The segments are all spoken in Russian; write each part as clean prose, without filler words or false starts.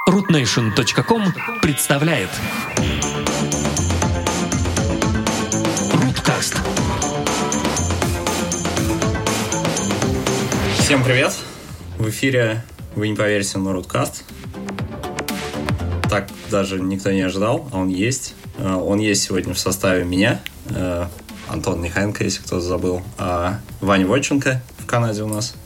rootnation.com представляет Rootcast. Всем привет! В эфире, вы не поверите, но Rootcast. Так даже никто не ожидал, а он есть. Он есть сегодня в составе меня, Антон Нехаенко, если кто-то забыл, Ваня Вотченко в Канаде у нас,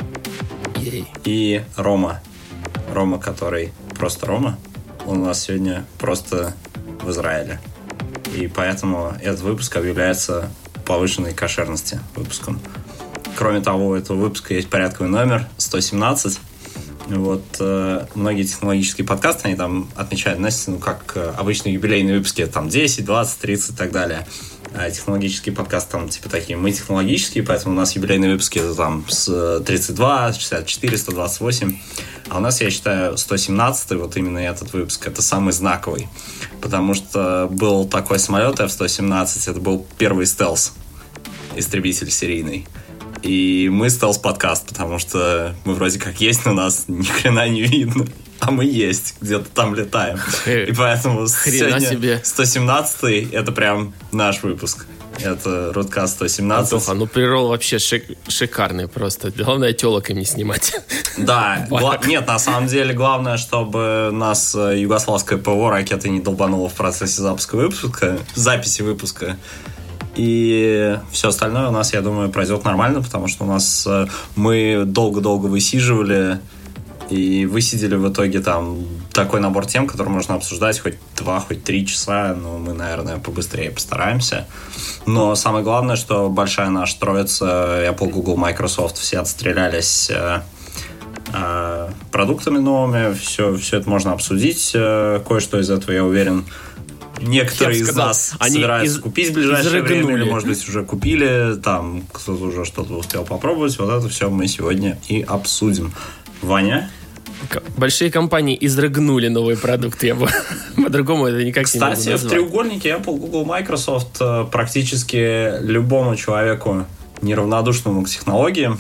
и Рома, который просто Рома, он у нас сегодня просто в Израиле. И поэтому этот выпуск объявляется повышенной кошерности выпуском. Кроме того, у этого выпуска есть порядковый номер 117. Вот, многие технологические подкасты, они там отмечают, знаете, как обычные юбилейные выпуски, там 10, 20, 30 и так далее. А технологические подкасты там типа такие, мы технологические, поэтому у нас юбилейные выпуски это там с 32, 64, 128. А у нас, я считаю, 117, вот именно этот выпуск, это самый знаковый. Потому что был такой самолет F-117, это был первый стелс, истребитель серийный. И мы стелс-подкаст, потому что мы вроде как есть, но нас ни хрена не видно. А мы есть, где-то там летаем. И поэтому сегодня 117-й это прям наш выпуск. Это Rootcast 117. Антоха, ну прирол вообще шикарный просто. Главное, телок не снимать. Да, нет, на самом деле главное, чтобы нас югославское ПВО ракеты не долбануло в процессе записи выпуска. И все остальное у нас, я думаю, пройдет нормально, потому что у нас мы долго-долго высиживали и высидели в итоге там такой набор тем, который можно обсуждать хоть 2, хоть 3 часа. Ну, мы, наверное, побыстрее постараемся. Но самое главное, что большая наша троица, Apple, Google, Microsoft, все отстрелялись продуктами новыми. Все это можно обсудить. Кое-что из этого, я уверен, некоторые из нас собираются купить в ближайшее время, или, может быть, уже купили, там кто-то уже что-то успел попробовать. Вот это все мы сегодня и обсудим. Ваня? Большие компании изрыгнули новый продукт. Я бы по-другому это никак не могу назвать. Кстати, в треугольнике Apple, Google, Microsoft практически любому человеку, неравнодушному к технологиям,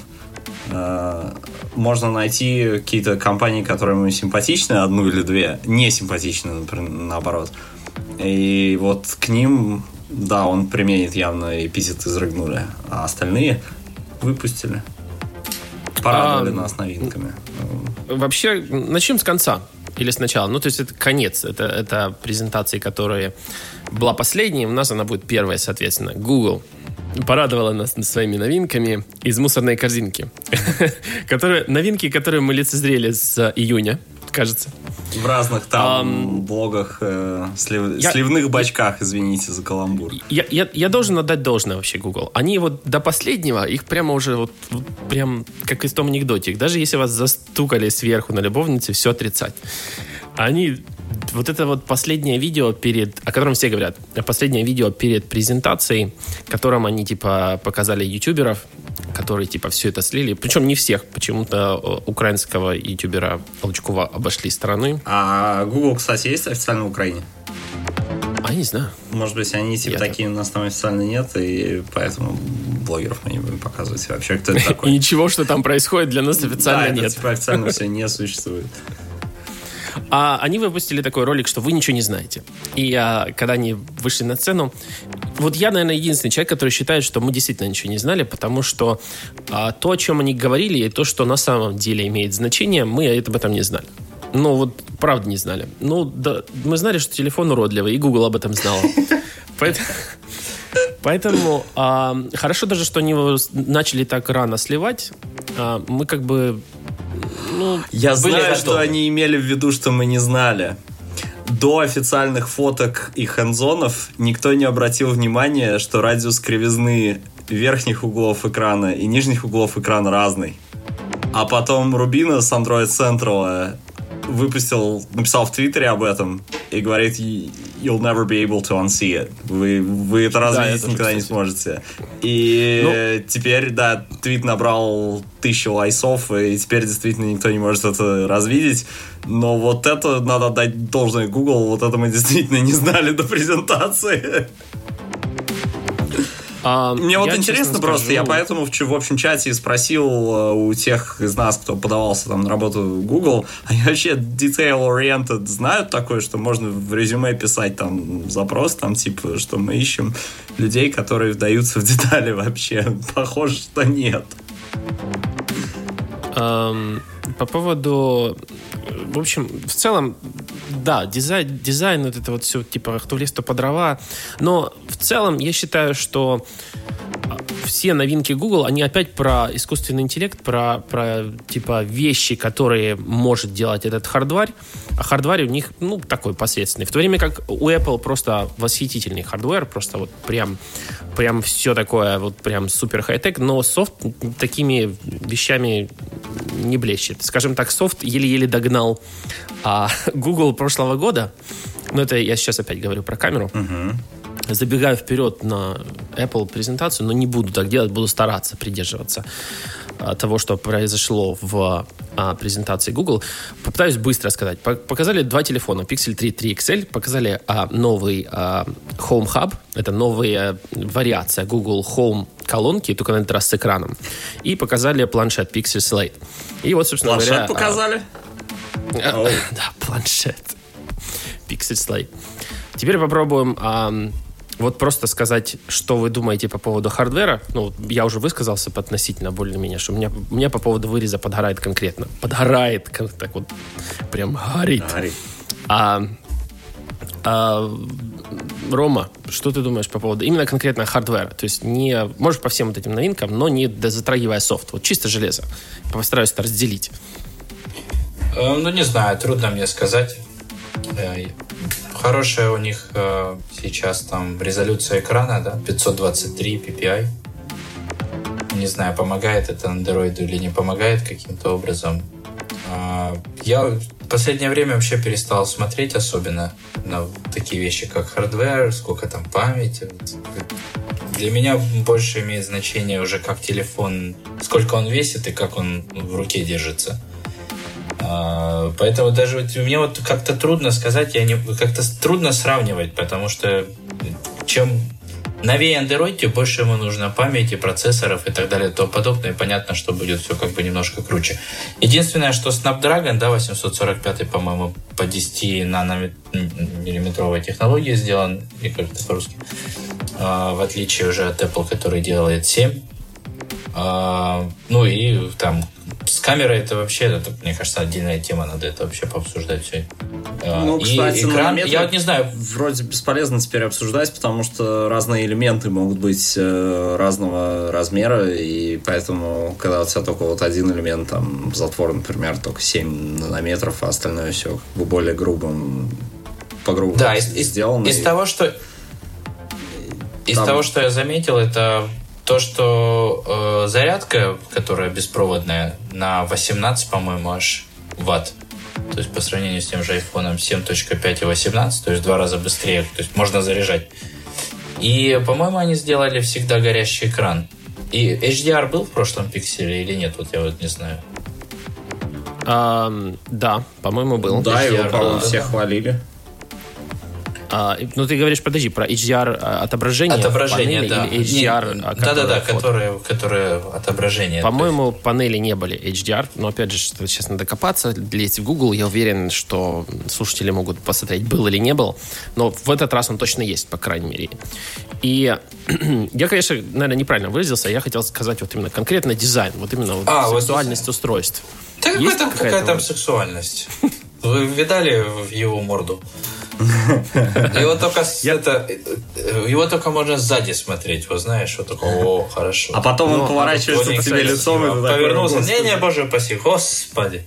можно найти какие-то компании, которые ему симпатичны, одну или две, не симпатичны, например, наоборот. И вот к ним, да, он применит явно эпитет «изрыгнули», а остальные выпустили. Порадовали нас новинками. Вообще, начнем с конца или сначала. Ну, то есть это конец. Это презентации, которая была последней. У нас она будет первая, соответственно. Google порадовала нас своими новинками из мусорной корзинки. Новинки, которые мы лицезрели с июня, кажется. В разных там блогах, сливных бачках, извините за каламбур. Я должен отдать должное вообще Google. Они вот до последнего, их прямо уже вот прям как из том анекдоте. Даже если вас застукали сверху на любовнице, все отрицать. Они... Вот это вот последнее видео о котором все говорят, последнее видео перед презентацией, в котором они типа показали ютуберов, которые типа все это слили. Причем не всех, почему-то украинского ютубера Лучкова обошли стороной. А Google, кстати, есть официально в Украине? А я не знаю. Может быть, они типа такие у нас там официально нет, и поэтому блогеров мы не будем показывать вообще, кто это такой. И ничего, что там происходит, для нас официально нет. Да, типа официально все не существует. А они выпустили такой ролик, что вы ничего не знаете. И когда они вышли на сцену, вот я, наверное, единственный человек, который считает, что мы действительно ничего не знали, потому что то, о чем они говорили, и то, что на самом деле имеет значение, мы об этом не знали. Ну, вот правда не знали. Ну, да, мы знали, что телефон уродливый, и Google об этом знал. Поэтому хорошо даже, что они его начали так рано сливать. Мы как бы... Я знаю, что они имели в виду, что мы не знали. До официальных фоток и хэндзонов никто не обратил внимания, что радиус кривизны верхних углов экрана и нижних углов экрана разный. А потом Рубина с Android Central написал в Твиттере об этом и говорит: you'll never be able to unsee it. Вы это развидеть никогда не сможете. И теперь, да, твит набрал 1000 лайков, и теперь действительно никто не может это развидеть. Но вот это надо отдать должное Google, вот это мы действительно не знали до презентации. Мне вот интересно просто, я поэтому в общем чате спросил у тех из нас, кто подавался там на работу в Google, они вообще detail-oriented знают такое, что можно в резюме писать там запрос, там типа, что мы ищем людей, которые вдаются в детали вообще. Похоже, что нет. По поводу... В общем, в целом, да, дизайн вот это вот все, типа, кто в лес, то по дрова. Но в целом я считаю, что все новинки Google, они опять про искусственный интеллект, про типа вещи, которые может делать этот хардварь, а хардварь у них, такой посредственный. В то время как у Apple просто восхитительный хардвар, просто вот прям все такое, вот прям супер хай-тек, но софт такими вещами не блещет. Скажем так, софт еле-еле догнал Google прошлого года. Но это я сейчас опять говорю про камеру. Забегаю вперед на Apple презентацию, но не буду так делать, буду стараться придерживаться того, что произошло в презентации Google. Попытаюсь быстро сказать. Показали два телефона, Pixel 3 3XL, показали новый Home Hub, это новая вариация Google Home колонки, только на этот раз с экраном. И показали планшет Pixel Slate. И вот, собственно говоря... Планшет показали? Да, планшет. Pixel Slate. Теперь попробуем... Вот просто сказать, что вы думаете по поводу хардвера. Я уже высказался относительно более-менее, что у меня по поводу выреза подгорает конкретно. Подгорает, так вот, прям горит. Рома, что ты думаешь по поводу именно конкретно хардвера? То есть не, можешь по всем вот этим новинкам, но не затрагивая софт. Вот чисто железо. Постараюсь это разделить. Не знаю, трудно мне сказать. Хорошая у них сейчас там резолюция экрана, да, 523 ppi. Не знаю, помогает это Android или не помогает каким-то образом. Я в последнее время вообще перестал смотреть особенно на такие вещи, как хардвер, сколько там памяти. Для меня больше имеет значение уже как телефон, сколько он весит и как он в руке держится. Поэтому даже мне вот как-то трудно сказать, как-то трудно сравнивать, потому что чем новее Android, тем больше ему нужно памяти, процессоров и так далее и тому подобное. И понятно, что будет все как бы немножко круче. Единственное, что Snapdragon, 845, по-моему, по 10-нанометровой технологии сделан, и как-то по-русски, в отличие уже от Apple, который делает 7. И там с камерой это вообще, мне кажется, отдельная тема, надо это вообще пообсуждать все. Кстати, экран, я вот не знаю. Вроде бесполезно теперь обсуждать, потому что разные элементы могут быть разного размера, и поэтому, когда у тебя только вот один элемент, там, затвор, например, только 7 нанометров, а остальное все более грубым, по-грубому сделано. Из того, что я заметил, это то, что зарядка, которая беспроводная, на 18, по-моему, аж ватт. То есть по сравнению с тем же iPhone 7.5 и 18, то есть в 2 раза быстрее. То есть можно заряжать. И, по-моему, они сделали всегда горящий экран. И HDR был в прошлом пикселе или нет? Вот я вот не знаю. Да, по-моему, был. Да, HDR, его, по-моему, все хвалили. Ты говоришь, подожди, про HDR отображение панели, да. Или HDR, которые отображение. По-моему, панели не были HDR, но опять же, сейчас надо копаться, лезть в Google. Я уверен, что слушатели могут посмотреть, был или не был, но в этот раз он точно есть, по крайней мере. И я, конечно, наверное, неправильно выразился, я хотел сказать вот именно конкретно дизайн, вот именно сексуальность устройств. Да какая там сексуальность? Вы видали его морду? Его только можно сзади смотреть, вот знаешь, вот такого, хорошо. А потом он поворачивается к тебе лицом и повернулся. Не, боже упаси, господи.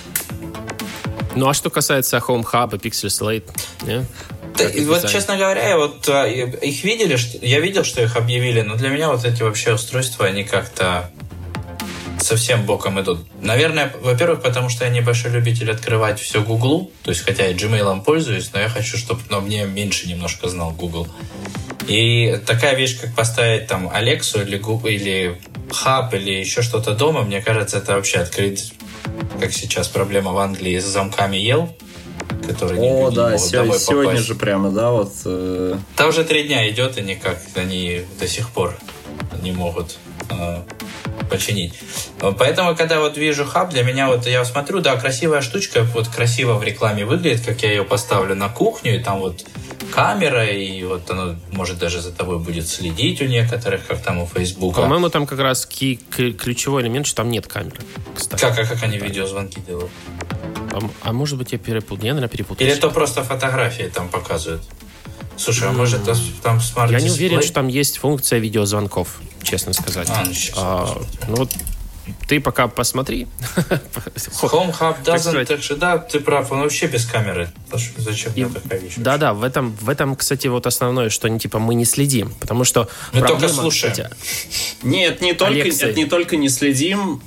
А что касается Home Hub и Pixel Slate, вот, честно говоря, их видели, я видел, что их объявили, но для меня вот эти вообще устройства, они как-то совсем боком идут. Наверное, во-первых, потому что я небольшой любитель открывать все Гуглу, то есть, хотя я Gmail'ом пользуюсь, но я хочу, чтобы мне меньше немножко знал Google. И такая вещь, как поставить там Алексу или Google, или Hub, или еще что-то дома, мне кажется, это вообще открыть, как сейчас проблема в Англии с замками Yell. которые О, да, могут домой сегодня попасть. же прямо, да, вот... Там уже 3 дня идет, и никак они до сих пор не могут починить. Поэтому, когда вот вижу хаб, для меня вот я смотрю, да, красивая штучка, вот красиво в рекламе выглядит, как я ее поставлю на кухню, и там вот камера, и вот оно может даже за тобой будет следить у некоторых, как там у Фейсбука. По-моему, там как раз ключевой элемент, что там нет камеры, кстати. Как они видеозвонки делают? А может быть, я перепутал? Я, наверное, перепутал. Или то просто фотографии там показывают? Слушай, а может там смарт-дисплей? Я не уверен, что там есть функция видеозвонков, честно сказать. Ну вот ты пока посмотри. Home Hub doesn't, так что да, ты прав, он вообще без камеры. Зачем мне такая вещь? Да, в этом, кстати, вот основное, что типа мы не следим, потому что мы только слушаем. Кстати, нет, это не только не следим.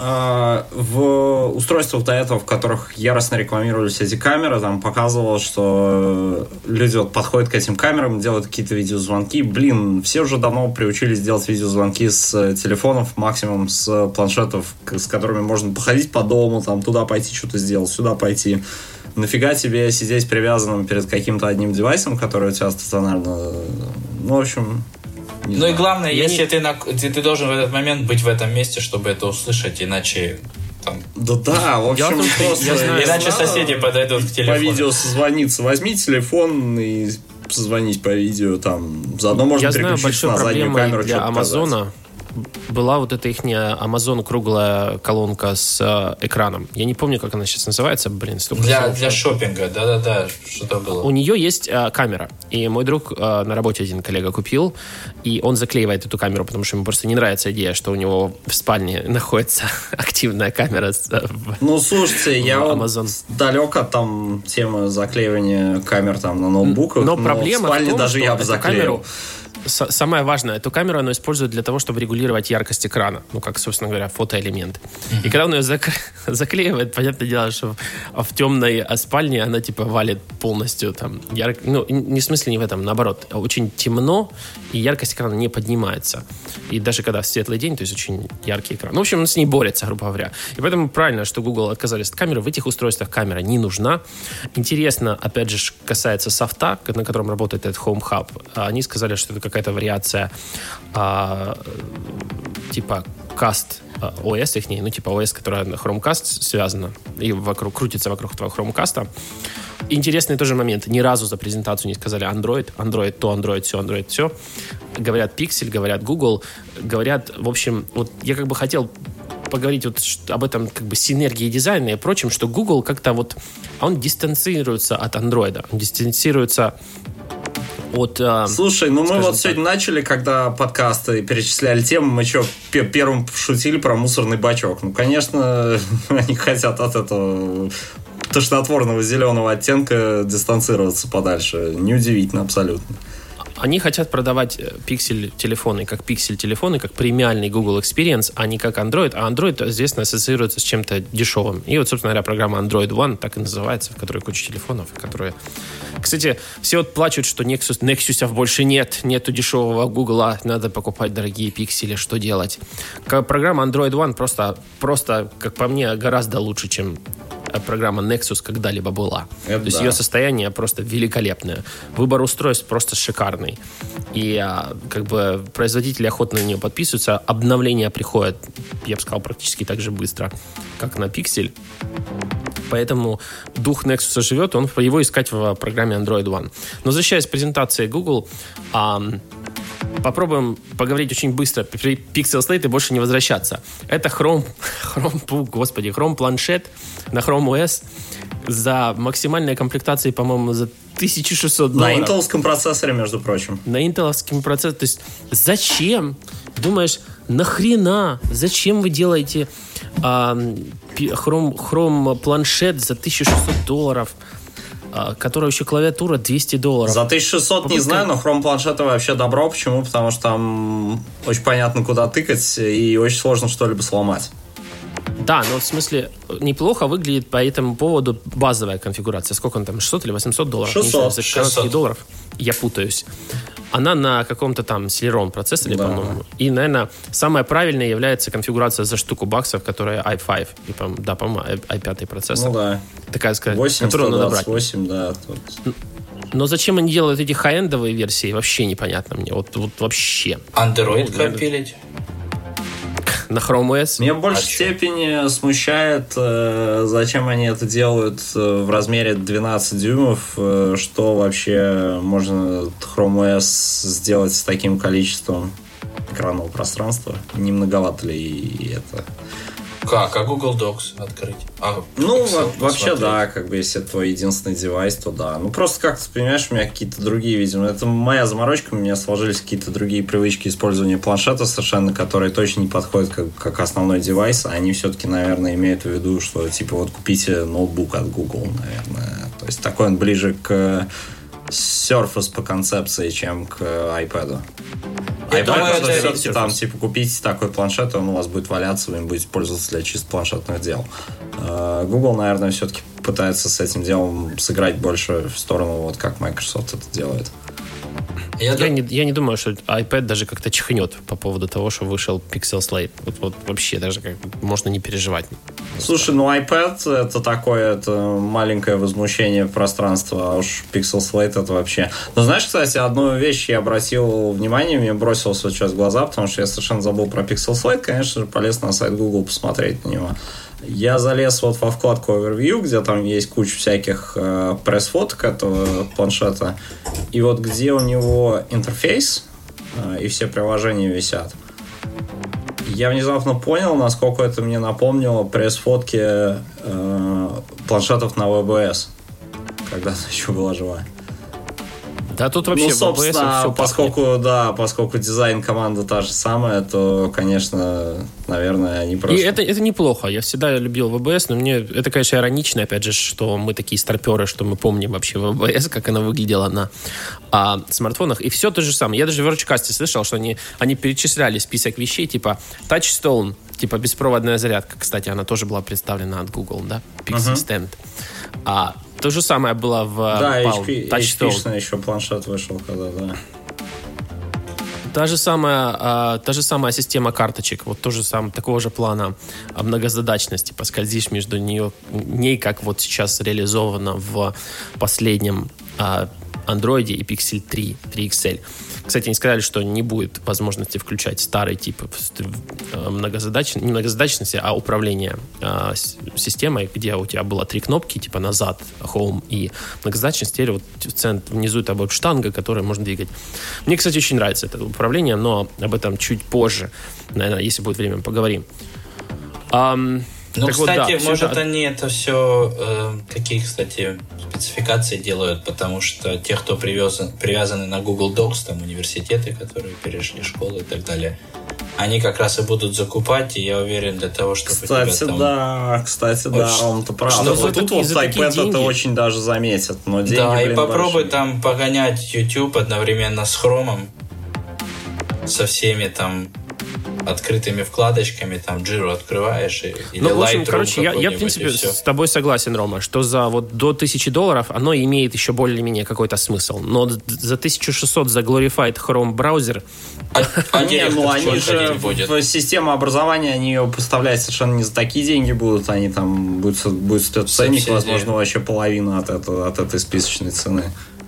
В устройствах до этого, в которых яростно рекламировались эти камеры, там показывалось, что люди вот подходят к этим камерам, делают какие-то видеозвонки. Блин, все уже давно приучились делать видеозвонки с телефонов, максимум с планшетов, с которыми можно походить по дому, там, туда пойти что-то сделать, сюда пойти. Нафига тебе сидеть привязанным перед каким-то одним девайсом, который у тебя стационарно... Ну, в общем... И главное, если ты должен в этот момент быть в этом месте, чтобы это услышать, иначе... Там... Да, в общем, иначе соседи подойдут к телефону. По видео созвониться. Возьми телефон и созвонить по видео. Там. Заодно можно переключиться на заднюю камеру. Для Амазона была вот эта их Amazon круглая колонка с экраном. Я не помню, как она сейчас называется. Для шопинга, да, что-то было. У нее есть камера. И мой друг на работе один коллега купил, и он заклеивает эту камеру, потому что ему просто не нравится идея, что у него в спальне находится активная камера. Ну, слушайте, я Amazon. далек от там темы заклеивания камер там на ноутбуках, но проблема в спальне в том, даже что я бы заклеил. Самое важное, эту камеру она использует для того, чтобы регулировать яркость экрана. Ну, как, собственно говоря, фотоэлемент. И когда он ее заклеивает, понятное дело, что в темной спальне она типа валит полностью там ярко. Ну, не в смысле не в этом, наоборот. Очень темно, и яркость экрана не поднимается. И даже когда в светлый день, то есть очень яркий экран. Ну, в общем, он с ней борется, грубо говоря. И поэтому правильно, что Google отказались от камеры. В этих устройствах камера не нужна. Интересно, опять же, касается софта, на котором работает этот Home Hub. Они сказали, что это какая-то вариация типа Cast OS их, ну типа OS, которая на Chromecast связана и крутится вокруг твоего Chromecast. Интересный тоже момент. Ни разу за презентацию не сказали Android то, Android все. Говорят Pixel, говорят Google, говорят, в общем, вот я как бы хотел поговорить вот об этом как бы синергии дизайна и прочем, что Google как-то вот, он дистанцируется от Android, он дистанцируется от... Слушай, ну мы вот сегодня начали, когда подкасты перечисляли темы, мы что, первым шутили про мусорный бачок. Ну, конечно, они хотят от этого тошнотворного зеленого оттенка дистанцироваться подальше. Неудивительно абсолютно. Они хотят продавать пиксель-телефоны как пиксель-телефоны, как премиальный Google Experience, а не как Android. А Android, известно, ассоциируется с чем-то дешевым. И вот, собственно говоря, программа Android One так и называется, в которой куча телефонов, которые... Кстати, все вот плачут, что Nexus'ов больше нет, нету дешевого Google, надо покупать дорогие пиксели, что делать? Программа Android One просто, как по мне, гораздо лучше, чем программа Nexus когда-либо была. То есть ее состояние просто великолепное. Выбор устройств просто шикарный. И как бы производители охотно на нее подписываются. Обновления приходят, я бы сказал, практически так же быстро, как на Pixel. Поэтому дух Nexus живет, он его искать в программе Android One. Но возвращаясь к презентации Google, попробуем поговорить очень быстро. При Pixel Slate и больше не возвращаться. Это Chrome планшет на Chrome OS за максимальной комплектацией, по-моему, за $1600. На интеловском процессоре, между прочим. На интеловском процессоре. То есть зачем? Думаешь, нахрена? Зачем вы делаете Chrome планшет за $1600? Которая еще клавиатура $200. За 1600 не знаю, но Chrome планшеты вообще добро. Почему? Потому что там очень понятно, куда тыкать, и очень сложно что-либо сломать. Да, но в смысле неплохо выглядит по этому поводу базовая конфигурация. Сколько он там, 600 или 800 долларов? 600. Не знаю, за канадских долларов. Я путаюсь. Она на каком-то там Celeron процессоре, да, по-моему. И, наверное, самое правильное является конфигурация за штуку баксов, которая i5. И, да, по-моему, i5 процессор. Ну да. Такая, сказать, 8, которую надо брать. 8, да. Тут. Но зачем они делают эти хай-эндовые версии, вообще непонятно мне. Вот вообще. Android компилить? На Chrome OS. Меня в большей степени смущает, зачем они это делают в размере 12 дюймов, что вообще можно Chrome OS сделать с таким количеством экранного пространства. Не многовато ли это? Как? А Google Docs открыть? Ну, вообще, да, как бы, если это твой единственный девайс, то да. Ну, просто как-то, понимаешь, у меня какие-то другие, видимо, это моя заморочка, у меня сложились какие-то другие привычки использования планшета совершенно, которые точно не подходят как основной девайс, а они все-таки, наверное, имеют в виду, что, типа, вот купите ноутбук от Google, наверное. То есть, такой он ближе к Surface по концепции, чем к iPad. iPad это все-таки там, типа, купите такой планшет, и он у вас будет валяться, вы им будете пользоваться для чисто планшетных дел. Google, наверное, все-таки пытается с этим делом сыграть больше в сторону, вот как Microsoft это делает. Я не думаю, что iPad даже как-то чихнет по поводу того, что вышел Pixel Slate. Вот вообще даже как можно не переживать. Слушай, ну iPad это такое, это маленькое возмущение пространства, а уж Pixel Slate это вообще... Но знаешь, кстати, одну вещь я обратил внимание, мне бросилось вот сейчас в глаза, потому что я совершенно забыл про Pixel Slate, конечно же, полез на сайт Google посмотреть на него. Я залез вот во вкладку Overview, где там есть куча всяких пресс-фоток этого планшета. И вот где у него интерфейс и все приложения висят, я внезапно понял, насколько это мне напомнило пресс-фотки планшетов на WebOS, когда она еще была жива. Да, тут вообще собственно, все поскольку дизайн команда та же самая, то, конечно, наверное, они просто... И это неплохо. Я всегда любил VBS, но мне это, конечно, иронично, опять же, что мы такие старперы, что мы помним вообще VBS, как она выглядела на смартфонах. И все то же самое. Я даже в Верчкасте слышал, что они перечисляли список вещей, типа Touchstone, типа беспроводная зарядка. Кстати, она тоже была представлена от Google, да? Pixel Stand. То же самое было в HP еще планшет вышел, когда, да. Та же самая система карточек, вот тоже такого же плана многозадачности. Поскользишь между ней, как вот сейчас реализовано в последнем Android и Pixel 3 XL. Кстати, они сказали, что не будет возможности включать старый тип не многозадачности, а управления системой, где у тебя было 3 кнопки, типа назад, home и многозадачность. Теперь вот внизу это будет штанга, которую можно двигать. Мне, кстати, очень нравится это управление, но об этом чуть позже, наверное, если будет время, поговорим. Ну, так кстати, вот, да, может, они это все такие, кстати, спецификации делают, потому что те, кто привязаны на Google Docs, там университеты, которые перешли школы и так далее, они как раз и будут закупать, и я уверен, для того, чтобы кстати, да, он-то прав. Что вот тут вот iPad это очень даже заметят, но деньги, да, и попробуй там погонять YouTube одновременно с Chrome, со всеми там открытыми вкладочками, там Jira открываешь или в общем, Lightroom короче, я в принципе с тобой согласен, Рома, что за вот до $1000 оно имеет еще более-менее какой-то смысл, но за 1600 за Glorified Chrome браузер они же в систему образования, они ее поставлять совершенно не за такие деньги будут, они там будет ценник, возможно, вообще половина от этой списочной цены.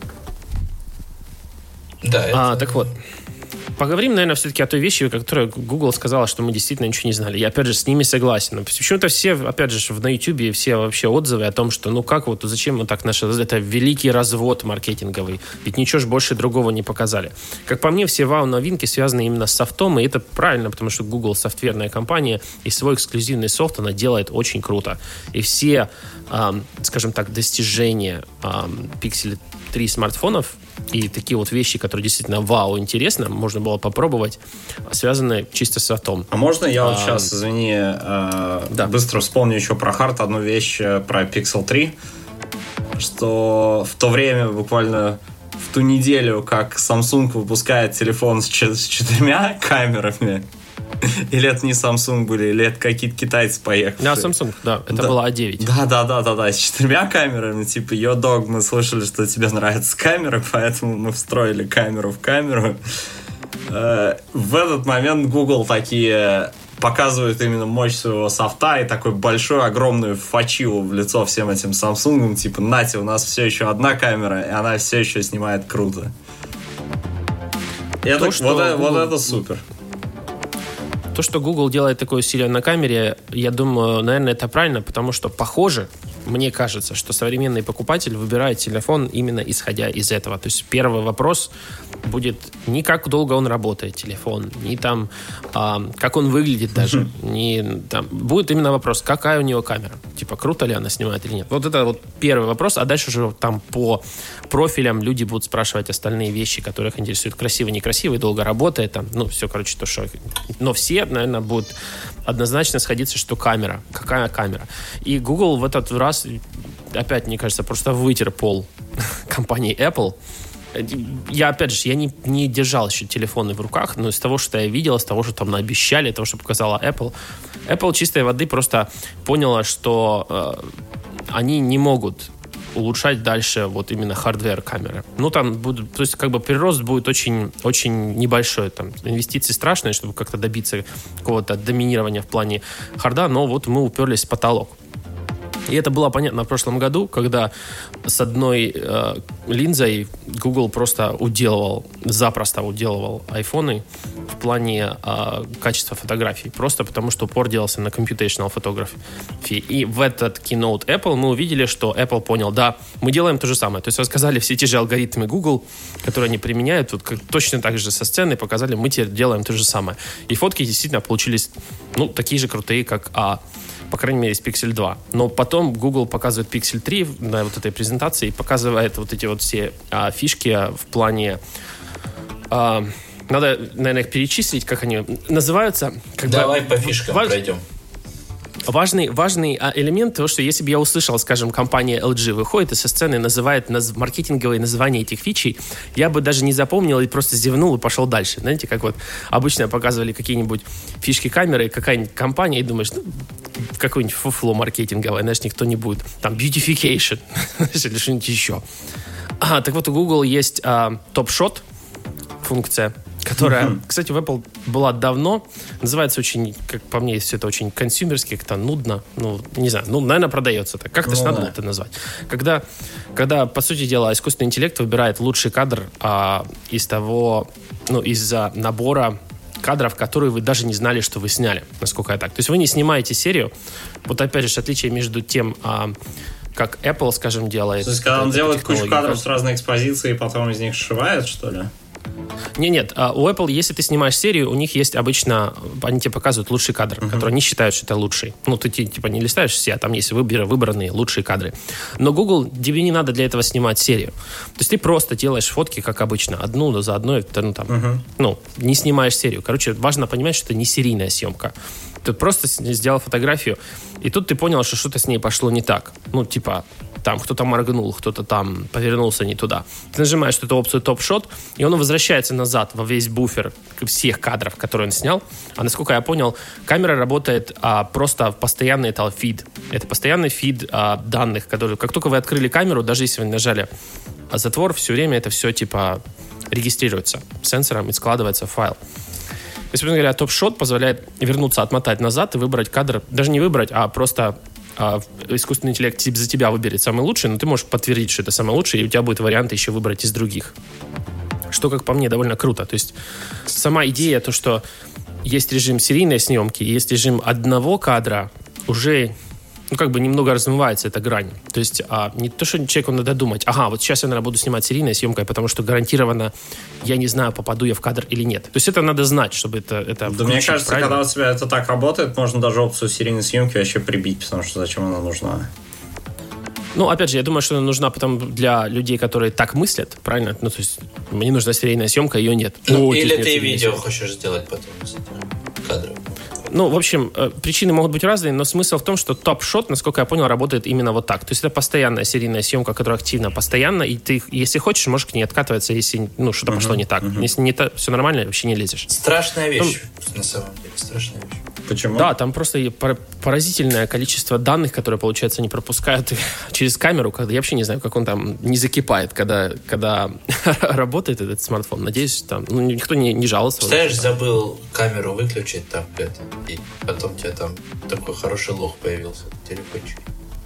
Да, так вот. Поговорим, наверное, все-таки о той вещи, которую Google сказала, что мы действительно ничего не знали. Я, опять же, с ними согласен. Почему-то все, опять же, на YouTube все вообще отзывы о том, что ну как вот, зачем вот так это великий развод маркетинговый. Ведь ничего же больше другого не показали. Как по мне, все вау-новинки связаны именно с софтом, и это правильно, потому что Google софтверная компания, и свой эксклюзивный софт она делает очень круто. И все, скажем так, достижения Pixel 3 смартфонов и такие вот вещи, которые действительно вау, интересно, можно было попробовать, связанные чисто с софтом. А можно я вот сейчас, извини, быстро вспомню еще про хард одну вещь про Pixel 3, что в то время, буквально в ту неделю, как Samsung выпускает телефон с 4 камерами, Или это не Samsung были, или это какие-то китайцы поехали. Да, Samsung, да. Это была A9. Да, с 4 камерами. Типа, йо-дог, мы слышали, что тебе нравятся камеры, поэтому мы встроили камеру в камеру. В этот момент Google такие показывают именно мощь своего софта и такой большой, огромную фачилу в лицо всем этим Samsung. Типа, нате, у нас все еще одна камера, и она все еще снимает круто. Вот это супер. То, что Google делает такое усилие на камере, я думаю, наверное, это правильно, потому что, похоже, мне кажется, что современный покупатель выбирает телефон именно исходя из этого. То есть первый вопрос будет не как долго он работает, телефон, не там, как он выглядит даже. Не, там, будет именно вопрос, какая у него камера. Типа, круто ли она снимает или нет. Вот это вот первый вопрос, а дальше уже там по профилям люди будут спрашивать остальные вещи, которые их интересуют. Красиво, некрасиво, долго работает. Там, ну, все, короче, то, что... Но все, наверное, будут однозначно сходиться, что камера. Какая камера? И Google в этот раз, опять, мне кажется, просто вытер пол компании Apple. Я, опять же, я не держал еще телефоны в руках, но из того, что я видел, из того, что там наобещали, из того, что показала Apple чистой воды просто поняла, что они не могут улучшать дальше вот именно хардвер камеры. Ну, там будет, то есть, как бы прирост будет очень, очень небольшой. Там инвестиции страшные, чтобы как-то добиться какого-то доминирования в плане харда, но вот мы уперлись в потолок. И это было понятно в прошлом году, когда с одной линзой Google просто запросто уделывал айфоны в плане качества фотографий. Просто потому, что упор делался на computational photography. И в этот keynote Apple мы увидели, что Apple понял, да, мы делаем то же самое. То есть рассказали все те же алгоритмы Google, которые они применяют, вот, точно так же со сцены показали, мы теперь делаем то же самое. И фотки действительно получились, ну, такие же крутые, как по крайней мере, с Pixel 2. Но потом Google показывает Pixel 3 на вот этой презентации и показывает вот эти вот все фишки в плане... надо, наверное, их перечислить, как они называются. Давай по фишкам пройдем. Важный элемент того, что если бы я услышал, скажем, компания LG выходит и со сцены называет маркетинговые названия этих фичей, я бы даже не запомнил и просто зевнул и пошел дальше. Знаете, как вот обычно показывали какие-нибудь фишки камеры, какая-нибудь компания, и думаешь, ну, какое-нибудь фуфло маркетинговое, знаешь, никто не будет. Там beautification или что-нибудь еще. Так вот, у Google есть Top Shot функция, которая, кстати, в Apple была давно. Называется очень, как по мне, все это очень консюмерски, как-то нудно. Ну, не знаю, наверное, продается так. Как-то надо это назвать. Когда, по сути дела, искусственный интеллект выбирает лучший кадр из-за набора кадров, которые вы даже не знали, что вы сняли, насколько я так. То есть вы не снимаете серию. Вот опять же, отличие между тем, как Apple, скажем, делает. То есть, когда он делает кучу кадров с разной экспозицией и потом из них сшивает, что ли? Нет, у Apple, если ты снимаешь серию, у них есть обычно, они тебе показывают лучший кадр, который они считают, что это лучший. Ну, ты типа не листаешь все, а там есть выбранные лучшие кадры. Но Google, тебе не надо для этого снимать серию. То есть ты просто делаешь фотки, как обычно, одну за одной, не снимаешь серию. Короче, важно понимать, что это не серийная съемка. Ты просто сделал фотографию, и тут ты понял, что что-то с ней пошло не так. Ну, типа, там кто-то моргнул, кто-то там повернулся не туда. Ты нажимаешь эту опцию Top Shot, и он возвращается назад во весь буфер всех кадров, которые он снял. А насколько я понял, камера работает просто постоянный фид. Это постоянный фид данных, которые, как только вы открыли камеру, даже если вы нажали затвор, все время это все типа регистрируется сенсором и складывается в файл. То есть, собственно говоря, Top Shot позволяет вернуться, отмотать назад и выбрать кадр. Даже не выбрать, а просто искусственный интеллект за тебя выберет самый лучший, но ты можешь подтвердить, что это самый лучший, и у тебя будет вариант еще выбрать из других. Что, как по мне, довольно круто. То есть сама идея, то, что есть режим серийной съемки, есть режим одного кадра, уже немного размывается эта грань. То есть не то, что человеку надо думать, вот сейчас я, наверное, буду снимать серийной съемкой, потому что гарантированно, я не знаю, попаду я в кадр или нет. То есть это надо знать, чтобы это да, мне кажется, правильно. Когда у тебя это так работает, можно даже опцию серийной съемки вообще прибить, потому что зачем она нужна? Ну, опять же, я думаю, что она нужна потом для людей, которые так мыслят, правильно? Ну, то есть мне нужна серийная съемка, ее нет. Или ты видео хочешь сделать потом из этого кадра. Ну, в общем, причины могут быть разные, но смысл в том, что топ-шот, насколько я понял, работает именно вот так. То есть это постоянная серийная съемка, которая активна постоянно, и ты, если хочешь, можешь к ней откатываться, если что-то пошло не так. Если не так, все нормально, вообще не лезешь. Страшная вещь, на самом деле, страшная вещь. Почему? Да, там просто поразительное количество данных, которые, получается, они пропускают через камеру, когда я вообще не знаю, как он там не закипает, когда работает этот смартфон. Надеюсь, там никто не жаловался. Представляешь, забыл камеру выключить там где-то, и потом у тебя там такой хороший лог появился в телефончике.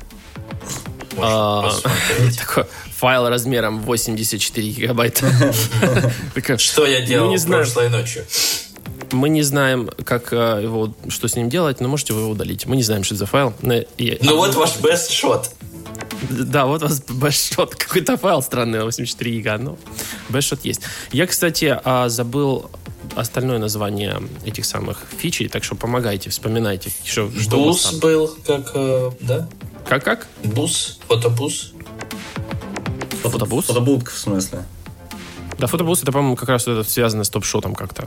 Такой файл размером 84 гигабайта. Что я делал прошлой ночью? Мы не знаем, что с ним делать, но можете его удалить. Мы не знаем, что это за файл. Вот ваш best shot. Да, вот у вас best shot. Какой-то файл странный, 84 гига. Но best shot есть. Я, кстати, забыл остальное название этих самых фичей, так что помогайте, вспоминайте. Что бус был, да? Как? Бус, фотобус. Фотобус? Фотобудка, в смысле. Да, фотобус, это, по-моему, как раз связано с топ-шотом как-то.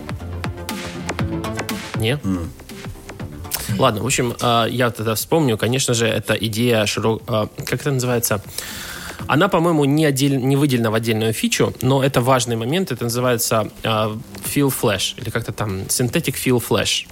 Не? Ладно, в общем, я тогда вспомню, конечно же, это идея как это называется? Она, по-моему, не выделена в отдельную фичу, но это важный момент, это называется Fill Flash, или как-то там Synthetic Fill Flash.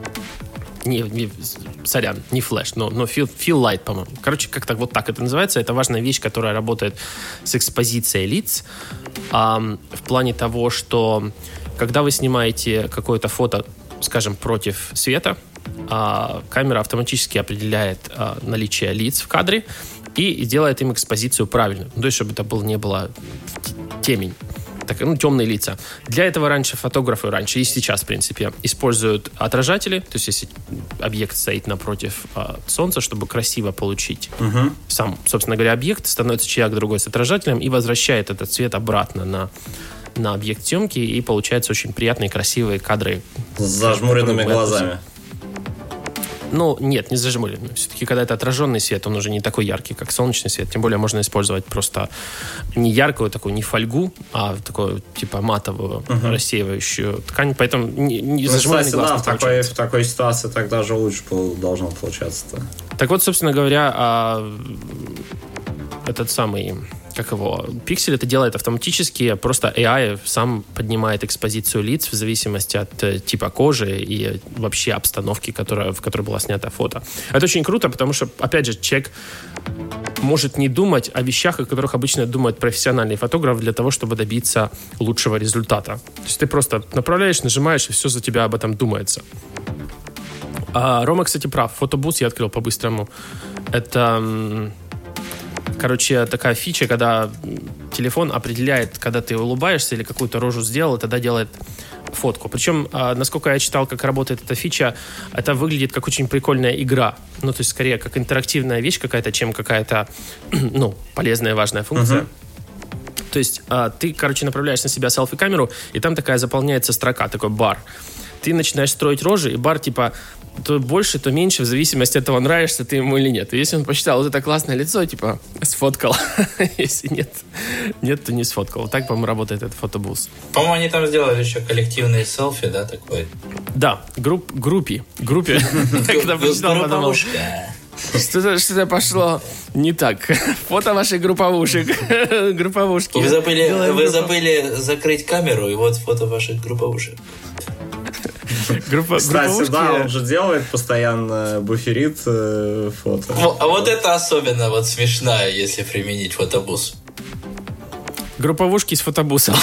Сорян, не Flash, но Fill Light, по-моему. Короче, как-то вот так это называется. Это важная вещь, которая работает с экспозицией лиц в плане того, что когда вы снимаете какое-то фото, скажем, против света, камера автоматически определяет наличие лиц в кадре и делает им экспозицию правильно. То есть, чтобы это не было темень. Темные лица. Для этого раньше фотографы, и сейчас, в принципе, используют отражатели, то есть если объект стоит напротив солнца, чтобы красиво получить сам, собственно говоря, объект, становится человек другой с отражателем и возвращает этот цвет обратно на объект съемки, и получаются очень приятные, красивые кадры. С зажмуренными глазами. Нет, не зажмуренными. Все-таки, когда это отраженный свет, он уже не такой яркий, как солнечный свет. Тем более можно использовать просто не яркую такую, не фольгу, а такую, типа, матовую, рассеивающую ткань. Поэтому не зажмуренный глаз. Да, в такой ситуации тогда же лучше должно получаться-то. Так вот, собственно говоря, этот самый... Пиксель это делает автоматически, просто AI сам поднимает экспозицию лиц в зависимости от типа кожи и вообще обстановки, в которой было снято фото. Это очень круто, потому что, опять же, человек может не думать о вещах, о которых обычно думает профессиональный фотограф для того, чтобы добиться лучшего результата. То есть ты просто направляешь, нажимаешь, и все за тебя об этом думается. Рома, кстати, прав. Фотобус я открыл по-быстрому. Это... такая фича, когда телефон определяет, когда ты улыбаешься или какую-то рожу сделал, и тогда делает фотку. Причем, насколько я читал, как работает эта фича, это выглядит как очень прикольная игра. То есть, скорее, как интерактивная вещь какая-то, чем какая-то, полезная, важная функция. То есть, ты, направляешь на себя селфи-камеру, и там такая заполняется строка, такой бар. Ты начинаешь строить рожи, и бар, типа, то больше, то меньше, в зависимости от того, нравишься ты ему или нет. И если он посчитал, вот это классное лицо, типа, сфоткал. Если нет, то не сфоткал. Вот так, по-моему, работает этот фотобус. По-моему, они там сделали еще коллективные селфи, да, такой? Да, группе. Когда посчитал, подумал, что-то пошло не так. Фото ваших групповушек. Групповушки. Вы забыли закрыть камеру, и вот фото ваших групповушек. Кстати, да, он же делает постоянно, буферит фото. А вот это особенно смешная, если применить фотобус. Групповушки с фотобусом.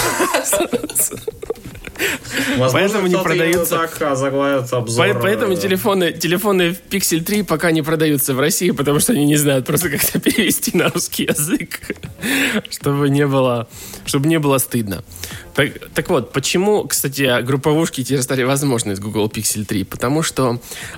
Поэтому не продаются. Поэтому телефоны в Pixel 3 пока не продаются в России, потому что они не знают просто как это перевести на русский язык, чтобы не было стыдно. Так вот, почему, кстати, групповушки теперь стали возможны с Google Pixel 3? Потому что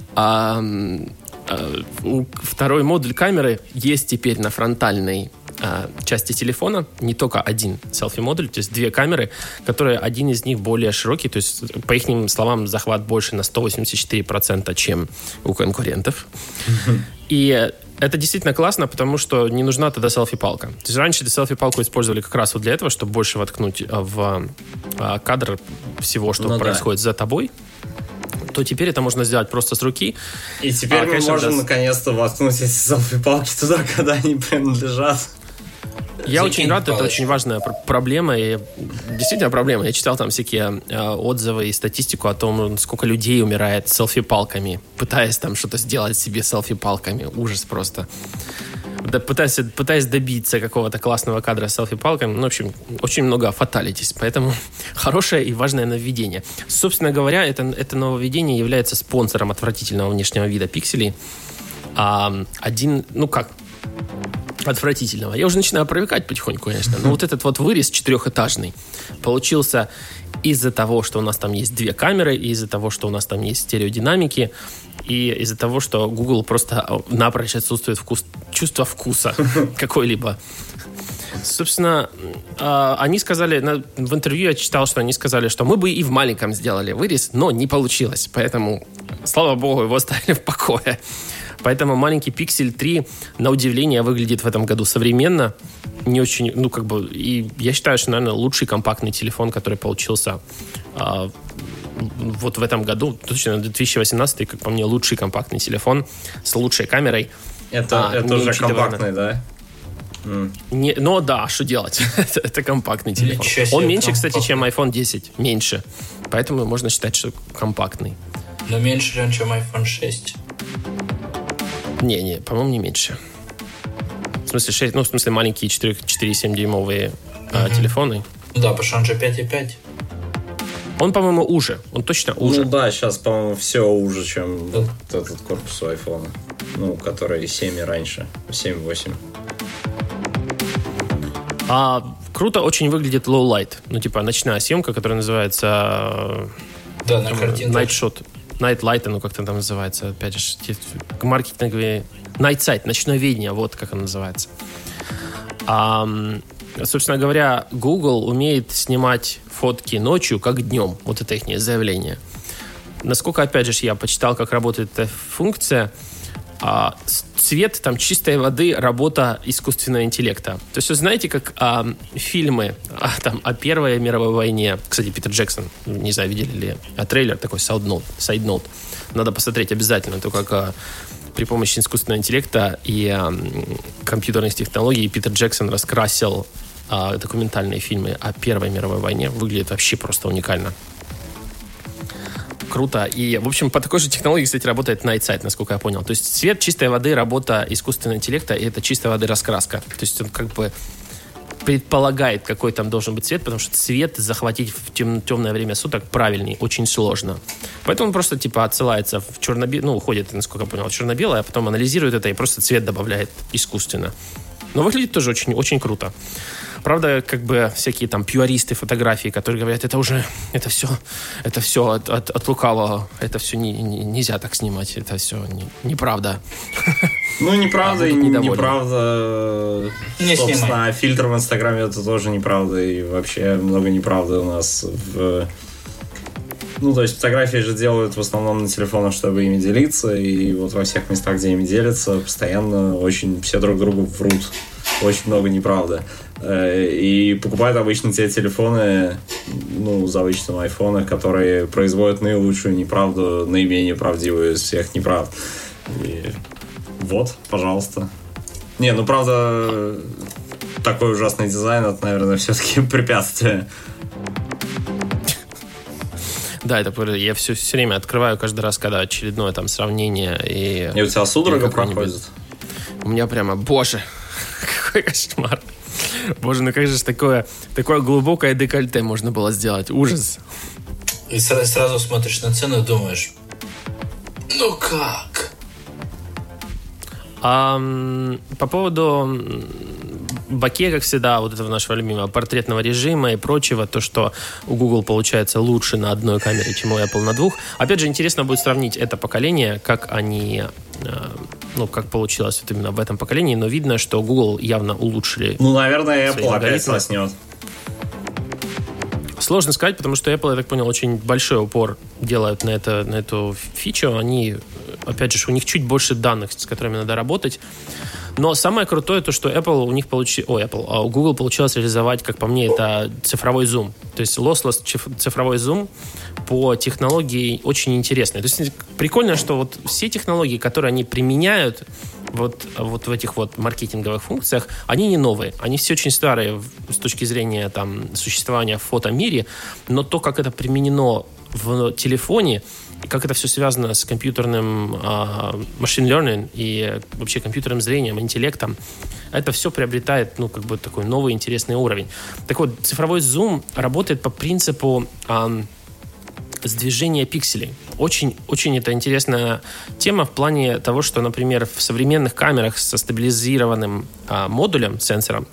второй модуль камеры есть теперь на фронтальной части телефона, не только один селфи-модуль, то есть две камеры, которые один из них более широкий, то есть, по их словам, захват больше на 184%, чем у конкурентов. И это действительно классно, потому что не нужна тогда селфи-палка. То есть раньше селфи-палку использовали как раз вот для этого, чтобы больше воткнуть в кадр всего, что происходит за тобой. то теперь это можно сделать просто с руки. И теперь мы можем наконец-то воткнуть эти селфи-палки туда, когда они принадлежат. Я очень рад, это очень важная проблема, и действительно проблема. Я читал там всякие отзывы и статистику о том, сколько людей умирает с селфи-палками, пытаясь там что-то сделать себе селфи-палками. Ужас просто. Да, пытаясь добиться какого-то классного кадра с селфи-палками. Ну, в общем, очень много фаталитис, поэтому хорошее и важное нововведение. Собственно говоря, это нововведение является спонсором отвратительного внешнего вида пикселей. Отвратительного. Я уже начинаю привыкать потихоньку, конечно. Но вот этот вот вырез четырехэтажный получился из-за того, что у нас там есть две камеры, и из-за того, что у нас там есть стереодинамики, и из-за того, что Google просто напрочь отсутствует чувство вкуса какой-либо. Собственно, они сказали, в интервью я читал, что они сказали, что мы бы и в маленьком сделали вырез, но не получилось. Поэтому, слава богу, его оставили в покое. Поэтому маленький Pixel 3, на удивление, выглядит в этом году современно. Не очень, и я считаю, что, наверное, лучший компактный телефон, который получился вот в этом году, точно 2018, как по мне, лучший компактный телефон с лучшей камерой. Это уже компактный, да? Ну да, что делать? Это компактный телефон. Он меньше, кстати, чем iPhone 10. Меньше. Поэтому можно считать, что компактный. Но меньше ли он, чем iPhone 6? Не, по-моему, не меньше. В смысле, 6, в смысле маленькие 4,7 дюймовые телефоны. Да, потому что он же 5,5. Он, по-моему, уже. Он точно уже. Ну да, сейчас, по-моему, все уже, чем вот этот корпус у айфона. Который 7 и раньше. 7-8. Круто очень выглядит low light. Ночная съемка, которая называется на картинке. Night shot. Night light, как-то там называется. Опять же, маркетинговые... Night sight, ночное видение, вот как оно называется. Собственно говоря, Google умеет снимать фотки ночью, как днем. Вот это их заявление. Насколько, опять же, я почитал, как работает эта функция, цвет там чистой воды, работа искусственного интеллекта. То есть вы знаете, как фильмы о Первой мировой войне, кстати, Питер Джексон, не знаю, видели ли, трейлер такой, Side Note, надо посмотреть обязательно, то как при помощи искусственного интеллекта и компьютерных технологий Питер Джексон раскрасил документальные фильмы о Первой мировой войне. Выглядит вообще просто уникально. Круто. И, в общем, по такой же технологии, кстати, работает Night Sight, насколько я понял. То есть цвет чистой воды, работа искусственного интеллекта, и это чистой воды раскраска. То есть он как бы предполагает, какой там должен быть цвет, потому что цвет захватить в темное время суток правильный очень сложно. Поэтому он просто отсылается в черно-белое, уходит, насколько я понял, в черно-белое, а потом анализирует это и просто цвет добавляет искусственно. Но выглядит тоже очень, очень круто. Правда, всякие там пьюаристы фотографии, которые говорят, это все от лукавого, это все нельзя так снимать, это все неправда. Неправда и неправда. Собственно, фильтр в Инстаграме это тоже неправда, и вообще много неправды у нас то есть фотографии же делают в основном на телефонах, чтобы ими делиться, и вот во всех местах, где ими делятся, постоянно очень все друг другу врут. Очень много неправды. И покупают обычно те телефоны, за обычного айфона, которые производят наилучшую неправду, наименее правдивую из всех неправд. И вот, пожалуйста. Правда, такой ужасный дизайн, это, наверное, все-таки препятствие. Да, это я все время открываю каждый раз, когда очередное там сравнение. И у тебя судорога проходит? У меня прямо, боже, какой кошмар. Боже, как же такое глубокое декольте можно было сделать. Ужас. И сразу смотришь на цену и думаешь, как? По поводу Боке, как всегда, вот этого нашего любимого портретного режима и прочего, то, что у Google получается лучше на одной камере, чем у Apple на двух. Опять же, интересно будет сравнить это поколение, как они, как получилось вот именно в этом поколении, но видно, что Google явно улучшили. Наверное, Apple опять соснет. Сложно сказать, потому что Apple, я так понял, очень большой упор делают на эту фичу. Они, опять же, у них чуть больше данных, с которыми надо работать. Но самое крутое то, что у Google получилось реализовать, как по мне, это цифровой зум. То есть lossless цифровой зум по технологии очень интересный. То есть прикольно, что вот все технологии, которые они применяют вот в этих вот маркетинговых функциях, они не новые. Они все очень старые с точки зрения там, существования в фотомире, но то, как это применено в телефоне, как это все связано с компьютерным machine learning и вообще компьютерным зрением, интеллектом, это все приобретает, такой новый интересный уровень. Так вот, цифровой зум работает по принципу сдвижения пикселей. Очень, очень это интересная тема в плане того, что, например, в современных камерах со стабилизированным модулем, сенсором,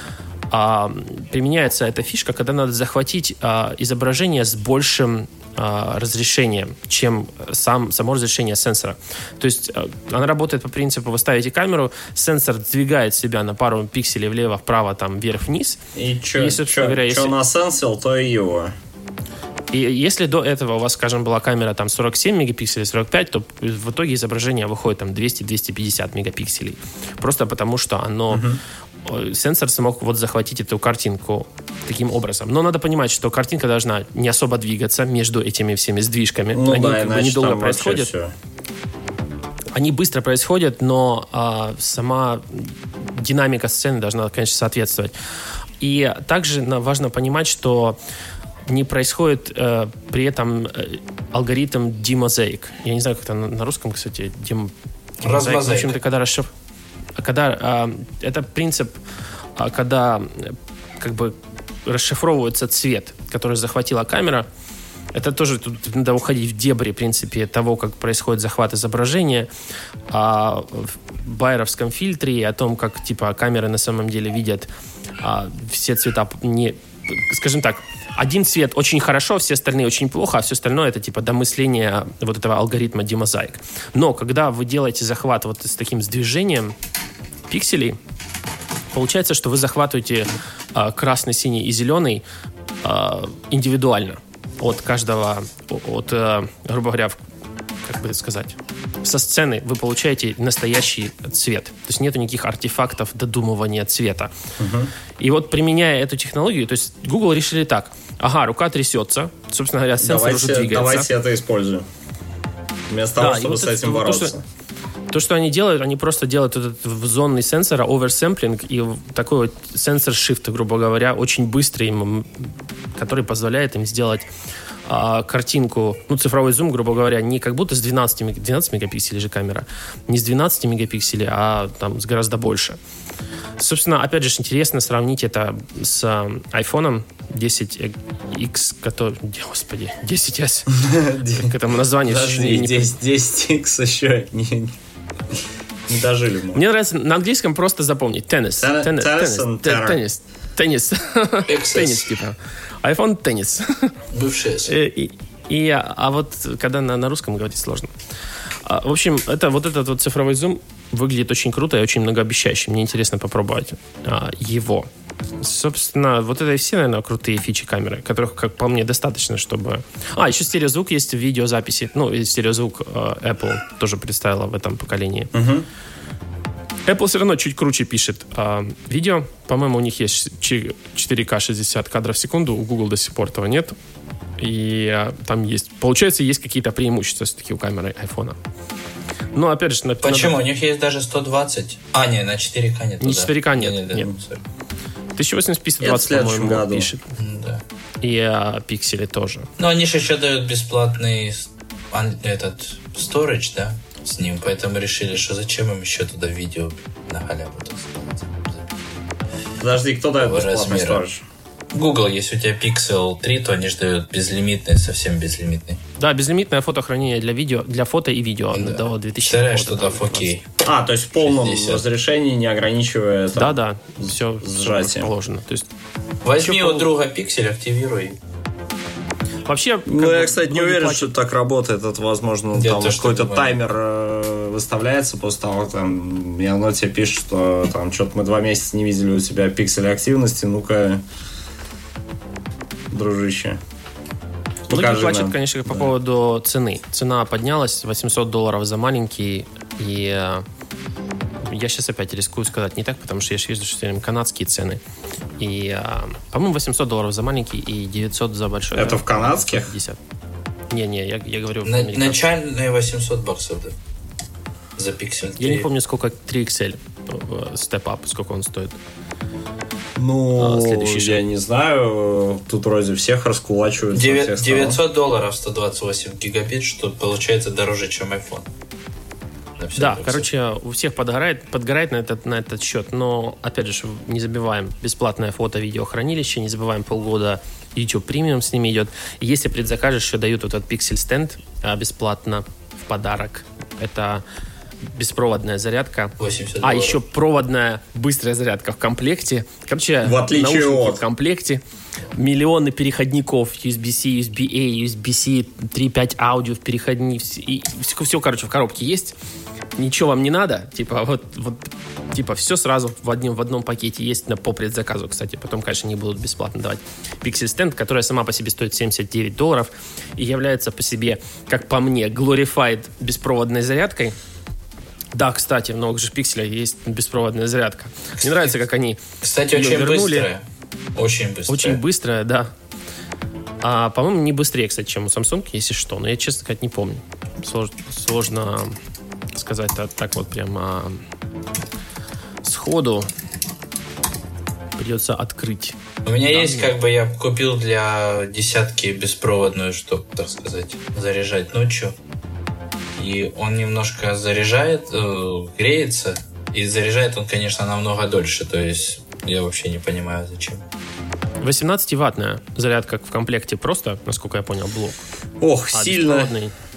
применяется эта фишка, когда надо захватить изображение с большим разрешением, чем само разрешение сенсора. То есть она работает по принципу: вы ставите камеру, сенсор двигает себя на пару пикселей влево, вправо, там, вверх-вниз. И что насенсил, то и его. И если до этого у вас, скажем, была камера там 47 мегапикселей, 45, то в итоге изображение выходит там 200-250 мегапикселей. Просто потому, что сенсор смог вот захватить эту картинку таким образом. Но надо понимать, что картинка должна не особо двигаться между этими всеми сдвижками. Они недолго происходят. Они быстро происходят, но сама динамика сцены должна, конечно, соответствовать. И также важно понимать, что не происходит при этом алгоритм demosaic. Я не знаю, как это на русском, кстати. Размозаик. В общем-то, когда это принцип, когда как бы расшифровывается цвет, который захватила камера. Это тоже тут надо уходить в дебри, в принципе, того, как происходит захват изображения, в байеровском фильтре, о том, как типа камеры на самом деле видят все цвета скажем так, один цвет очень хорошо, все остальные очень плохо, а все остальное это типа домысление вот этого алгоритма demosaic. Но когда вы делаете захват вот с таким сдвижением пикселей, получается, что вы захватываете красный, синий и зеленый индивидуально от каждого, грубо говоря, как бы сказать, со сцены вы получаете настоящий цвет. То есть нету никаких артефактов додумывания цвета. И вот применяя эту технологию, то есть Google решили так: рука трясется, собственно говоря, сенсор уже двигается. Давайте это используем. Вместо того, чтобы с этим бороться. То, что они делают, они просто делают этот зонный сенсор, оверсэмплинг, и такой вот сенсор-шифт, грубо говоря, очень быстрый, который позволяет им сделать картинку, цифровой зум, грубо говоря, не как будто с 12 мегапикселей же камера, не с 12 мегапикселей, а там с гораздо больше. Собственно, опять же, интересно сравнить это с iPhone 10X, который... Господи, 10S. Как этому названию? Подожди, 10X еще не дожили мы. Мне нравится на английском просто запомнить. Теннис, типа. iPhone теннис. Бывший. А вот когда на русском говорить сложно. В общем, этот вот цифровой зум выглядит очень круто и очень многообещающе. Мне интересно попробовать его. Собственно, вот это и все, наверное, крутые фичи камеры, которых, как по мне, достаточно, чтобы... еще стереозвук есть в видеозаписи. И стереозвук Apple тоже представила в этом поколении. Apple все равно чуть круче пишет видео. По-моему, у них есть 4К 60 кадров в секунду. У Google до сих пор этого нет. И там есть... Получается, есть какие-то преимущества все-таки у камеры iPhone. Но, опять же... Почему? У них есть даже 120. Не, на 4К нет. Не 4К нет. 1080p 120, по-моему, пишет. Да. И пиксели тоже. Но они же еще дают бесплатный storage, да, с ним. Поэтому решили, что зачем им еще туда видео на халяву. Подожди, кто дает бесплатный storage? Google, если у тебя Pixel 3, то они же дают безлимитный, совсем безлимитный. Да, безлимитное фотохранение для фото и видео до 2000 года. Что то 4K. То есть в полном разрешении, не ограничивая Да, все положено. То есть, возьми у друга пиксель, активируй. Вообще, я, кстати, не уверен, что так работает. Это, возможно, там какой-то таймер выставляется после того, там, и оно тебе пишет, что там что-то мы 2 месяца не видели у тебя пикселя активности, ну-ка, дружище. Многие плачут, конечно, по поводу цены. Цена поднялась, $800 за маленький, и Я сейчас опять рискую сказать не так, потому что я же вижу, что сегодня канадские цены. И, по-моему, $800 за маленький и 900 за большой. Это в канадских? 50. Не, я говорю... Начальные $800, да. За Pixel 3. Я не помню, сколько 3XL Step Up, сколько он стоит. Ну, я не знаю. Тут вроде всех раскулачивают. $900 128 гигабит, что получается дороже, чем iPhone. Да, короче, у всех подгорает на этот счет. Но, опять же, не забываем, бесплатное фото-видеохранилище, не забываем, полгода YouTube Premium с ними идет. И если предзакажешь, еще дают вот этот Pixel Stand бесплатно в подарок. Это беспроводная зарядка. $80. Еще проводная быстрая зарядка в комплекте. Короче, в отличие от в комплекте. Миллионы переходников USB-C, USB-A, USB-C, 3.5 аудио в переходник. И все, короче, в коробке есть. Ничего вам не надо. Типа, все сразу в одном пакете есть по предзаказу, кстати. Потом, конечно, не будут бесплатно давать. Pixel Stand, которая сама по себе стоит $79 и является по себе, как по мне, glorified беспроводной зарядкой. Да, кстати, в новых же пикселях есть беспроводная зарядка. Мне нравится, как они кстати, очень быстрая. Очень быстрая. Очень быстрая, да. По-моему, не быстрее, кстати, чем у Samsung, если что. Но я, честно сказать, не помню. Сложно сказать так вот прямо сходу. Придется открыть. У меня есть, я купил для десятки беспроводную, чтобы, так сказать, заряжать ночью. И он немножко заряжает, греется, и заряжает он, конечно, намного дольше. То есть я вообще не понимаю, зачем. 18-ваттная зарядка в комплекте просто, насколько я понял, блок. Ох, сильно.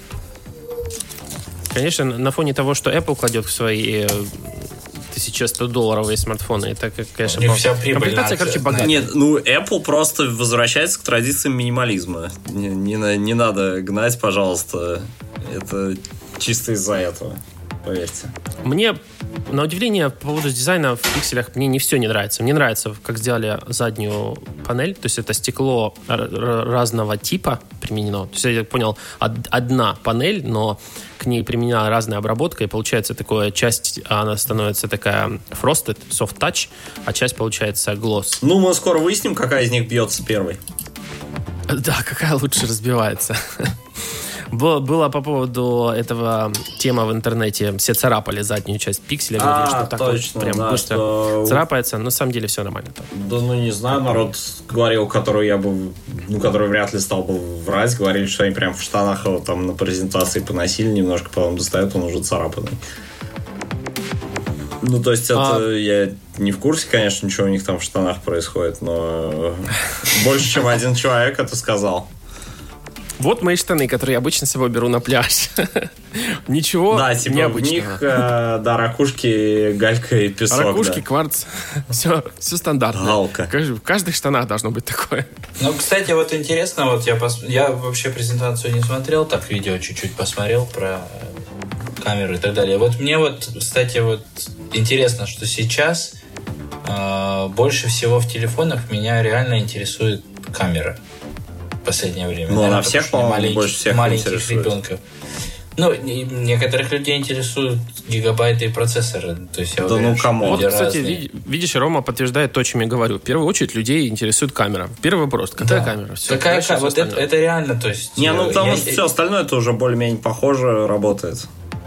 Конечно, на фоне того, что Apple кладет в свои $1100 смартфоны, это, конечно, комплектация, богатая. Нет, Apple просто возвращается к традициям минимализма. Не надо гнать, пожалуйста. Это чисто из-за этого, поверьте. Мне, на удивление, по поводу дизайна в пикселях мне не все не нравится. Мне нравится, как сделали заднюю панель. То есть это стекло разного типа применено. То есть я понял, одна панель, но к ней применена разная обработка, и получается такая часть, она становится такая frosted, soft touch, а часть получается gloss. Мы скоро выясним, какая из них бьется первой. Да, какая лучше разбивается. Было по поводу этого тема в интернете. Все царапали заднюю часть пикселя. Говорили, что так точно, вот прям быстро царапается. Но на самом деле все нормально. Да, не знаю, народ говорил, который вряд ли стал бы врать. Говорили, что они прям в штанах его там на презентации поносили немножко, потом достают, он уже царапанный. То есть это я не в курсе, конечно, ничего у них там в штанах происходит, но больше, чем один человек это сказал. Вот мои штаны, которые я обычно с собой беру на пляж. Ничего необычного. В них, ракушки, галька и песок. Ракушки, кварц. Все стандартно. Галка. В каждых штанах должно быть такое. Кстати, интересно, я вообще презентацию не смотрел, так видео чуть-чуть посмотрел про камеру и так далее. Мне кстати, интересно, что сейчас больше всего в телефонах меня реально интересует камера. В последнее время. На всех, по-моему, больше всех маленьких ребенков. Некоторых людей интересуют гигабайты и процессоры. То есть я уверен, Вот, кстати, видишь, Рома подтверждает то, о чем я говорю. В первую очередь людей интересует камера. Первый вопрос. Какая камера? Все, какая камера? Это реально, то есть... потому что все остальное это уже более-менее похоже работает.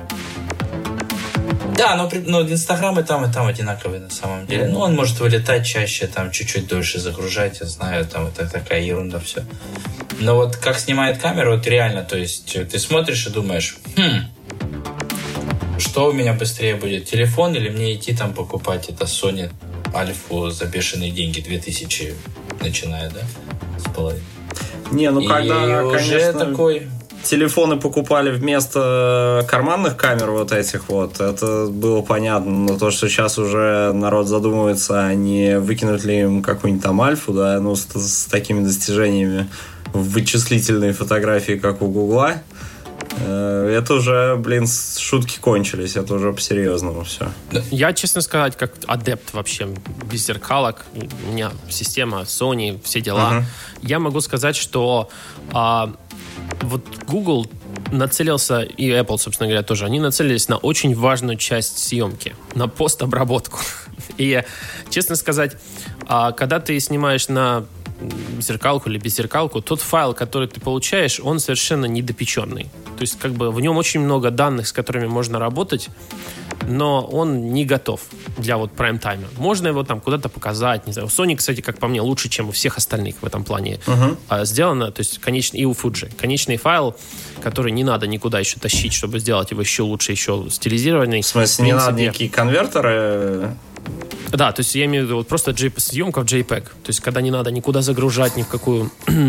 Да, но Инстаграм и там одинаковые на самом деле. Он может вылетать чаще, там чуть-чуть дольше загружать, я знаю, там это такая ерунда все. Но как снимает камера, реально, то есть ты смотришь и думаешь, что у меня быстрее будет, телефон или мне идти там покупать это Sony Альфу за бешеные деньги, 2000 начиная, да, с половиной. Когда, уже конечно... такой... Телефоны покупали вместо карманных камер этих это было понятно, но то, что сейчас уже народ задумывается, а не выкинуть ли им какую-нибудь там альфу, да, с такими достижениями в вычислительной фотографии, как у Гугла, это уже, шутки кончились, это уже по-серьезному все. Я, честно сказать, как адепт вообще без зеркалок, у меня система Sony, все дела, я могу сказать, что Google нацелился, и Apple, собственно говоря, тоже, они нацелились на очень важную часть съемки, на постобработку. И, честно сказать, когда ты снимаешь на зеркалку или беззеркалку, тот файл, который ты получаешь, он совершенно недопеченный. То есть, как бы, в нем очень много данных, с которыми можно работать, но он не готов для вот прайм-тайма. Можно его там куда-то показать, не знаю. У Sony, кстати, как по мне, лучше, чем у всех остальных в этом плане сделано. То есть, и у Fuji. Конечный файл, который не надо никуда еще тащить, чтобы сделать его еще лучше, еще стилизированный. В смысле, не надо никакие конвертеры? Да, то есть я имею в виду вот просто съемка в JPEG. То есть когда не надо никуда загружать, ни в какую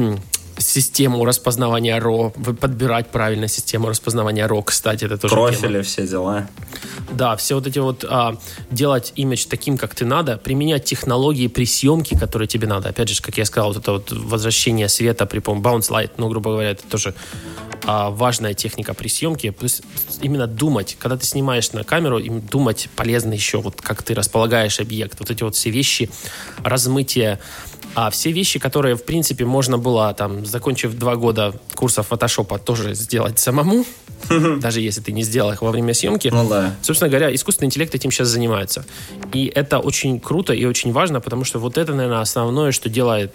систему распознавания RAW, подбирать правильно систему распознавания RAW, кстати, это тоже профили, тема. все дела. Да, все вот эти вот делать имидж таким, как ты надо, применять технологии при съемке, которые тебе надо. Опять же, как я сказал, вот это вот возвращение света при помощи bounce light, ну, грубо говоря, это тоже важная техника при съемке. Плюс именно думать, когда ты снимаешь на камеру, думать полезно еще, вот как ты располагаешь объект. Вот эти вот все вещи, размытие, все вещи, которые, в принципе, можно было, там, закончив 2 года курса фотошопа, тоже сделать самому, даже если ты не сделал их во время съемки. Ну да. Собственно говоря, искусственный интеллект этим сейчас занимается. И это очень круто и очень важно, потому что вот это, наверное, основное, что делает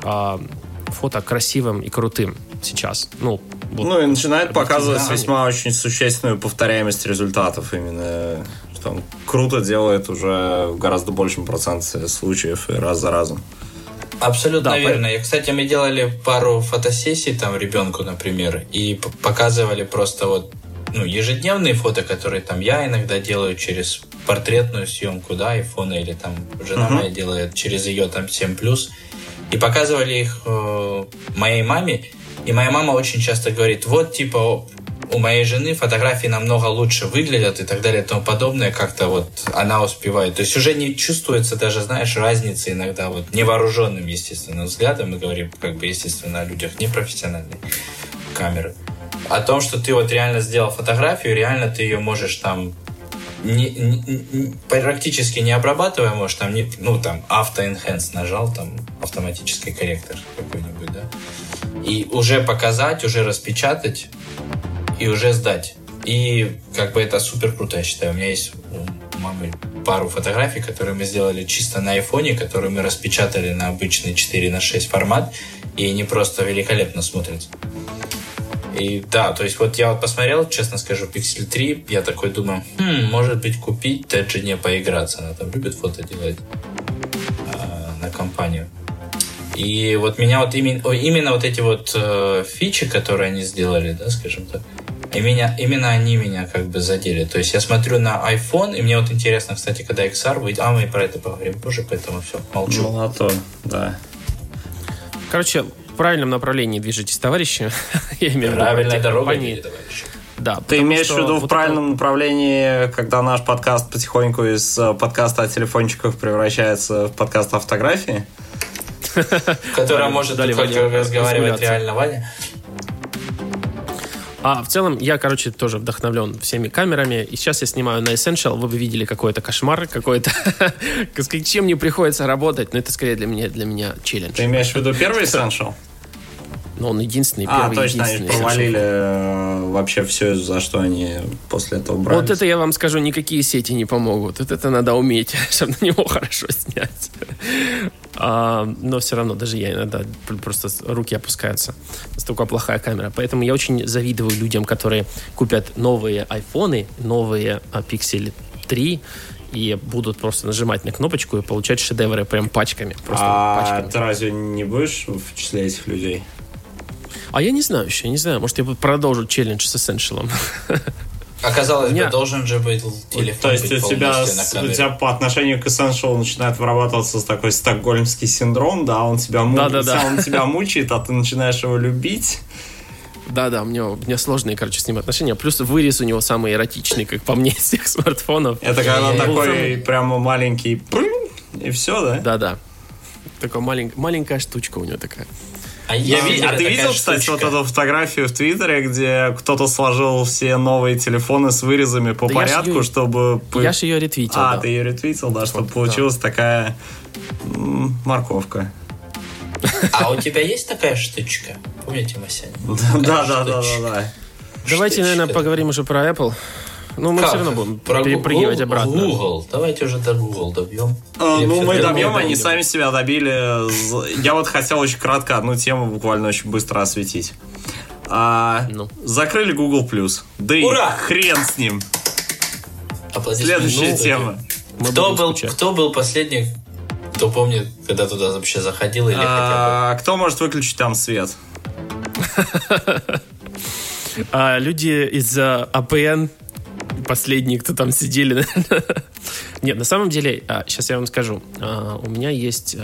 фото красивым и крутым сейчас. Ну и начинает показывать весьма очень существенную повторяемость результатов именно. Что он круто делает уже в гораздо большем проценте случаев и раз за разом. Абсолютно верно. И, кстати, мы делали пару фотосессий там ребенку, например, и показывали просто вот ежедневные фото, которые там я иногда делаю через портретную съемку, да, айфона, или там жена моя делает через ее там 7+. И показывали их моей маме, и моя мама очень часто говорит, вот, типа, у моей жены фотографии намного лучше выглядят и так далее и тому подобное, как-то вот она успевает. То есть уже не чувствуется даже, знаешь, разницы иногда вот невооруженным, естественно, взглядом. Мы говорим, как бы, естественно, о людях непрофессиональной камеры. О том, что ты вот реально сделал фотографию, реально ты ее можешь там практически не обрабатывая, можешь там, Auto Enhance нажал, там автоматический корректор какой-нибудь, да, и уже показать, уже распечатать и уже сдать. И как бы это супер круто, я считаю. У меня есть у мамы пару фотографий, которые мы сделали чисто на айфоне, которые мы распечатали на обычный 4:6 формат, и они просто великолепно смотрятся. И да, то есть вот я вот посмотрел, честно скажу, Pixel 3, я такой думаю, может быть, купить, дать жене поиграться. Она там любит фото делать на компанию. И вот меня вот именно вот эти вот фичи, которые они сделали, да, скажем так, именно они меня как бы задели. То есть я смотрю на iPhone, и мне вот интересно, кстати, когда XR выйдет, мы про это поговорим позже, поэтому все, молчу. Ну, а то, да. Короче, в правильном направлении движетесь, товарищи. Правильная дорога, товарищи. Да, ты имеешь в виду в правильном направлении, когда наш подкаст потихоньку из подкаста о телефончиках превращается в подкаст о фотографии? В котором может только разговаривать реально Ваня? В целом, я, тоже вдохновлен всеми камерами. И сейчас я снимаю на Essential. Вы бы видели какой-то кошмар, какой-то... С чем мне приходится работать. Но это скорее для меня челлендж. Ты имеешь в виду первый Essential? Ну, он единственный, первый, точно, они провалили вообще все, за что они после этого брались. Вот это я вам скажу, никакие сети не помогут. Вот это надо уметь, чтобы на него хорошо снять. Но все равно, даже я иногда просто руки опускаются. Настолько плохая камера. Поэтому я очень завидую людям, которые купят новые айфоны, новые Pixel 3 и будут просто нажимать на кнопочку и получать шедевры прям пачками. Просто пачками. Ты разве не будешь в числе этих людей? Я не знаю еще, не знаю. Может, я продолжу челлендж с Essential. Оказалось бы, должен же быть телефон. То есть у тебя по отношению к Essential начинает вырабатываться такой стокгольмский синдром, да, он тебя мучает, а ты начинаешь его любить. Да, у меня сложные, с ним отношения. Плюс вырез у него самый эротичный, как по мне, из всех смартфонов. Это когда он такой прямо маленький, и все, да? Да. Такая маленькая штучка у него такая. А ты видел, кстати, вот эту фотографию в Твиттере, где кто-то сложил все новые телефоны с вырезами по порядку, чтобы... Я же ее ретвитил. Ты ее ретвитил, да, чтобы получилась такая морковка. А у тебя есть такая штучка? Помните, Масяня? Да. Давайте, наверное, поговорим уже про Apple. Ну, мы все равно будем перепрыгивать обратно. Google. Давайте уже до Google добьем. Мы добьем, они сами себя добили. Я вот хотел очень кратко одну тему буквально очень быстро осветить. Закрыли Google+. Да и хрен с ним. Следующая тема. Кто был последний, кто помнит, когда туда вообще заходил или хотя бы... Кто может выключить там свет? Люди из APN, последние, кто там сидели. Нет, на самом деле, сейчас я вам скажу. У меня есть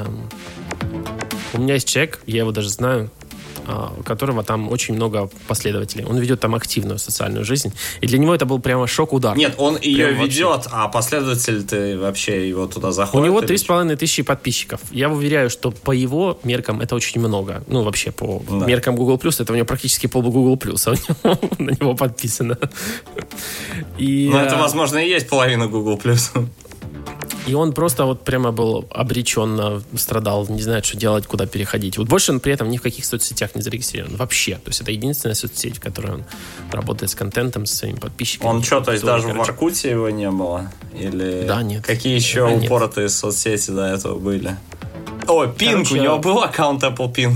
человек, я его даже знаю, у которого там очень много последователей. Он ведет там активную социальную жизнь. И для него это был прямо шок-удар. Нет, он ее ведет, а последователь-то вообще его туда заходит? У него 3,5 подписчиков. Я уверяю, что по его меркам это очень много. Ну, вообще, по меркам Google+, это у него практически пол Google+, на него подписано. Но это, возможно, и есть половина Google+. И он просто вот прямо был обреченно, страдал, не знает, что делать, куда переходить. Вот больше он при этом ни в каких соцсетях не зарегистрирован. Вообще. То есть это единственная соцсеть, в которой он работает с контентом, со своими подписчиками. Он что, то есть даже в Воркуте его не было? Или да, нет. Какие еще упоротые соцсети до этого были? О, Ping, у него был аккаунт Apple Ping.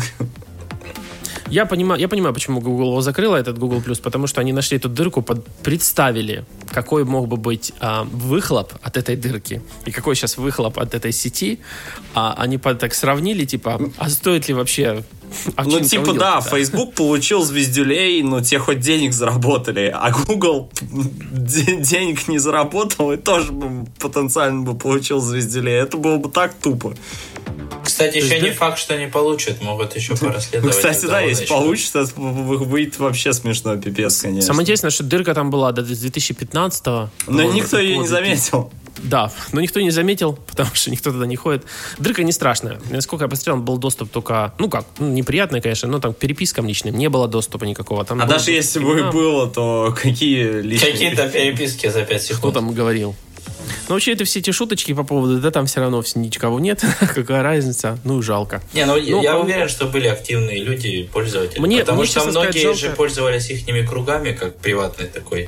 Я понимаю, почему Google его закрыла, этот Google+, потому что они нашли эту дырку, представили, какой мог бы быть выхлоп от этой дырки и какой сейчас выхлоп от этой сети. Они так сравнили, типа, а стоит ли вообще... Ну, типа, да, Facebook получил звездюлей, но те хоть денег заработали, а Google денег не заработал и тоже бы потенциально бы получил звездюлей. Это было бы так тупо. Кстати, еще не факт, что не получат, могут еще порасследовать. Кстати, да, если получится, это будет вообще смешно, пипец, конечно. Самое интересное, что дырка там была до 2015-го. Но никто ее не заметил. Да, но никто не заметил, потому что никто туда не ходит. Дырка не страшная. Насколько я посмотрел, был доступ только, неприятный, конечно, но там к перепискам личным не было доступа никакого. Там даже если бы и было, то какие личные... Какие-то переписки за 5 секунд. Кто там говорил? Но вообще это все эти шуточки по поводу, да там все равно никого нет, какая разница, жалко. Я уверен, что были активные люди, пользователи, потому что многие же пользовались ихними кругами, как приватной такой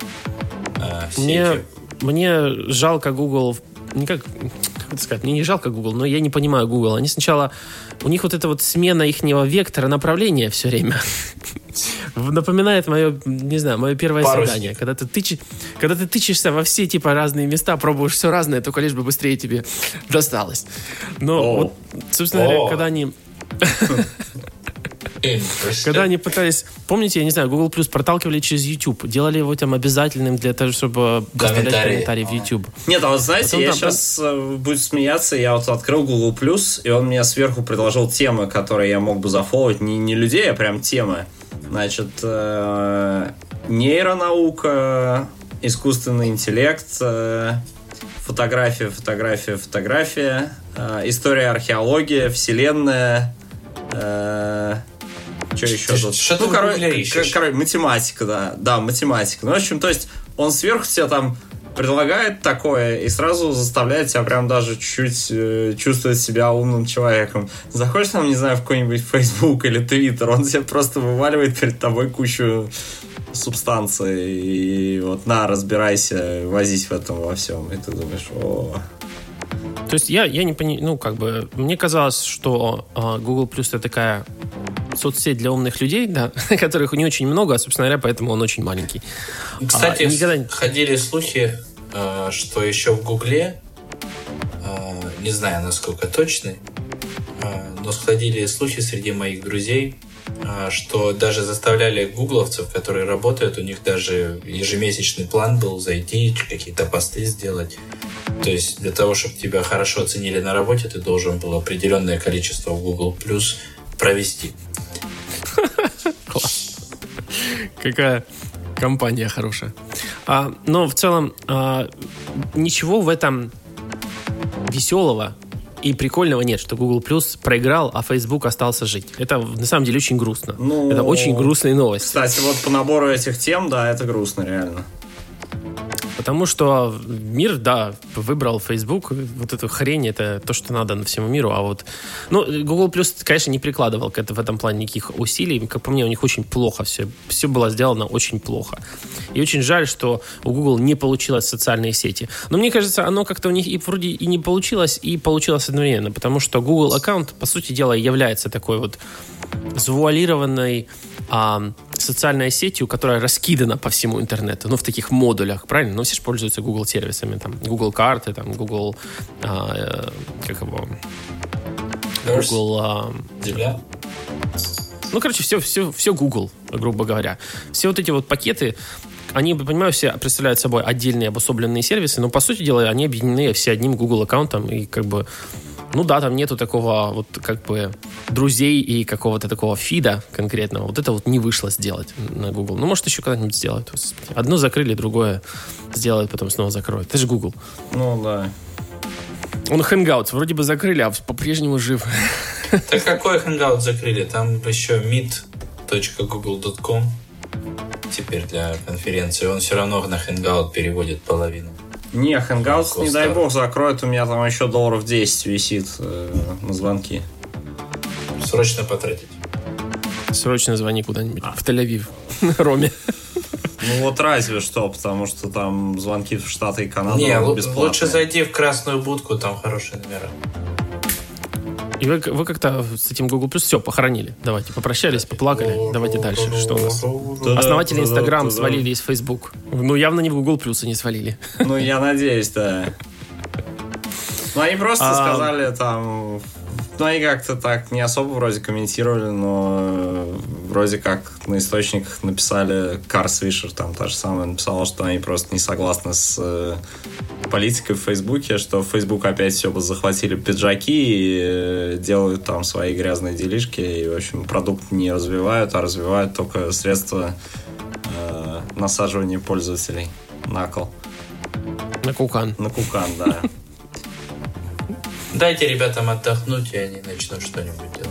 сетью. Мне жалко Google, мне не жалко Google, но я не понимаю Google. Они сначала, у них вот эта вот смена ихнего вектора направления все время напоминает мое первое свидание. Когда ты тычешься во все типа разные места, пробуешь все разное, только лишь бы быстрее тебе досталось. Но вот, собственно говоря, когда они пытались... Помните, я не знаю, Google Plus проталкивали через YouTube, делали его там обязательным для того, чтобы оставлять комментарии в YouTube. Нет, а вот знаете, я сейчас буду смеяться, я вот открыл Google Plus, и он мне сверху предложил темы, которые я мог бы зафолловить. Не людей, а прям темы. Значит, нейронаука, искусственный интеллект, фотография, история, археология, вселенная... Что еще тут? Короче, математика, да, математика. Ну, в общем, то есть он сверху тебе там предлагает такое и сразу заставляет тебя прям даже чуть-чуть чувствовать себя умным человеком. Заходишь там, не знаю, в какой-нибудь Facebook или Twitter, он тебе просто вываливает перед тобой кучу субстанций и вот разбирайся, возись в этом во всем. И ты думаешь, То есть я не понимаю, мне казалось, что Google Plus это такая соцсеть для умных людей, да, которых не очень много, а, собственно говоря, поэтому он очень маленький. Кстати, ходили слухи, что еще в Гугле, не знаю, насколько точны, но сходили слухи среди моих друзей, что даже заставляли гугловцев, которые работают, у них даже ежемесячный план был зайти, какие-то посты сделать. То есть для того, чтобы тебя хорошо оценили на работе, ты должен был определенное количество в Google Plus провести. Класс. Какая компания хорошая. Но в целом ничего в этом веселого и прикольного нет, что Google Plus проиграл, а Facebook остался жить. Это на самом деле очень грустно. Это очень грустная новость. Кстати, вот по набору этих тем, да, это грустно реально. Потому что мир, да, выбрал Facebook. Вот эту хрень, это то, что надо всему миру. А вот... Ну, Google+, конечно, не прикладывал в этом плане никаких усилий. Как по мне, у них очень плохо все. Все было сделано очень плохо. И очень жаль, что у Google не получилось социальные сети. Но мне кажется, оно как-то у них и вроде и не получилось, и получилось одновременно. Потому что Google аккаунт, по сути дела, является такой вот завуалированной социальной сетью, которая раскидана по всему интернету, ну, в таких модулях, правильно? Ну, все же пользуются Google сервисами, там, Google карты, там, Google, как его? Google... Земля? Ну, короче, все Google, грубо говоря. Все вот эти вот пакеты, они, понимаю, все представляют собой отдельные обособленные сервисы, но, по сути дела, они объединены все одним Google аккаунтом, и как бы ну да, там нету такого вот как бы друзей и какого-то такого фида конкретного. Вот это вот не вышло сделать на Google. Ну, может, еще когда-нибудь сделают. Одно закрыли, другое сделают, потом снова закроют. Это же Google. Ну, да. Он Hangouts вроде бы закрыли, а по-прежнему жив. Так какой Hangout закрыли? Там еще meet.google.com теперь для конференции. Он все равно на Hangout переводит половину. Не, Hangouts, не дай бог, закроют. У меня там еще $10 висит на звонки. Срочно потратить. Срочно звони куда-нибудь. В Тель-Авив. Роме. Ну вот разве что, потому что там звонки в Штаты и Канаду бесплатные. Лучше зайди в красную будку, там хорошие номера. И вы как-то с этим Google Plus все похоронили. Давайте, попрощались, поплакали. Давайте дальше. Что у нас? Основатели Instagram свалили из Facebook. Ну, явно не в Google Plus они свалили. Ну, я надеюсь, да. Ну, они просто сказали там... Ну, они как-то так не особо вроде комментировали, но вроде как на источниках написали, Карл Свишер там та же самая написала, что они просто не согласны с политикой в Фейсбуке, что в Фейсбук опять все захватили пиджаки и делают там свои грязные делишки, и, в общем, продукт не развивают, а развивают только средства насаживания пользователей на кол. На кукан. На кукан, да. Дайте ребятам отдохнуть, и они начнут что-нибудь делать.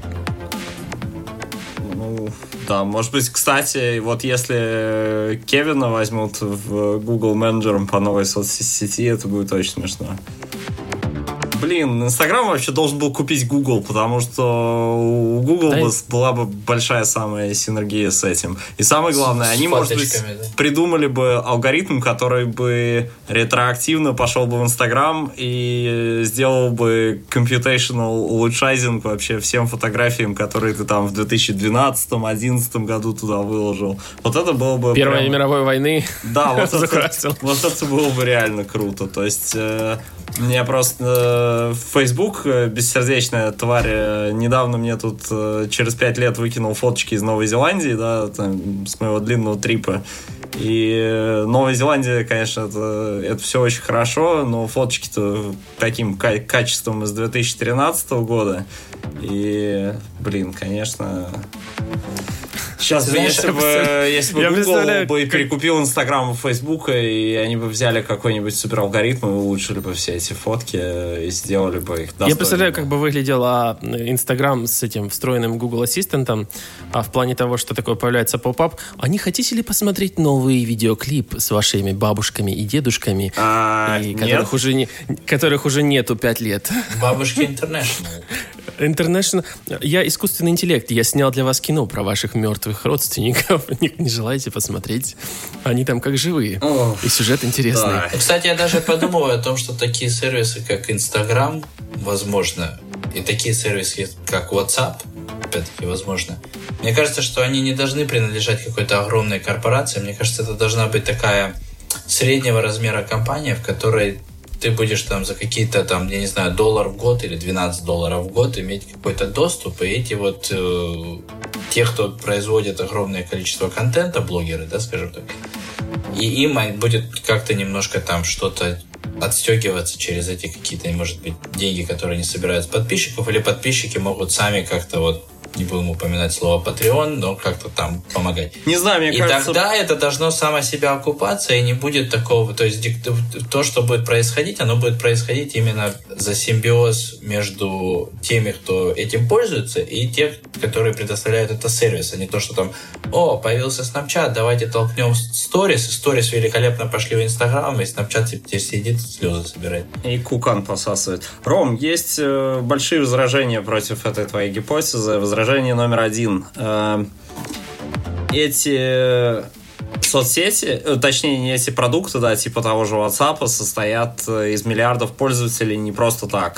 Ну, да, может быть, кстати, вот если Кевина возьмут в Google менеджером по новой соцсети, это будет очень смешно. Блин, Инстаграм вообще должен был купить Google, потому что у Google была бы большая самая синергия с этим. И самое главное, они, может быть, придумали бы алгоритм, который бы ретроактивно пошел бы в Инстаграм и сделал бы computational улучшайзинг вообще всем фотографиям, которые ты там в 2012-2011 году туда выложил. Вот это было бы... Первой мировой войны. Да, вот это было бы реально круто. То есть... Мне просто Facebook, бессердечная тварь, недавно мне тут через 5 лет выкинул фоточки из Новой Зеландии, да, там, с моего длинного трипа. И Новая Зеландия, конечно, это все очень хорошо, но фоточки-то таким качеством из 2013 года. И, блин, конечно... Сейчас, если бы Google бы перекупил Инстаграм и Фейсбук, и они бы взяли какой-нибудь супер алгоритм и улучшили бы все эти фотки и сделали бы их достойными. Я представляю, как бы выглядел Инстаграм с этим встроенным Google Ассистентом, в плане того, что такое появляется поп-ап. А не хотите ли посмотреть новый видеоклип с вашими бабушками и дедушками, которых уже нету 5 лет? Бабушки International. Я искусственный интеллект. Я снял для вас кино про ваших мертвых родственников. Не желаете посмотреть? Они там как живые. И сюжет интересный. Да. Кстати, я даже подумываю о том, что такие сервисы, как Instagram, возможно, и такие сервисы, как WhatsApp, опять-таки, возможно. Мне кажется, что они не должны принадлежать какой-то огромной корпорации. Мне кажется, это должна быть такая среднего размера компания, в которой ты будешь там за какие-то там, я не знаю, $1 в год или $12 в год иметь какой-то доступ, и эти вот те, кто производит огромное количество контента, блогеры, да, скажем так, и им будет как-то немножко там что-то отстегиваться через эти какие-то, может быть, деньги, которые они собирают с подписчиков, или подписчики могут сами как-то вот не будем упоминать слово Patreon, но как-то там помогать. Не знаю, мне кажется... И тогда это должно само себя окупаться, и не будет такого... То есть то, что будет происходить, оно будет происходить именно за симбиоз между теми, кто этим пользуется, и тех, которые предоставляют это сервис, а не то, что там, появился Snapchat, давайте толкнем сторис, и сторис великолепно пошли в Инстаграм, и Snapchat теперь сидит, слезы собирает. И кукан посасывает. Ром, есть большие возражения против этой твоей гипотезы. Возражение номер 1. Эти соцсети, точнее, не эти продукты, да, типа того же WhatsApp, состоят из миллиардов пользователей не просто так.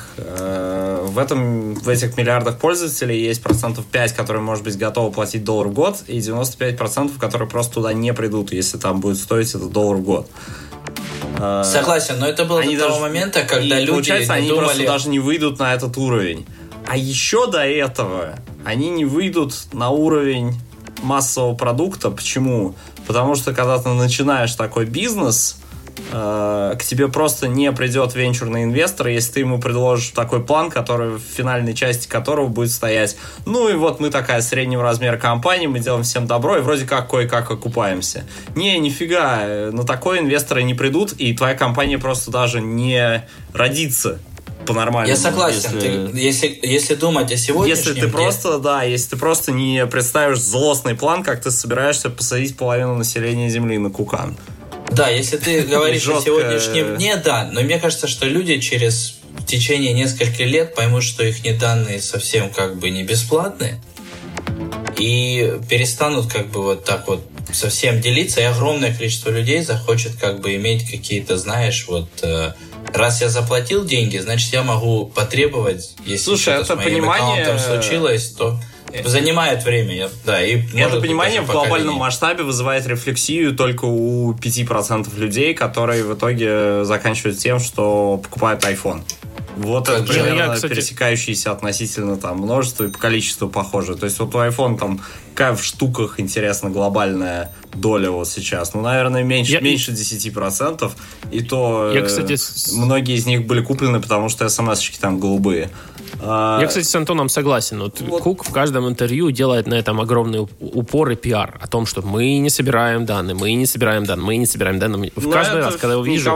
В этих миллиардах пользователей есть 5%, которые, может быть, готовы платить $1 в год, и 95%, которые просто туда не придут, если там будет стоить это $1 в год. Согласен, но это было до того момента, когда люди получается, они думали... просто даже не выйдут на этот уровень. А еще до этого они не выйдут на уровень массового продукта. Почему? Потому что когда ты начинаешь такой бизнес, к тебе просто не придет венчурный инвестор, если ты ему предложишь такой план, который в финальной части которого будет стоять: ну и вот мы такая среднего размера компания, мы делаем всем добро и вроде как кое-как окупаемся. Нифига, на такое инвесторы не придут, и твоя компания просто даже не родится по-нормальному. Я согласен. Если думать о сегодняшнем... Если ты просто не представишь злостный план, как ты собираешься посадить половину населения Земли на кукан. Да, если ты говоришь о сегодняшнем дне, да, но мне кажется, что люди в течение нескольких лет поймут, что их данные совсем как бы не бесплатные, и перестанут как бы вот так вот совсем делиться, и огромное количество людей захочет как бы иметь какие-то, знаешь, вот... Раз я заплатил деньги, значит, я могу потребовать, если что-то с моим аккаунтом случилось, то занимает время. Это понимание в глобальном масштабе вызывает рефлексию только у 5% людей, которые в итоге заканчивают тем, что покупают iPhone. Вот это примерно пересекающиеся относительно там множество и по количеству похожие. То есть вот у iPhone там какая в штуках, интересно, глобальная доля вот сейчас? Ну, наверное, меньше 10%. И то многие из них были куплены, потому что смс-очки там голубые. Я, кстати, с Антоном согласен. Вот Кук в каждом интервью делает на этом огромный упор и пиар. О том, что мы не собираем данные, мы не собираем данные. В каждый раз, когда я увижу...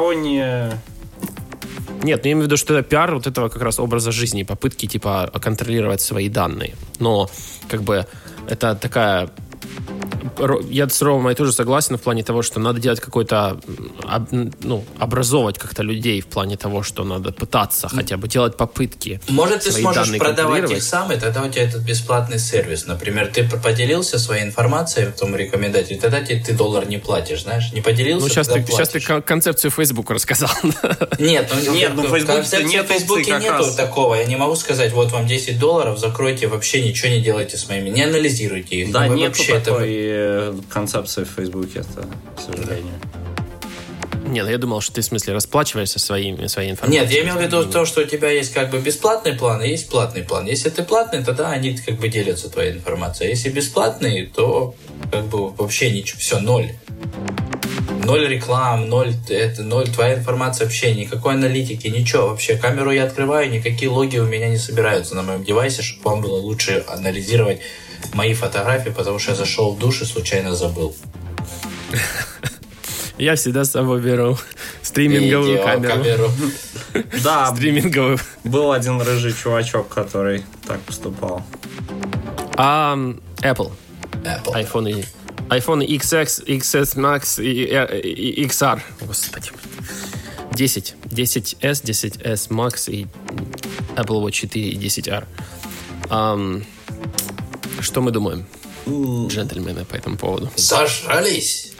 Нет, я имею в виду, что это пиар вот этого как раз образа жизни, попытки типа контролировать свои данные. Но как бы это такая... Я с Ромой тоже согласен в плане того, что надо делать какой-то... образовывать как-то людей в плане того, что надо пытаться хотя бы делать попытки. Может, ты сможешь продавать их сам, и тогда у тебя этот бесплатный сервис. Например, ты поделился своей информацией в том рекомендателе, тогда ты $1 не платишь, знаешь? Не поделился, сейчас ты концепцию Facebook рассказал. Нет, в Фейсбуке нету такого. Я не могу сказать, вот вам $10, закройте, вообще ничего не делайте с моими, не анализируйте их. Да, нету такой концепции в Фейсбуке, это, к сожалению. Нет, я думал, что ты в смысле расплачиваешься своей информацией. Нет, я имел в виду то, что у тебя есть как бы бесплатный план и есть платный план. Если ты платный, тогда они как бы делятся твоей информацией. А если бесплатный, то как бы вообще ничего, все, ноль. Ноль реклам, ноль твоя информация вообще, никакой аналитики, ничего вообще. Камеру я открываю, никакие логи у меня не собираются на моем девайсе, чтобы вам было лучше анализировать мои фотографии, потому что я зашел в душ и случайно забыл. Я всегда с собой беру стриминговую камеру. Да, стриминговую. Был один рыжий чувачок, который так поступал. Apple. iPhone XX, XS Max и XR. Господи. 10S, 10S Max и Apple Watch 4 и 10R. Что мы думаем, джентльмены, по этому поводу? Зажрались!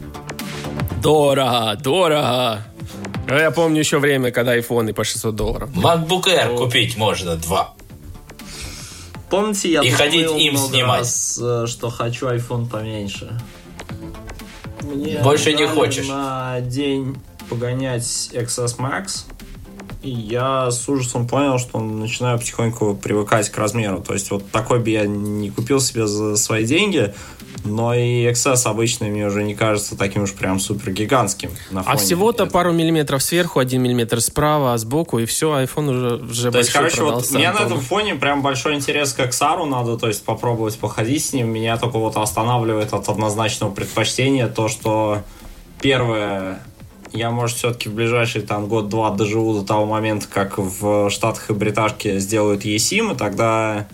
Дорого! Я помню еще время, когда айфоны по $600. MacBook Air купить можно 2. Помните, я ходить им снимать, что хочу iPhone поменьше. Мне больше не хочешь на день погонять XS Max, и я с ужасом понял, что начинаю потихоньку привыкать к размеру. То есть вот такой бы я не купил себе за свои деньги, Но и XS обычный мне уже не кажется таким уж прям супер гигантским. А всего-то пару миллиметров сверху, 1 миллиметр справа, сбоку, и все, iPhone уже то есть, большой короче, вот продался. мне на этом фоне прям большой интерес к XR надо, то есть попробовать походить с ним. Меня только вот останавливает от однозначного предпочтения то, что первое, я, может, все-таки в ближайший там год-два доживу до того момента, как в Штатах и Бриташке сделают eSIM, и тогда...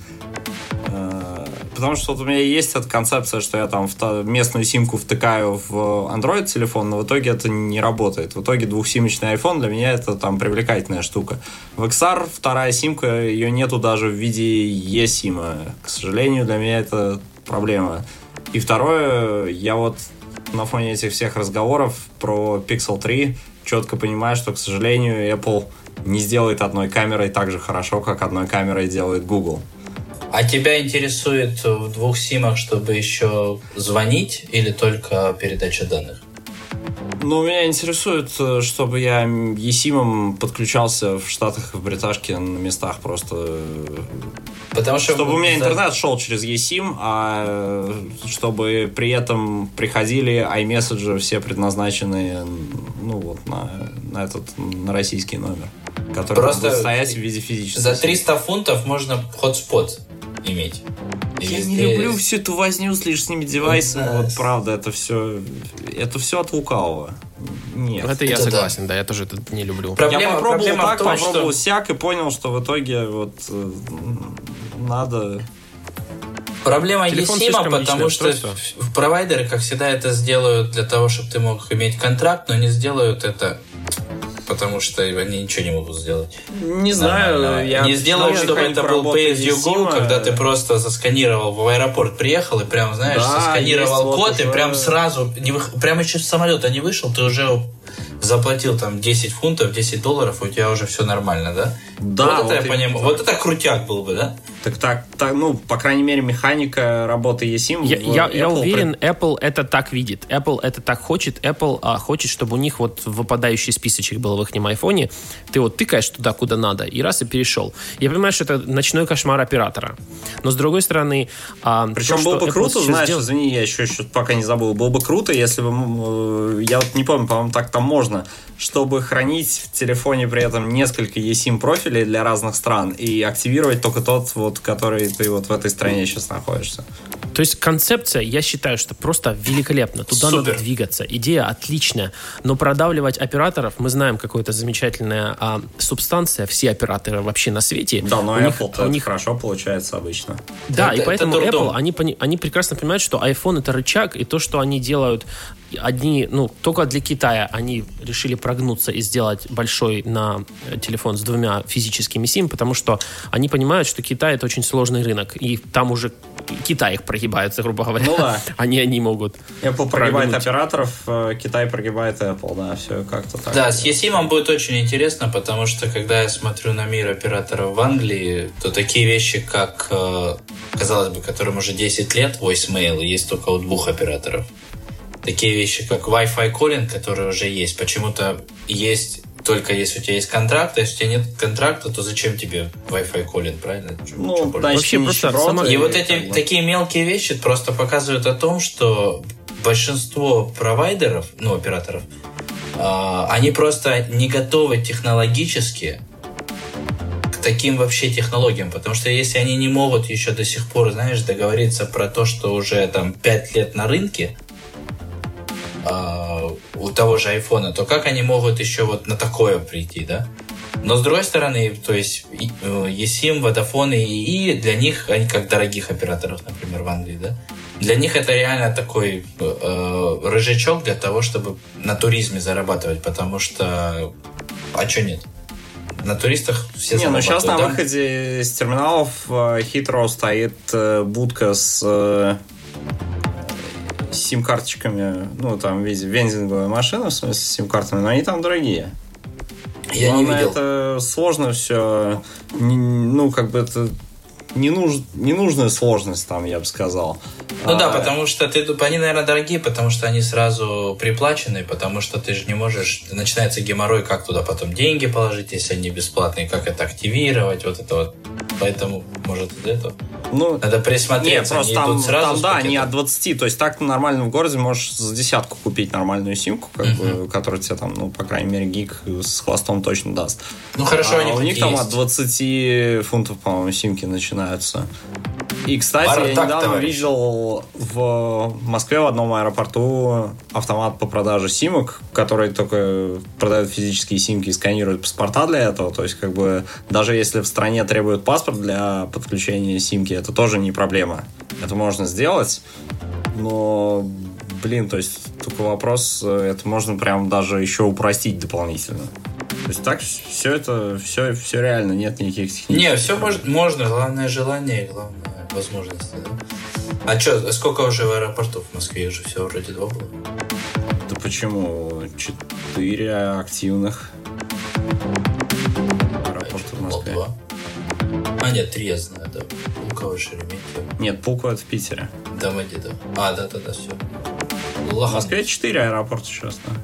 Потому что вот у меня есть эта концепция, что я там местную симку втыкаю в Android-телефон, но в итоге это не работает. В итоге двухсимочный iPhone для меня это там привлекательная штука. В XR вторая симка, ее нету даже в виде eSIM. К сожалению, для меня это проблема. И второе, я вот на фоне этих всех разговоров про Pixel 3 четко понимаю, что, к сожалению, Apple не сделает одной камерой так же хорошо, как одной камерой делает Google. А тебя интересует в двух симах, чтобы еще звонить или только передача данных? Ну, меня интересует, чтобы я eSIM подключался в Штатах и в Бриташке на местах просто... Потому что чтобы у меня интернет шел через eSIM, а чтобы при этом приходили iMessage все предназначенные, ну, вот на российский номер, который просто будет стоять в виде физического. За 300 фунтов можно хотспот иметь. Я не люблю всю эту возню с лишними девайсами. Да. Вот правда, это все от лукавого. Нет. Это я согласен, да, я тоже это не люблю. Я попробовал так, попробовал сяк и понял, что в итоге вот надо... Проблема eSIM, потому что провайдеры, как всегда, это сделают для того, чтобы ты мог иметь контракт, но не сделают это, потому что они ничего не могут сделать. Не знаю. Не сделают, чтобы это был pay as you go, когда ты просто засканировал, в аэропорт приехал и прям, знаешь, засканировал код, и прям сразу, прямо еще с самолета не вышел, ты уже заплатил там 10 фунтов, 10 долларов, и у тебя уже все нормально, да? Да. Вот это я понимаю. Вот это крутяк был бы, да? Так, ну, по крайней мере, механика работы eSIM. Я уверен, Apple это так видит. Apple это так хочет. Apple хочет, чтобы у них вот выпадающий списочек был в их айфоне. Ты вот тыкаешь туда, куда надо, и раз, и перешел. Я понимаю, что это ночной кошмар оператора. Но, с другой стороны... Причем было бы круто, знаешь, извини, я еще пока не забыл, было бы круто, если бы... Я вот не помню, по-моему, так там можно, чтобы хранить в телефоне при этом несколько eSIM профилей для разных стран и активировать только тот, вот, который ты вот в этой стране сейчас находишься. То есть концепция, я считаю, что просто великолепна. Туда Супер. Надо двигаться. Идея отличная. Но продавливать операторов, мы знаем, какая-то замечательная субстанция, все операторы вообще на свете. Да, но Apple у них хорошо получается обычно. Да, и поэтому Apple, они прекрасно понимают, что iPhone это рычаг, и то, что они делают одни, только для Китая они решили прогнуться и сделать большой на телефон с 2 физическими SIM, потому что они понимают, что Китай это очень сложный рынок, и там уже Китай их прогибается, грубо говоря. Ну да. Они могут. Apple прогибает операторов, Китай прогибает Apple, да, все как-то так. Да, с eSIM будет очень интересно, потому что когда я смотрю на мир операторов в Англии, то такие вещи, как, казалось бы, которым уже 10 лет, voicemail, есть только у 2 операторов. Такие вещи, как Wi-Fi calling, которые уже есть, почему-то есть только если у тебя есть контракт, а если у тебя нет контракта, то зачем тебе Wi-Fi calling, правильно? Вообще просто и вот эти такие мелкие вещи просто показывают о том, что большинство провайдеров, операторов, они просто не готовы технологически к таким вообще технологиям, потому что если они не могут еще до сих пор, знаешь, договориться про то, что уже там 5 лет на рынке, у того же айфона, то как они могут еще вот на такое прийти, да? Но с другой стороны, то есть eSIM, Vodafone и для них, они как дорогих операторов, например, в Англии, да? Для них это реально такой рычажок для того, чтобы на туризме зарабатывать, потому что... А что нет? На туристах все зарабатывают. Сейчас на выходе из терминалов Heathrow стоит будка с сим-карточками, там в виде вендинговой машины, в смысле с сим-картами, но они там дорогие. Я не видел. Это сложно все, это ненужная сложность там, я бы сказал. Да, потому что они, наверное, дорогие, потому что они сразу приплачены, потому что ты же не можешь, начинается геморрой, как туда потом деньги положить, если они бесплатные, как это активировать, вот это вот. Поэтому, может, из этого. Ну, надо присмотреться. Нет, просто они идут сразу там да, не от 20. То есть так ты нормально в городе можешь за 10 купить нормальную симку, которая тебе там, ну, по крайней мере, гиг с хвостом точно даст. Ну, хорошо, они у них там есть. от 20 фунтов, по-моему, симки начинаются. И, кстати, я недавно видел в Москве в одном аэропорту автомат по продаже симок, который только продает физические симки и сканирует паспорта для этого. То есть, как бы, даже если в стране требуют паспорт для подключения симки, это тоже не проблема. Это можно сделать, но, блин, то есть, только вопрос, это можно прям даже еще упростить дополнительно. То есть так все это, все реально, нет никаких технических. Не, все можно, главное желание и главное возможности, да? А что, сколько уже в аэропорту в Москве? Уже все вроде 2 было? Да почему? 4 активных аэропорта в Москве. 2. А, нет, 3 я знаю, да. Пулково, Шереметьево. Нет, Пулково это в Питере. Домодедово. А, да, все. В Москве 4 аэропорта сейчас, да.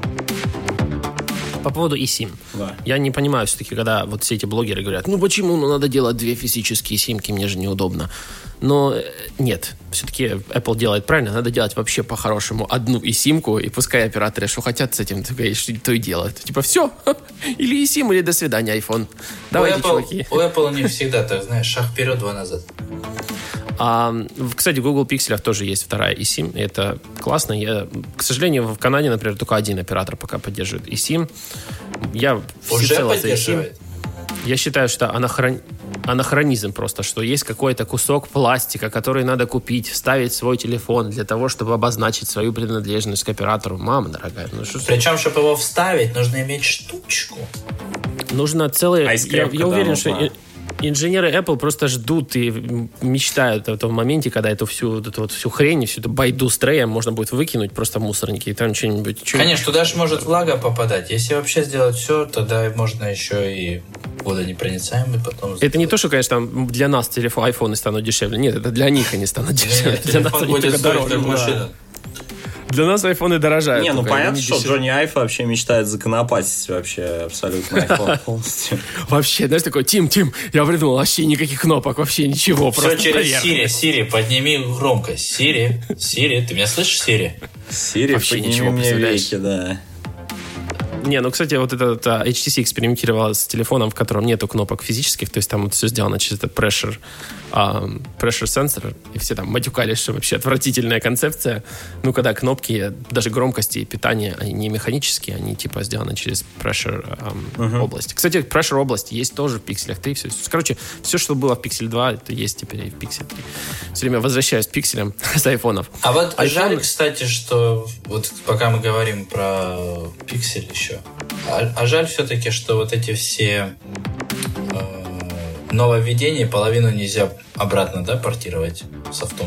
По поводу eSIM. Да. Я не понимаю все-таки, когда вот все эти блогеры говорят, ну почему надо делать 2 физические симки, мне же неудобно. Но нет, все-таки Apple делает правильно, надо делать вообще по-хорошему одну eSIM-ку, и пускай операторы что хотят с этим, то и делают. Типа все, или eSIM, или до свидания, iPhone. Давайте, чуваки. У Apple не всегда так, знаешь, шаг вперед, 2 назад. Кстати, в Google Pixel тоже есть вторая eSIM, и это классно. К сожалению, в Канаде, например, только один оператор пока поддерживает eSIM. Я всецело за eSIM. Я считаю, что анахронизм просто, что есть какой-то кусок пластика, который надо купить, вставить в свой телефон для того, чтобы обозначить свою принадлежность к оператору. Мама дорогая, ну что? Причем, чтобы его вставить, нужно иметь штучку. Нужно целое... Я уверен, нужна. что... Инженеры Apple просто ждут и мечтают о том моменте, когда эту всю хрень, всю эту байду с треем можно будет выкинуть просто в мусорники и там что-нибудь... Конечно, туда же может влага попадать. Если вообще сделать все, тогда можно еще и водонепроницаемый потом сделать. Это не то, что, конечно, там для нас айфоны станут дешевле. Нет, это для них они станут дешевле. Для нас они только дороже. Для нас айфоны дорожают. Не, ну понятно, что Джонни Айв вообще мечтает законопатить вообще абсолютно iPhone полностью. Вообще, знаешь, такой, Тим, я придумал, вообще никаких кнопок, вообще ничего. Все через Siri, подними громкость. Siri, ты меня слышишь, Siri? Siri, подними мне веки, да. Не, ну, кстати, вот этот HTC экспериментировал с телефоном, в котором нету кнопок физических, то есть там вот все сделано через это pressure sensor, и все там матюкались, что вообще отвратительная концепция. Ну, когда кнопки, даже громкости и питания, они не механические, они типа сделаны через pressure область. Кстати, pressure область есть тоже в Pixel 3. Короче, все, что было в Pixel 2, это есть теперь и в Pixel 3. Все время возвращаюсь к пикселям с айфонов. А вот жаль, кстати, что вот пока мы говорим про Pixel еще, а жаль все-таки, что вот эти все нововведения, половину нельзя обратно, да, портировать софтом.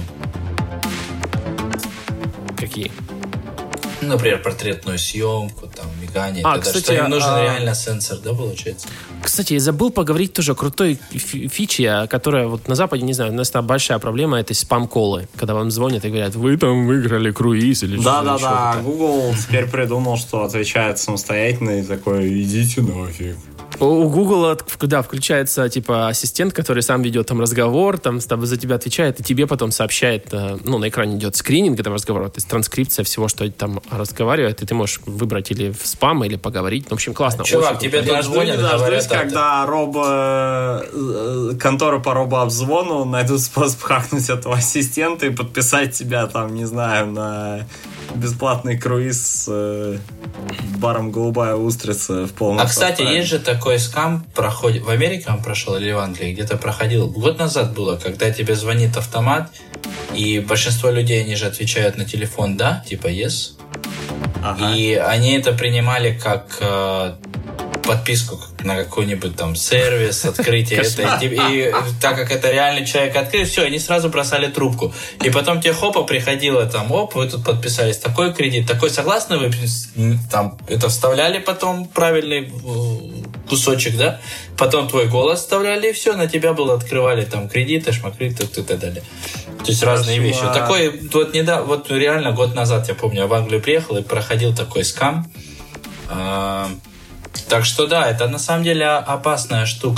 Какие? Например, портретную съемку, там, мигание. Кстати, что им нужен реально сенсор, да, получается? Кстати, я забыл поговорить тоже о крутой фиче, которая вот на Западе, не знаю, у нас там большая проблема, это спам-колы. Когда вам звонят и говорят, вы там выиграли круиз или что-то. Да. Google теперь придумал, что отвечает самостоятельно и такой, идите нафиг. У Google, да, включается типа ассистент, который сам ведет там разговор, там за тебя отвечает, и тебе потом сообщает, ну, на экране идет скрининг этого разговора, то есть транскрипция всего, что там разговаривает, и ты можешь выбрать или в спам, или поговорить. В общем, классно. Чувак, тебе тут звонят, говорят, когда конторы по робообзвону найдут способ хакнуть этого ассистента и подписать тебя там, не знаю, на бесплатный круиз с баром «Голубая устрица» в полном составе. Кстати, есть же такой скам, проходит в Америке он прошел или в Англии, где-то проходил. Год назад было, когда тебе звонит автомат, и большинство людей, они же отвечают на телефон «да», типа «yes». Ага. И они это принимали как подписку на какой-нибудь там сервис, открытие. И так как это реальный человек открыл, все, они сразу бросали трубку. И потом тебе хопа приходило там, вы тут подписались, такой кредит, такой, согласны вы? Там это вставляли потом правильный кусочек, да? Потом твой голос вставляли, и все, на тебя было открывали там кредиты, шмакриты и так далее. То есть разные вещи. Вот такой, вот реально год назад, я помню, я в Англию приехал и проходил такой скам. Так что да, это на самом деле опасная штука.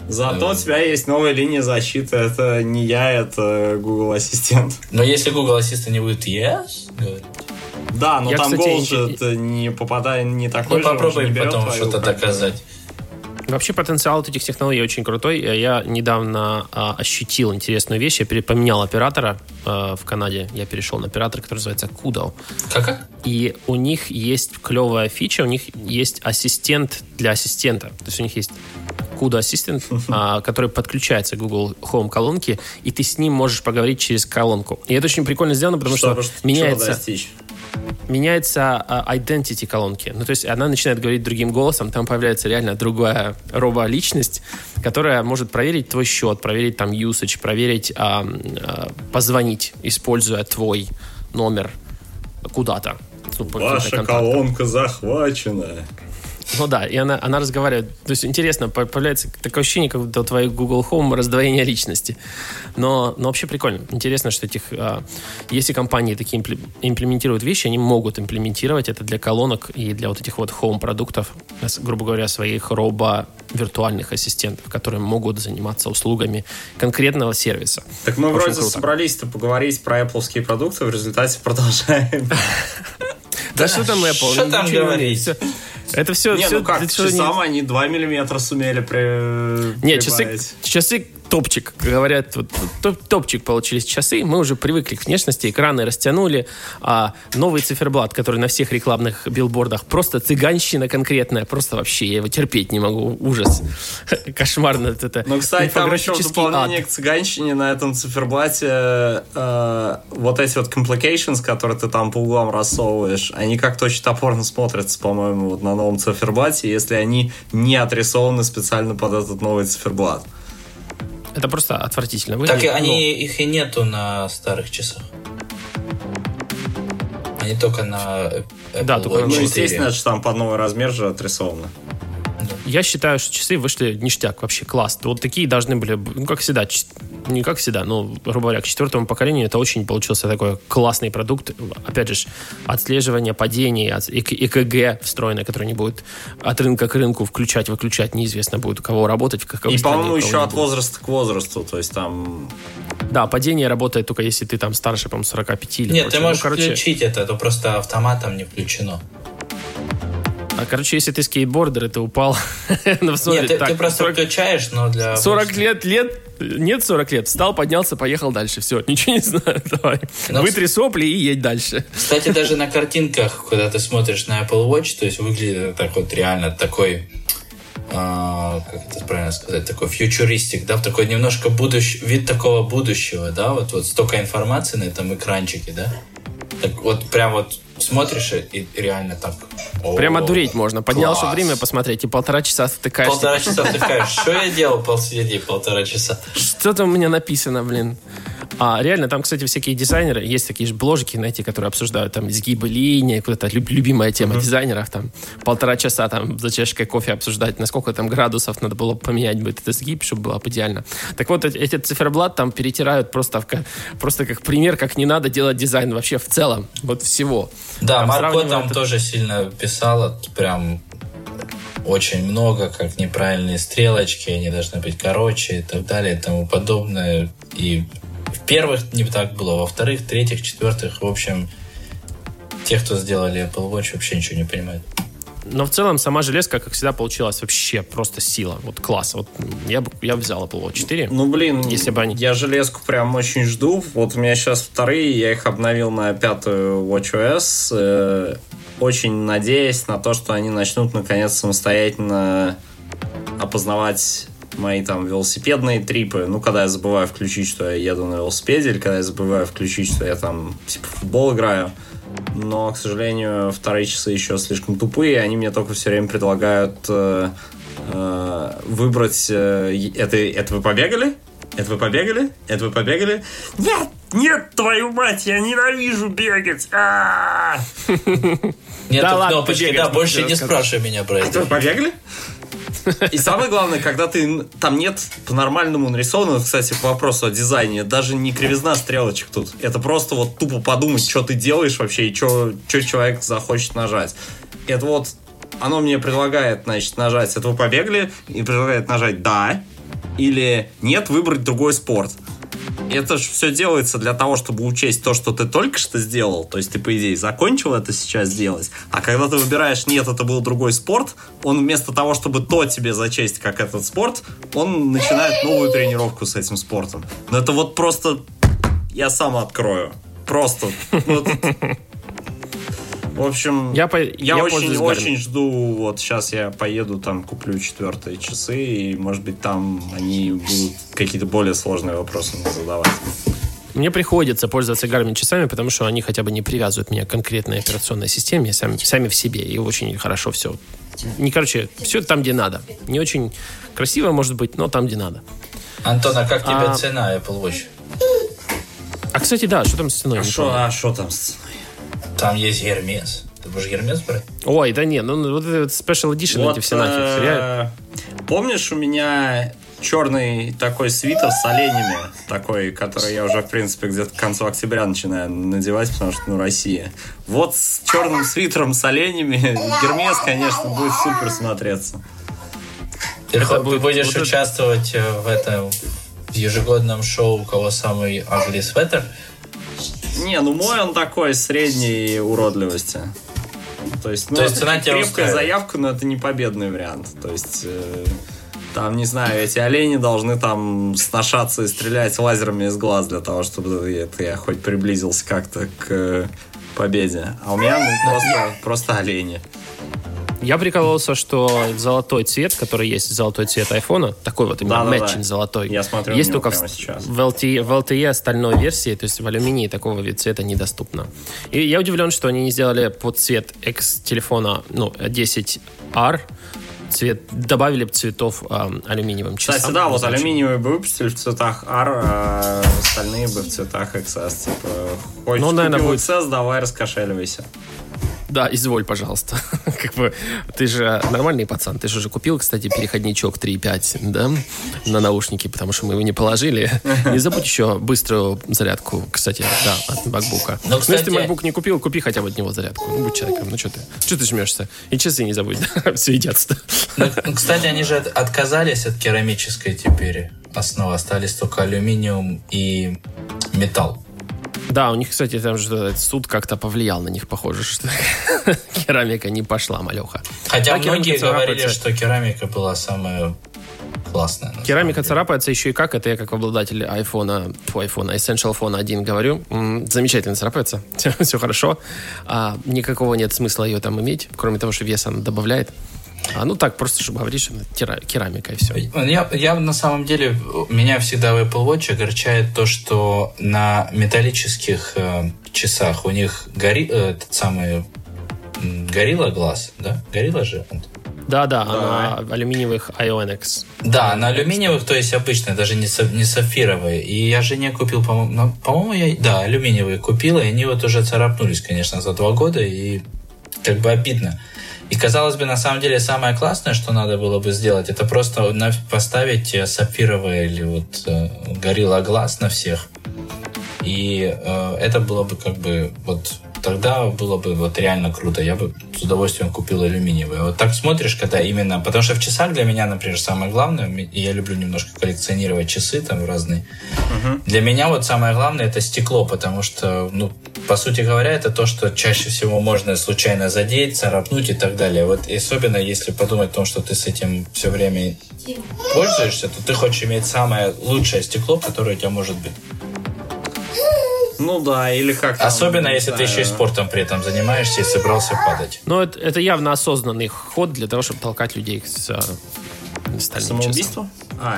Зато у тебя есть новая линия защиты. Это не я, это Google Ассистент. Но если Google Ассистент не будет yes, говорить. Да, но там голос же не попадает, не такой же. Ну попробуй потом что-то доказать. Вообще потенциал этих технологий очень крутой. Я недавно ощутил интересную вещь. Я поменял оператора в Канаде. Я перешел на оператор, который называется Kudo. Как? И у них есть клевая фича. У них есть ассистент для ассистента. То есть у них есть Kudo Assistant, который подключается к Google Home колонке, и ты с ним можешь поговорить через колонку. И это очень прикольно сделано, потому что меняется identity колонки. Ну, то есть она начинает говорить другим голосом, там появляется реально другая робо-личность, которая может проверить твой счет, проверить там usage, проверить, позвонить, используя твой номер куда-то. Ваша колонка захвачена. Ну да, и она разговаривает. То есть интересно, появляется такое ощущение, как будто у твоей Google Home раздвоение личности. Но вообще прикольно. Интересно, что если компании такие имплементируют вещи, они могут имплементировать это для колонок и для вот этих вот Home-продуктов, грубо говоря, своих робо-виртуальных ассистентов, которые могут заниматься услугами конкретного сервиса. Так мы вроде собрались-то поговорить про Apple-ские продукты, в результате продолжаем. Да что там Apple? Что там говорить? Это все... Ну как, часам они 2 миллиметра сумели прибавить. Нет, часы топчик, говорят, вот, топчик получились часы, мы уже привыкли к внешности, экраны растянули, а новый циферблат, который на всех рекламных билбордах, просто цыганщина конкретная, просто вообще, я его терпеть не могу, ужас, кошмарно это. Ну, кстати, там еще в дополнение к цыганщине на этом циферблате вот эти вот complications, которые ты там по углам рассовываешь, они как-то очень топорно смотрятся, по-моему, вот на новом циферблате, если они не отрисованы специально под этот новый циферблат. Это просто отвратительно выглядит. Так их и нету на старых часах. Они только на Apple только Watch 4. Естественно, что там под новый размер же отрисовано. Я считаю, что часы вышли ништяк, вообще класс. Вот такие должны были, ну, как всегда, не как всегда, но, грубо говоря, к 4-му поколению это очень получился такой классный продукт. Опять же, отслеживание падений, ЭКГ встроенное, которое не будет от рынка к рынку включать-выключать, неизвестно будет у кого работать, в каком и, по-моему, еще от возраста к возрасту, то есть там... Да, падение работает только если ты там старше, по-моему, 45 или... Нет, ты можешь включить это, то просто автоматом не включено. Короче, если ты скейтбордер, и ты упал... Нет, ты просто включаешь, но для... 40 лет? Нет 40 лет. Встал, поднялся, поехал дальше. Все, ничего не знаю. Давай. Вытри сопли и едь дальше. Кстати, даже на картинках, когда ты смотришь на Apple Watch, то есть выглядит так вот реально такой... как это правильно сказать? Такой фьючеристик, да? Такой немножко вид такого будущего, да? Вот столько информации на этом экранчике, да? Так вот прям вот смотришь и реально так... Прямо дуреть можно. Поднял, чтобы время посмотреть, и 1,5 часа втыкаешься. 1,5 часа втыкаешь. Что я делал последние 1,5 часа? Что там у меня написано, блин? Реально, там, кстати, всякие дизайнеры, есть такие же бложики, знаете, которые обсуждают там изгибы линии, куда-то любимая тема дизайнеров, там 1,5 часа там за чашкой кофе обсуждать, насколько там градусов надо было поменять бы этот изгиб, чтобы было идеально. Так вот, эти циферблат там перетирают просто как пример, как не надо делать дизайн вообще в целом, вот всего. Да, Марко там тоже сильно писал, прям очень много, как неправильные стрелочки, они должны быть короче и так далее и тому подобное. И в первых не так было, во вторых, третьих, четвертых, в общем, те, кто сделали Apple Watch, вообще ничего не понимают. Но в целом сама железка, как всегда, получилась вообще просто сила. Вот класс. Вот я взял Apple Watch 4. Ну, блин, если бы я железку прям очень жду. Вот у меня сейчас вторые, я их обновил на 5-ю WatchOS. Очень надеюсь на то, что они начнут наконец самостоятельно опознавать мои там велосипедные трипы. Ну, когда я забываю включить, что я еду на велосипеде, или когда я забываю включить, что я там типа в футбол играю. Но, к сожалению, вторые часы еще слишком тупые. Они мне только все время предлагают выбрать... Это вы побегали? Это вы побегали? Это вы побегали? Нет, твою мать, я ненавижу бегать! Нет кнопочки, да, больше не спрашивай меня про это. Это вы побегали? И самое главное, когда ты там нет по-нормальному нарисовано, кстати, по вопросу о дизайне, даже не кривизна стрелочек тут. Это просто вот тупо подумать, что ты делаешь вообще и что человек захочет нажать. Это вот оно мне предлагает, значит, нажать «Это вы побегали?» и предлагает нажать «Да». или нет, выбрать другой спорт. Это же все делается для того, чтобы учесть то, что ты только что сделал. То есть ты, по идее, закончил это сейчас делать. А когда ты выбираешь, нет, это был другой спорт, он вместо того, чтобы то тебе зачесть, как этот спорт, он начинает новую тренировку с этим спортом. Но это вот просто... Я сам открою. Просто. В общем, я очень жду, вот сейчас я поеду, там куплю 4-е часы, и, может быть, там они будут какие-то более сложные вопросы мне задавать. Мне приходится пользоваться Garmin часами, потому что они хотя бы не привязывают меня к конкретной операционной системе, сами в себе, и очень хорошо все. Все там, где надо. Не очень красиво, может быть, но там, где надо. Антон, а как тебе цена Apple Watch? Кстати, да, что там с ценой? Что там с ценой? Там есть Гермес. Ты будешь Гермес брать? Ой, да нет, вот этот Special Edition, вот, эти все нафиг. Помнишь, у меня черный такой свитер с оленями, такой, который я уже, в принципе, где-то к концу октября начинаю надевать, потому что, Россия. Вот с черным свитером с оленями Гермес, конечно, будет супер смотреться. Ты будешь участвовать в ежегодном шоу «У кого самый ugly sweater»? Не, мой он такой средней уродливости. То есть цена тебя крепкая заявка, но это не победный вариант. То есть там, не знаю, эти олени должны там сношаться и стрелять лазерами из глаз для того, чтобы я хоть приблизился как-то к победе. А у меня просто олени. Я прикололся, что золотой цвет, который есть золотой цвет айфона, такой вот именно мэтчинг золотой, я смотрю есть только сейчас. в LTE стальной версии, то есть в алюминии такого цвета недоступно. И я удивлен, что они не сделали под цвет X-телефона 10R, добавили бы цветов алюминиевым часам. Кстати, да, вот алюминиевые бы выпустили в цветах R, а остальные бы в цветах XS. Типа, хочешь купил XS, давай раскошеливайся. Да, изволь, пожалуйста. Ты же нормальный пацан. Ты же уже купил, кстати, переходничок 3.5, да, на наушники, потому что мы его не положили. Не забудь еще быструю зарядку, кстати, да, от MacBook'а. Но если ты MacBook не купил, купи хотя бы от него зарядку. Будь человеком. Что ты жмешься? И часы не забудь. Все едятся. Кстати, они же отказались от керамической теперь основы. Остались только алюминиум и металл. Да, у них, кстати, там же суд как-то повлиял на них, похоже, что керамика не пошла, малеха. Хотя многие говорили, что керамика была самая классная. Керамика царапается еще и как. Это я как обладатель айфона, Essential Phone 1 говорю. Замечательно царапается. Все хорошо. Никакого нет смысла ее там иметь, кроме того, что вес она добавляет. Так, просто чтобы говорить, что керамика и все. Я на самом деле, меня всегда в Apple Watch огорчает то, что на металлических часах у них этот самый Gorilla Glass, да? Gorilla же? Да, на алюминиевых Ionix. Да, на алюминиевых, то есть обычно, даже не сапфировые. И я жене купил, по-моему, алюминиевые купил, и они вот уже царапнулись, конечно, за 2 года, и как бы обидно. И, казалось бы, на самом деле, самое классное, что надо было бы сделать, это просто поставить сапфировые или Gorilla Glass на всех. И это было бы тогда было бы реально круто. Я бы с удовольствием купил алюминиевые. Вот так смотришь, когда именно... Потому что в часах для меня, например, самое главное, и я люблю немножко коллекционировать часы там разные. Для меня самое главное это стекло, потому что, по сути говоря, это то, что чаще всего можно случайно задеть, царапнуть и так далее. И особенно если подумать о том, что ты с этим все время пользуешься, то ты хочешь иметь самое лучшее стекло, которое у тебя может быть. Или как там, особенно если ты еще и спортом при этом занимаешься и собрался падать. Но это явно осознанный ход для того, чтобы толкать людей с стальным часом.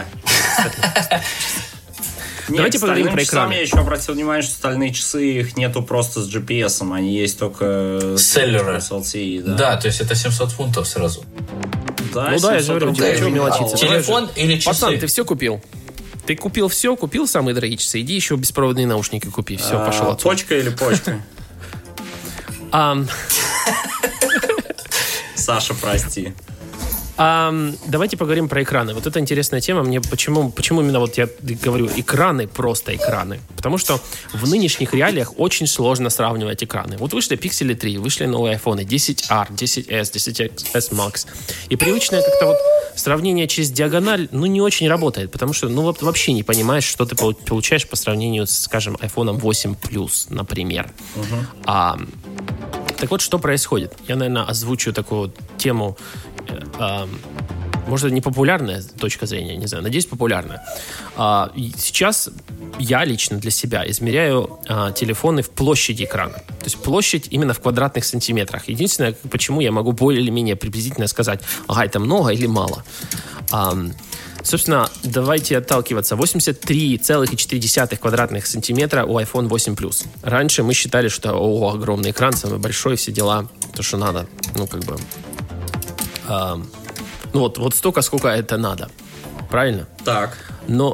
Давайте поговорим про экраны. Я еще обратил внимание, что стальные часы, их нету просто с GPS, они есть только с LTE. Да, то есть это 700 фунтов сразу. Да, я же говорю, чего мелочиться. Телефон или часы? Пацан, ты все купил? Ты купил все, купил самые дорогие часы, иди еще беспроводные наушники купи. Все, пошел отсюда. Почка или почка? А, Саша, прости. Давайте поговорим про экраны. Вот это интересная тема. Мне почему именно вот я говорю экраны, просто экраны? Потому что в нынешних реалиях очень сложно сравнивать экраны. Вот вышли Pixel 3, вышли новые iPhone 10R, 10S, 10S Max. И привычное как-то вот сравнение через диагональ, не очень работает, потому что, вообще не понимаешь, что ты получаешь по сравнению с, скажем, iPhone 8 Plus, например. Так вот, что происходит? Я, наверное, озвучу такую вот тему, может, это не популярная точка зрения, не знаю, надеюсь, популярная. Сейчас я лично для себя измеряю телефоны в площади экрана. То есть площадь именно в квадратных сантиметрах. Единственное, почему я могу более или менее приблизительно сказать, это много или мало. Собственно, давайте отталкиваться. 83,4 квадратных сантиметра у iPhone 8 Plus. Раньше мы считали, что огромный экран, самый большой, все дела, то, что надо. Вот столько, сколько это надо. Правильно? Так. Но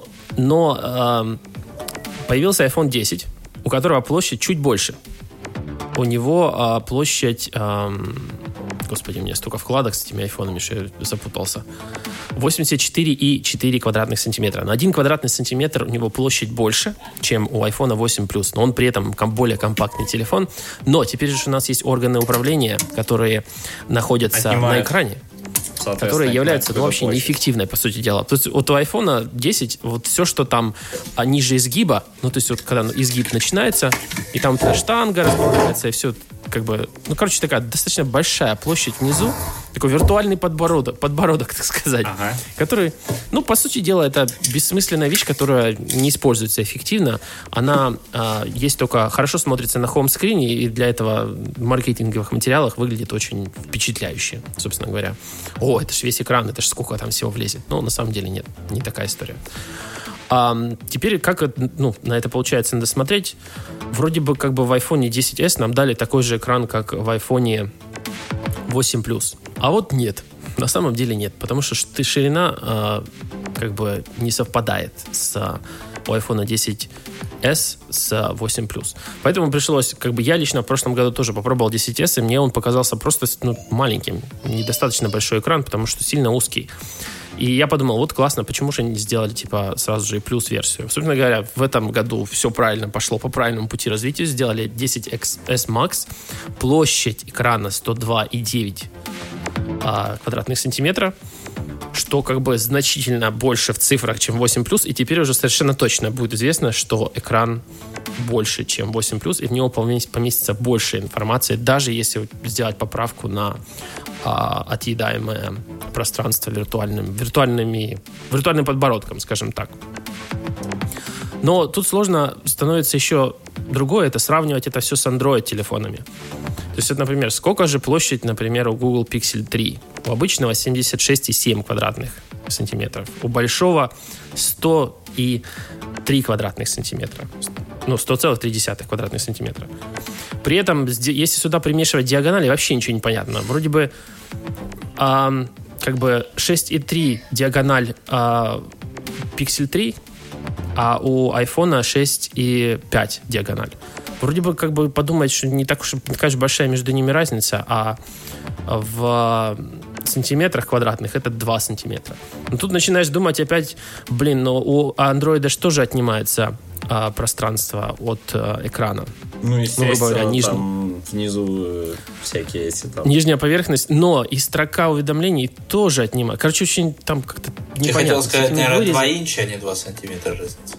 появился iPhone 10, у которого площадь чуть больше. У него площадь... Господи, у меня столько вкладок с этими айфонами, что я запутался. 84,4 квадратных сантиметра. На 1 квадратный сантиметр у него площадь больше, чем у iPhone 8 Plus. Но он при этом более компактный телефон. Но теперь же у нас есть органы управления, которые находятся на экране, которые являются вообще неэффективной, по сути дела. То есть вот у iPhone 10 вот все, что там ниже изгиба, то есть вот когда изгиб начинается, и там штанга разбивается, и все такая достаточно большая площадь внизу, такой виртуальный подбородок, так сказать, который, по сути дела, это бессмысленная вещь, которая не используется эффективно. Она есть только хорошо смотрится на хоум-скрине, и для этого в маркетинговых материалах выглядит очень впечатляюще, собственно говоря. Это ж весь экран, это ж сколько там всего влезет. Но на самом деле нет, не такая история. Теперь, как на это получается, надо смотреть. Вроде бы в iPhone 10s нам дали такой же экран, как в iPhone 8 Plus. А вот нет. На самом деле нет. Потому что ширина не совпадает с у iPhone 10s с 8 Plus. Поэтому пришлось, я лично в прошлом году тоже попробовал 10s, и мне он показался просто маленьким. Недостаточно большой экран, потому что сильно узкий. И я подумал, классно, почему же они не сделали, сразу же и плюс-версию. Собственно говоря, в этом году все правильно пошло по правильному пути развития. Сделали 10S Max, площадь экрана 102,9 квадратных сантиметра, что значительно больше в цифрах, чем 8 Plus, и теперь уже совершенно точно будет известно, что экран больше, чем 8 Plus, и в него поместится больше информации, даже если сделать поправку на отъедаемое пространство виртуальным подбородком, скажем так. Но тут сложно становится еще другое, это сравнивать это все с Android-телефонами. То есть, например, сколько же площадь, например, у Google Pixel 3? У обычного 76,7 квадратных сантиметров. У большого 100,3 квадратных сантиметра. 100,3 квадратных сантиметра. При этом, если сюда примешивать диагонали, вообще ничего не понятно. Вроде бы 6,3 диагональ Pixel 3, а у iPhone 6,5 диагональ. Вроде бы подумать, что не такая же большая между ними разница, а в сантиметрах квадратных это 2 сантиметра. Но тут начинаешь думать опять, у Android же тоже отнимается пространство от экрана. Естественно, грубо говоря, там внизу всякие эти там... Нижняя поверхность, но и строка уведомлений тоже отнимает. Очень там как-то непонятно. Ты хотел сказать, наверное, 2 инча, а не 2 сантиметра разница.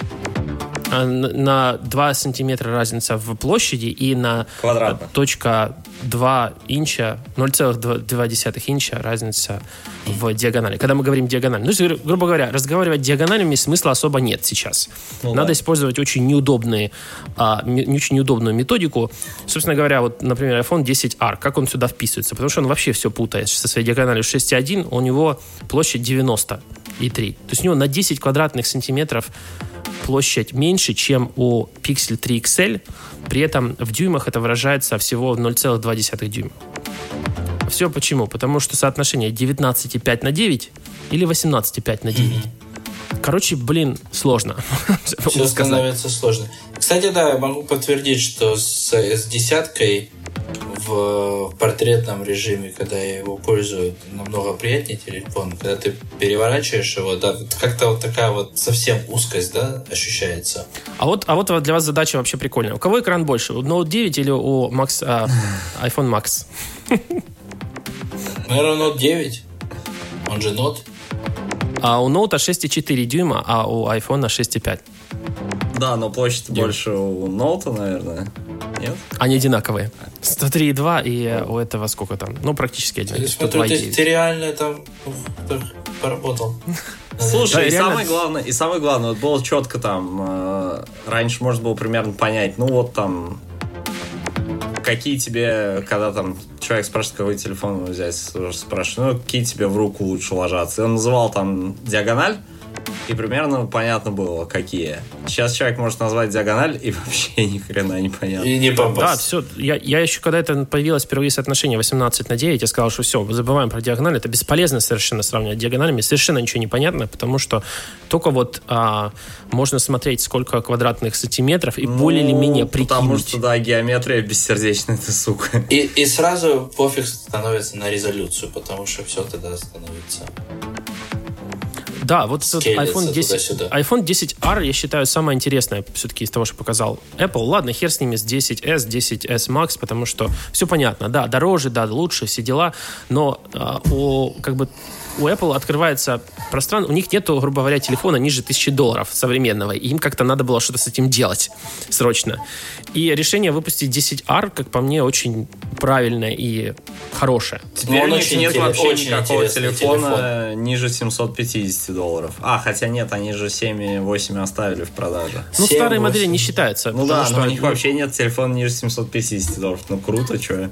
На 2 сантиметра разница в площади и на точка 2 инча, 0,2 инча разница в диагонали. Когда мы говорим диагональ, грубо говоря, разговаривать диагоналями смысла особо нет сейчас. Надо использовать очень неудобную методику. Собственно говоря, например, iPhone 10R, как он сюда вписывается? Потому что он вообще все путает. Со своей диагональю 6,1 у него площадь 90,3. То есть у него на 10 квадратных сантиметров площадь меньше, чем у Pixel 3 XL. При этом в дюймах это выражается всего в 0,2 дюйма. Все почему? Потому что соотношение 19,5 на 9 или 18,5 на 9. Короче, сложно. Все становится сложно. Кстати, да, я могу подтвердить, что с десяткой в портретном режиме, когда я его пользую, намного приятнее телефон. Когда ты переворачиваешь его, да, как-то вот такая вот совсем узкость, да, ощущается. А вот для вас задача вообще прикольная. У кого экран больше? У Note 9 или у iPhone Max? Наверное, Note 9. Он же Note. А у Note 6,4 дюйма, а у iPhone 6,5. Да, но площадь больше у Note, наверное. Нет? Они одинаковые. 103,2 и у этого сколько там? Ну, практически один. Я смотрю, ты реально там поработал. Слушай, да, и самое главное, вот было четко там, раньше можно было примерно понять, ну вот там, какие тебе, когда там человек спрашивает, какой телефон взять, спрашивает, ну, какие тебе в руку лучше ложатся. И он называл там диагональ, и примерно понятно было, какие. Сейчас человек может назвать диагональ, и вообще ни хрена не понятно. И не попасть. Да, все. Я еще, когда это появилось впервые соотношение 18:9, я сказал, что все, забываем про диагональ. Это бесполезно совершенно сравнивать диагоналями. Совершенно ничего не понятно, потому что только вот можно смотреть, сколько квадратных сантиметров, и более или менее прикинуть. Потому что, да, геометрия бессердечная, ты сука. И сразу пофиг становится на резолюцию, потому что все тогда становится... Да, вот iPhone 10R, я считаю, самое интересное все-таки из того, что показал Apple. Ладно, хер с ними, с 10S, 10S Max, потому что все понятно. Да, дороже, да, лучше, все дела. Но у Apple открывается пространство, у них нету, грубо говоря, телефона ниже $1000 современного, и им как-то надо было что-то с этим делать срочно. И решение выпустить 10R, как по мне, очень правильное и хорошее. Теперь у них нет вообще никакого телефона ниже $750. Хотя нет, они же 7-8 оставили в продаже. Ну, старые модели не считаются. Ну да, но у них вообще нет телефона ниже $750. Ну, круто, что.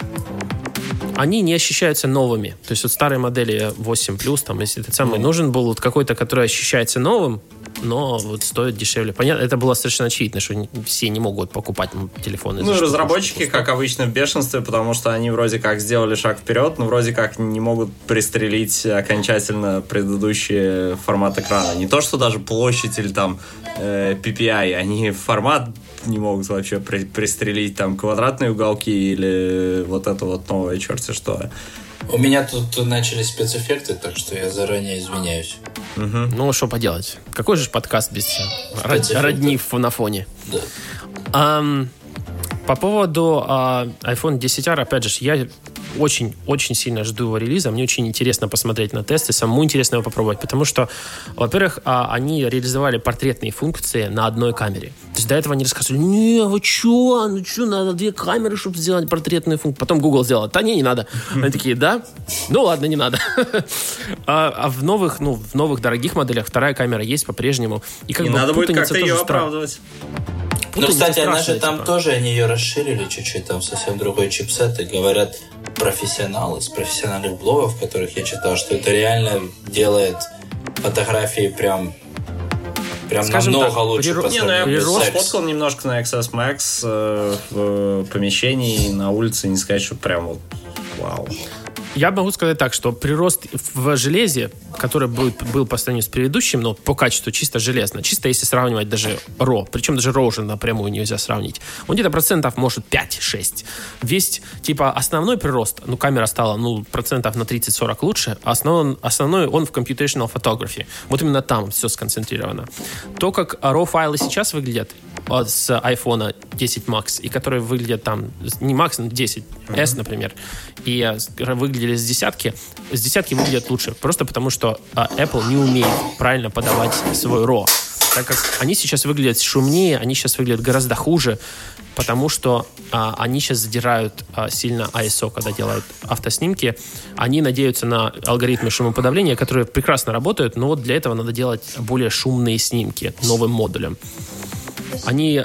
Они не ощущаются новыми. То есть вот старые модели 8+, там, если этот самый нужен был вот какой-то, который ощущается новым, но вот стоит дешевле. Понятно, это было совершенно очевидно, что все не могут покупать телефоны. Ну, разработчики, как обычно, в бешенстве, потому что они вроде как сделали шаг вперед, но вроде как не могут пристрелить окончательно предыдущий формат экрана. Не то, что даже площадь или там PPI, они формат не могут вообще пристрелить, там квадратные уголки или вот это вот новое черти что. У меня тут начались спецэффекты, так что я заранее извиняюсь. Угу. Ну, что поделать? Какой же подкаст без родни на фоне? Да. По поводу iPhone 10R, опять же, я очень сильно жду его релиза. Мне очень интересно посмотреть на тесты, самому интересно его попробовать, потому что, во-первых, они реализовали портретные функции на одной камере. То есть до этого они рассказывали, вы что, надо 2 камеры, чтобы сделать портретную функцию. Потом Google сделал, не надо. Они такие, да? Ну ладно, не надо. А в новых дорогих моделях 2 камера есть по-прежнему. И как бы надо будет как-то ее оправдывать. Ну, кстати, она же там тоже, они ее расширили чуть-чуть, там совсем другой чипсет, и говорят профессионалы из профессиональных блогов, в которых я читал, что это реально делает фотографии прям намного так, лучше по сравнению с я сфоткал немножко на XS Max в помещении на улице, не сказать, что прям вот вау. Я могу сказать так, что прирост в железе, который был по сравнению с предыдущим, но по качеству чисто железно, чисто если сравнивать даже RAW, причем даже RAW уже напрямую нельзя сравнить, он где-то процентов может 5-6. Весь, основной прирост, камера стала, процентов на 30-40 лучше, а основной он в computational photography. Вот именно там все сконцентрировано. То, как RAW-файлы сейчас выглядят с iPhone 10 Max, и которые выглядят там, не Max, но 10, S, например, и выглядели с десятки выглядят лучше. Просто потому, что Apple не умеет правильно подавать свой RAW. Так как они сейчас выглядят шумнее, они сейчас выглядят гораздо хуже, потому что они сейчас задирают сильно ISO, когда делают автоснимки. Они надеются на алгоритмы шумоподавления, которые прекрасно работают, но вот для этого надо делать более шумные снимки новым модулем. Они...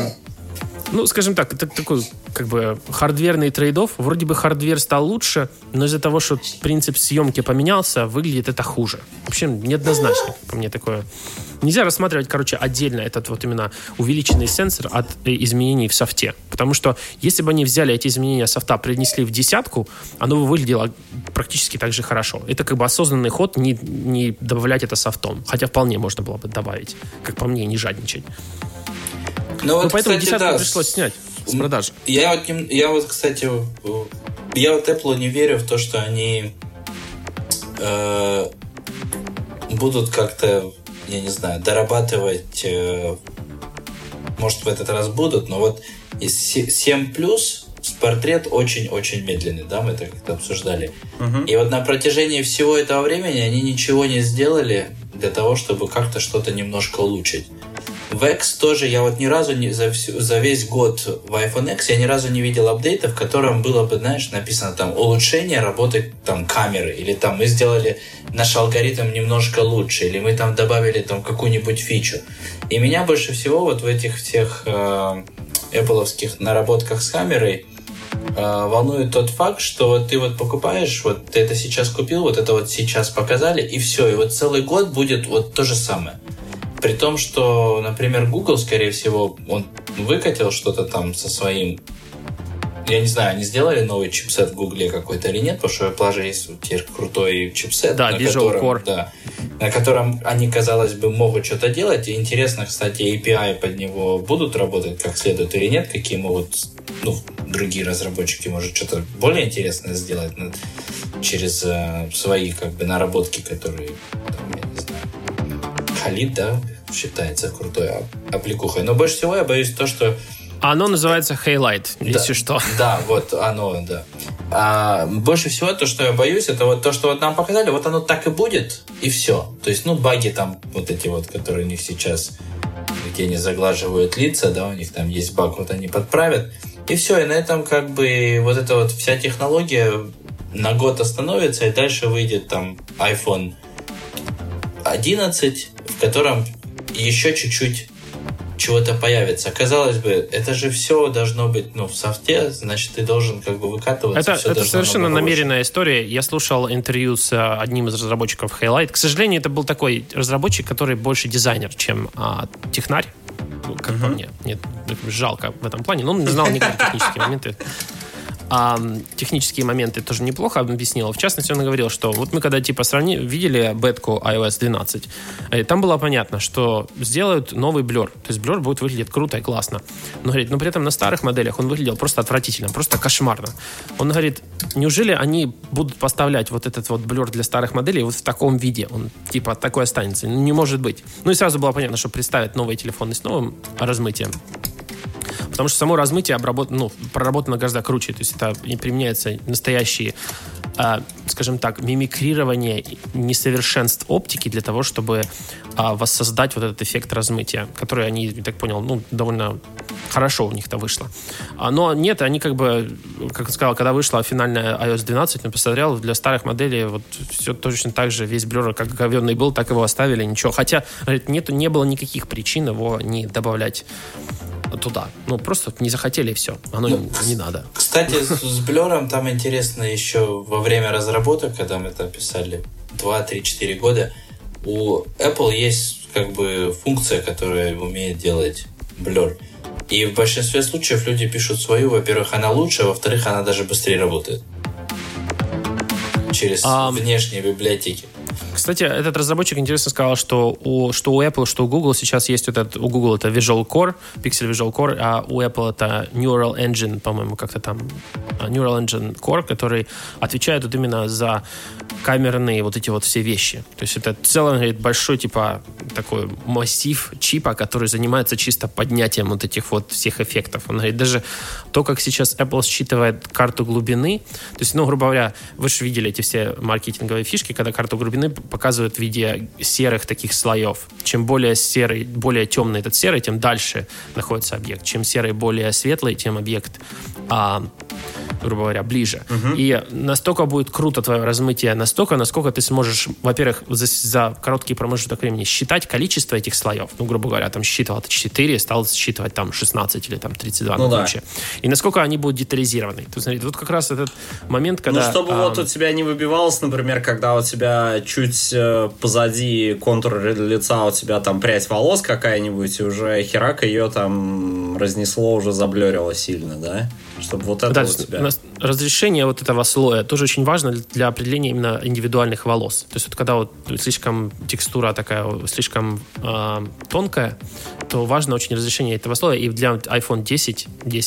скажем так, это такой хардверный трейд-офф. Вроде бы хардвер стал лучше, но из-за того, что принцип съемки поменялся, выглядит это хуже. В общем, неоднозначно, по мне, такое. Нельзя рассматривать, отдельно этот вот именно увеличенный сенсор от изменений в софте. Потому что если бы они взяли эти изменения софта, принесли в 10, оно бы выглядело практически так же хорошо. Это осознанный ход не добавлять это софтом. Хотя вполне можно было бы добавить. Как по мне, не жадничать. Поэтому кстати, 10 пришлось снять. с продаж. Я вот, кстати, я вот Apple не верю в то, что они будут как-то, я не знаю, дорабатывать, может, в этот раз будут, но вот из 7 плюс портрет очень-очень медленный, да, мы это как-то обсуждали. И вот на протяжении всего этого времени они ничего не сделали для того, чтобы как-то что-то немножко улучшить. В X тоже я вот ни разу за весь год в iPhone X я ни разу не видел апдейта, в котором было бы, знаешь, написано там улучшение работы там камеры, или там мы сделали наш алгоритм немножко лучше, или мы там добавили там какую-нибудь фичу. И меня больше всего вот в этих всех Apple-овских наработках с камерой волнует тот факт, что вот ты вот покупаешь, вот ты это сейчас купил, вот это вот сейчас показали, и все, и вот целый год будет вот то же самое. При том, что, например, Google, скорее всего, он выкатил что-то там со своим... Я не знаю, они сделали новый чипсет в Гугле какой-то или нет, потому что у Apple же есть теперь крутой чипсет, да, Visual Core. Да, на котором они, казалось бы, могут что-то делать. И интересно, кстати, API под него будут работать как следует или нет, какие могут... другие разработчики, может, что-то более интересное сделать через свои как бы наработки, которые, там, я не знаю, Халид, да, считается крутой аппликухой. Но больше всего я боюсь то, что... Оно называется Highlight, если что. Да, вот оно, да. А больше всего то, что я боюсь, это вот то, что вот нам показали, вот оно так и будет, и все. То есть, баги там вот эти вот, которые у них сейчас, где они заглаживают лица, да, у них там есть баг, вот они подправят. И все, и на этом как бы вот эта вот вся технология на год остановится, и дальше выйдет там iPhone 11, в котором еще чуть-чуть чего-то появится. Казалось бы, это же все должно быть в софте, значит, ты должен как бы выкатываться. Это совершенно намеренная история. Я слушал интервью с одним из разработчиков Highlight. К сожалению, это был такой разработчик, который больше дизайнер, чем технарь. Как по мне. Нет, жалко в этом плане. Но он не знал никакие технические моменты. Технические моменты тоже неплохо объяснил. В частности, он говорил, что вот мы когда видели бетку iOS 12, там было понятно, что сделают новый блер. То есть блер будет выглядеть круто и классно. Но, говорит, при этом на старых моделях он выглядел просто отвратительно, просто кошмарно. Он говорит, неужели они будут поставлять вот этот вот блер для старых моделей вот в таком виде? Он такой останется. Не может быть. И сразу было понятно, что представят новые телефоны с новым размытием. Потому что само размытие проработано гораздо круче. То есть это применяются настоящие, скажем так, мимикрирование несовершенств оптики для того, чтобы воссоздать вот этот эффект размытия, который они, я так понял, довольно хорошо у них-то вышло. Но нет, они как я сказал, когда вышла финальная iOS 12, я посмотрел, для старых моделей вот все точно так же, весь блер, как говенный был, так его оставили, ничего. Хотя, говорит, не было никаких причин его не добавлять туда. Просто не захотели, и все. Оно не надо. Кстати, с блером там интересно еще во время разработок, когда мы это писали 2-3-4 года, у Apple есть как бы функция, которая умеет делать блер. И в большинстве случаев люди пишут свою. Во-первых, она лучше, а во-вторых, она даже быстрее работает. Через внешние библиотеки. Кстати, этот разработчик интересно сказал, что у Apple, что у Google сейчас есть у Google это Visual Core, Pixel Visual Core, а у Apple это Neural Engine, по-моему, как-то там Neural Engine Core, который отвечает вот именно за камерные вот эти вот все вещи. То есть это целый, говорит, большой такой массив чипа, который занимается чисто поднятием вот этих вот всех эффектов. Он говорит, даже то, как сейчас Apple считывает карту глубины, то есть, грубо говоря, вы же видели эти все маркетинговые фишки, когда карту глубины показывают в виде серых таких слоев. Чем более серый, более темный этот серый, тем дальше находится объект. Чем серый более светлый, тем объект, грубо говоря, ближе. И настолько будет круто твое размытие, настолько, насколько ты сможешь, во-первых, за короткий промежуток времени считать количество этих слоев. Грубо говоря, там считывал 4, стал считывать там 16 или там 32 вообще. И насколько они будут детализированы. То есть, смотри, вот как раз этот момент, когда... чтобы вот у тебя не выбивалось, например, когда у тебя чуть позади контура лица у тебя там прядь волос какая-нибудь, и уже херак ее там разнесло, уже заблерило сильно, да? Чтобы вот это да, у тебя... Разрешение вот этого слоя тоже очень важно для определения именно индивидуальных волос. То есть вот когда вот слишком текстура такая, слишком тонкая, то важно очень разрешение этого слоя. И для iPhone 10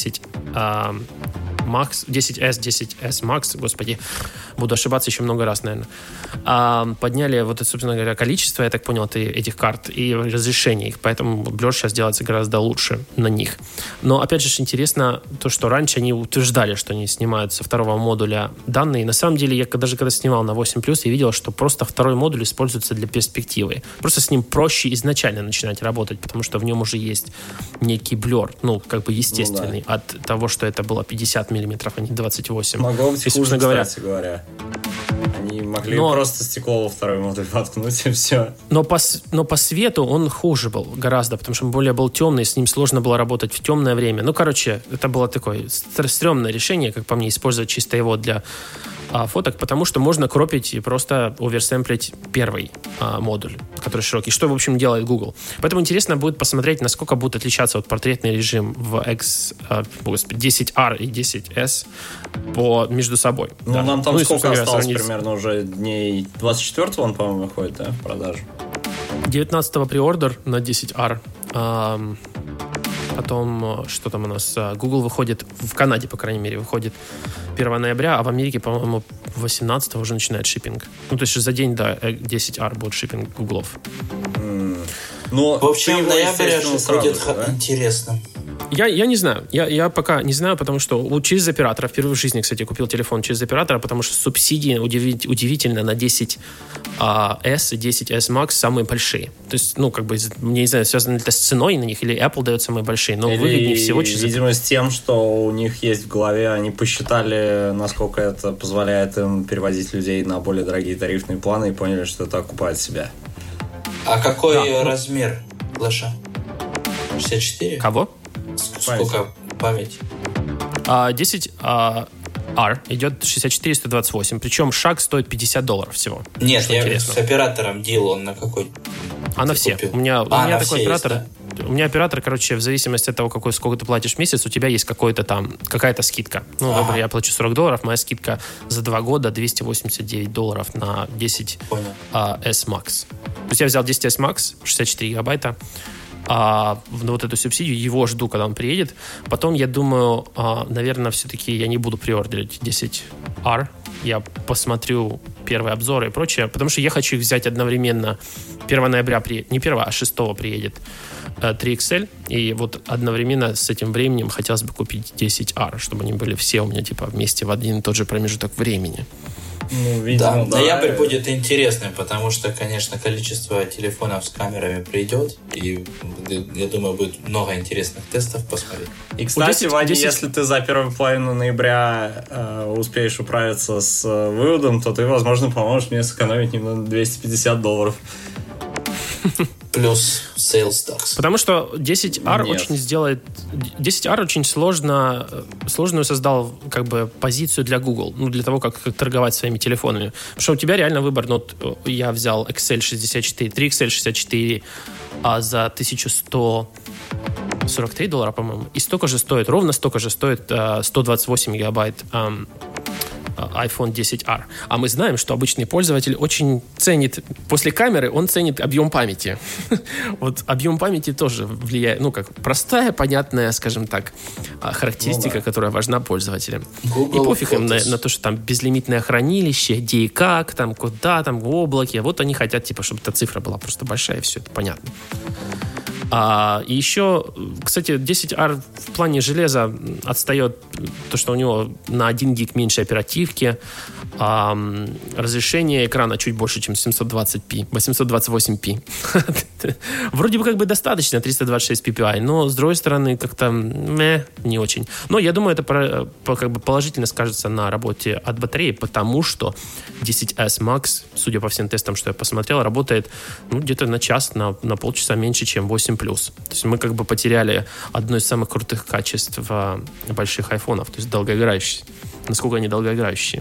Max, 10s, 10s Max, господи, буду ошибаться еще много раз, наверное, подняли вот это, собственно говоря, количество, я так понял, этих карт и разрешение их, поэтому блер сейчас делается гораздо лучше на них. Но, опять же, интересно то, что раньше они утверждали, что они снимают со второго модуля данные. На самом деле, я даже когда снимал на 8+, я видел, что просто второй модуль используется для перспективы. Просто с ним проще изначально начинать работать, потому что в нем уже есть некий блер, ну, как бы естественный, от того, что это было 50 миллиметров, а не 28. Могло быть хуже, говоря. Кстати говоря. Они могли просто стекло во второй модуль воткнуть, и все. Но по свету он хуже был гораздо, потому что он более был темный, с ним сложно было работать в темное время. Ну, короче, это было такое стрёмное решение, как по мне, использовать чисто его для фоток, потому что можно кропить и просто оверсэмплить первый модуль, который широкий, что, в общем, делает Google. Поэтому интересно будет посмотреть, насколько будет отличаться вот портретный режим в 10R и 10S между собой. Ну, да. нам там сколько осталось сравнить... примерно уже дней? 24-го он, по-моему, выходит, да, в продажу? 19-го приордер на 10R. Потом, что там у нас? Google выходит, в Канаде, по крайней мере, выходит 1 ноября, а в Америке, по-моему, 18-го уже начинает шиппинг. Ну, то есть за день до 10R будет шиппинг Гуглов. Ну, в общем, ноябрь будет интересно. Я не знаю. Я пока не знаю, потому что через оператора, впервые в жизни, кстати, купил телефон через оператора, потому что субсидии удивительно на 10S и 10S Max самые большие. То есть, ну, как бы, не знаю, связано ли это с ценой на них, или Apple дает самые большие, но выгоднее всего через... Видимо, с тем, что у них есть в голове, они посчитали, насколько это позволяет им переводить людей на более дорогие тарифные планы и поняли, что это окупает себя. А какой размер флеша? 64? Кого? Сколько память? 10R идет 64-128, причем шаг стоит $50 всего. Нет, я с оператором дил, он на какой? А на все. Купил? У меня такой оператор. Есть, да? У меня оператор, короче, в зависимости от того, сколько ты платишь в месяц, у тебя есть какая-то скидка. Ну, например, я плачу $40, моя скидка за 2 года $289 на 10 S Max. То есть я взял 10S Max, 64 гигабайта, вот эту субсидию, его жду, когда он приедет. Потом, я думаю, наверное, все-таки я не буду приордерить 10R. Я посмотрю первые обзоры и прочее, потому что я хочу их взять одновременно. 1 ноября, не 1, а 6 приедет 3XL, и вот одновременно с этим временем хотелось бы купить 10R, чтобы они были все у меня типа вместе в один и тот же промежуток времени. Ну, видимо, да. Ноябрь будет интересным, потому что, конечно, количество телефонов с камерами придет, и я думаю, будет много интересных тестов посмотреть. И, кстати, Ваня, если ты за первую половину ноября успеешь управиться с выводом, то ты, возможно, поможешь мне сэкономить немного $250. Плюс sales tax. Потому что 10R очень сделает... 10R очень сложную создал как бы позицию для Google, ну, для того, как торговать своими телефонами. Потому что у тебя реально выбор. Ну, вот я взял XL 64, 3XL 64 за $1143, по-моему. И ровно столько же стоит 128 гигабайт iPhone 10R. А мы знаем, что обычный пользователь очень ценит, после камеры он ценит объем памяти. Вот объем памяти тоже влияет, ну, как простая, понятная, скажем так, характеристика, которая важна пользователям. Google и пофиг им на то, что там безлимитное хранилище, где и как, там, куда, там, в облаке. Вот они хотят, типа, чтобы эта цифра была просто большая, и все это понятно. И еще, кстати, 10R в плане железа отстает то, что у него на 1 гиг меньше оперативки, разрешение экрана чуть больше, чем 720p, 828p. Вроде бы как бы достаточно, 326 ppi, но с другой стороны как-то не очень. Но я думаю, это как бы положительно скажется на работе от батареи, потому что 10S Max, судя по всем тестам, что я посмотрел, работает где-то на час, на полчаса меньше, чем 8+. То есть мы как бы потеряли одно из самых крутых качеств больших айфонов, то есть долгоиграющие. Насколько они долгоиграющие.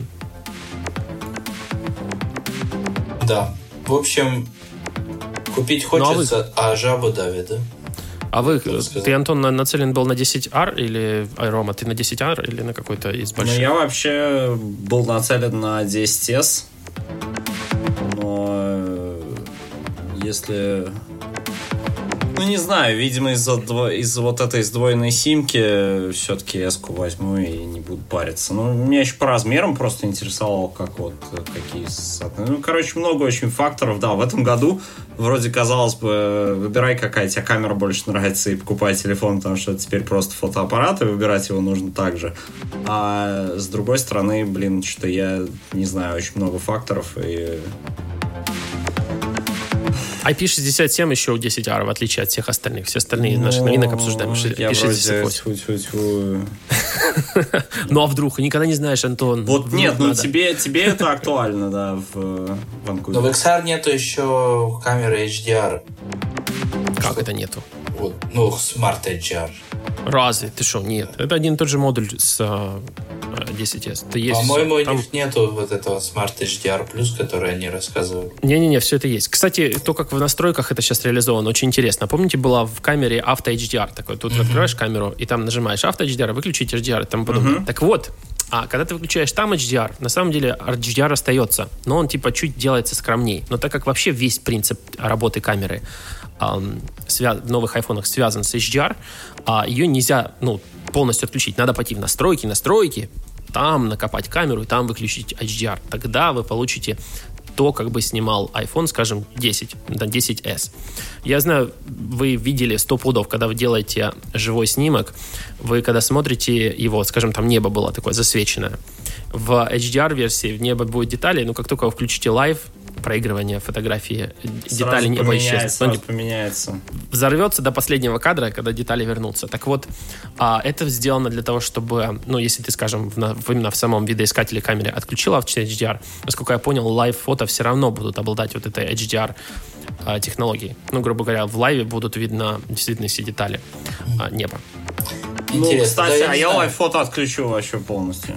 Да. В общем, купить хочется, а жабу давит, да? А ты, Антон, нацелен был на 10R или Рома, ты на 10R или на какой-то из больших? Ну, я вообще был нацелен на 10S, но если... Ну, не знаю, видимо, из-за вот этой сдвоенной симки все-таки S-ку возьму и не буду париться. Ну, меня еще по размерам просто интересовало, какие... Ну, короче, много очень факторов, да. В этом году вроде, казалось бы, выбирай, какая тебе камера больше нравится, и покупай телефон, потому что это теперь просто фотоаппарат, и выбирать его нужно так же. А с другой стороны, что я не знаю, очень много факторов, и... IP67 еще у 10R, в отличие от всех остальных. Все остальные наших новинок обсуждаем. IP68. Ну, а вдруг? Никогда не знаешь, Антон. Вот нет, ну тебе это актуально, да, в Ванкувере. Но в XR нету еще камеры HDR. Как это нету? Вот, ну, Smart HDR. Разве? Ты что? Нет. Это один и тот же модуль с 10S. По-моему, у них нету вот этого Smart HDR+, который они рассказывают. Не-не-не, все это есть. Кстати, то, как в настройках это сейчас реализовано, очень интересно. Помните, была в камере Auto HDR такой? Тут открываешь камеру, и там нажимаешь Auto HDR, выключить HDR и тому подобное. Так вот, когда ты выключаешь там HDR, на самом деле HDR остается, но он типа чуть делается скромней. Но так как вообще весь принцип работы камеры в новых айфонах связан с HDR, ее нельзя полностью отключить. Надо пойти в настройки, там накопать камеру и там выключить HDR. Тогда вы получите то, как бы снимал iPhone, скажем, 10S. Я знаю, вы видели 100 пудов, когда вы делаете живой снимок, вы когда смотрите его, скажем, там небо было такое засвеченное. В HDR-версии в небо будет детали, но как только вы включите лайв, проигрывание фотографии, детали неба исчезнут. Поменяется. Взорвется до последнего кадра, когда детали вернутся. Так вот, это сделано для того, чтобы, если ты, скажем, именно в самом видоискателе камеры отключил HDR, насколько я понял, лайв-фото все равно будут обладать вот этой HDR технологией. Грубо говоря, в лайве будут видно действительно все детали неба. Интересно. Кстати, я лайв-фото отключу вообще полностью.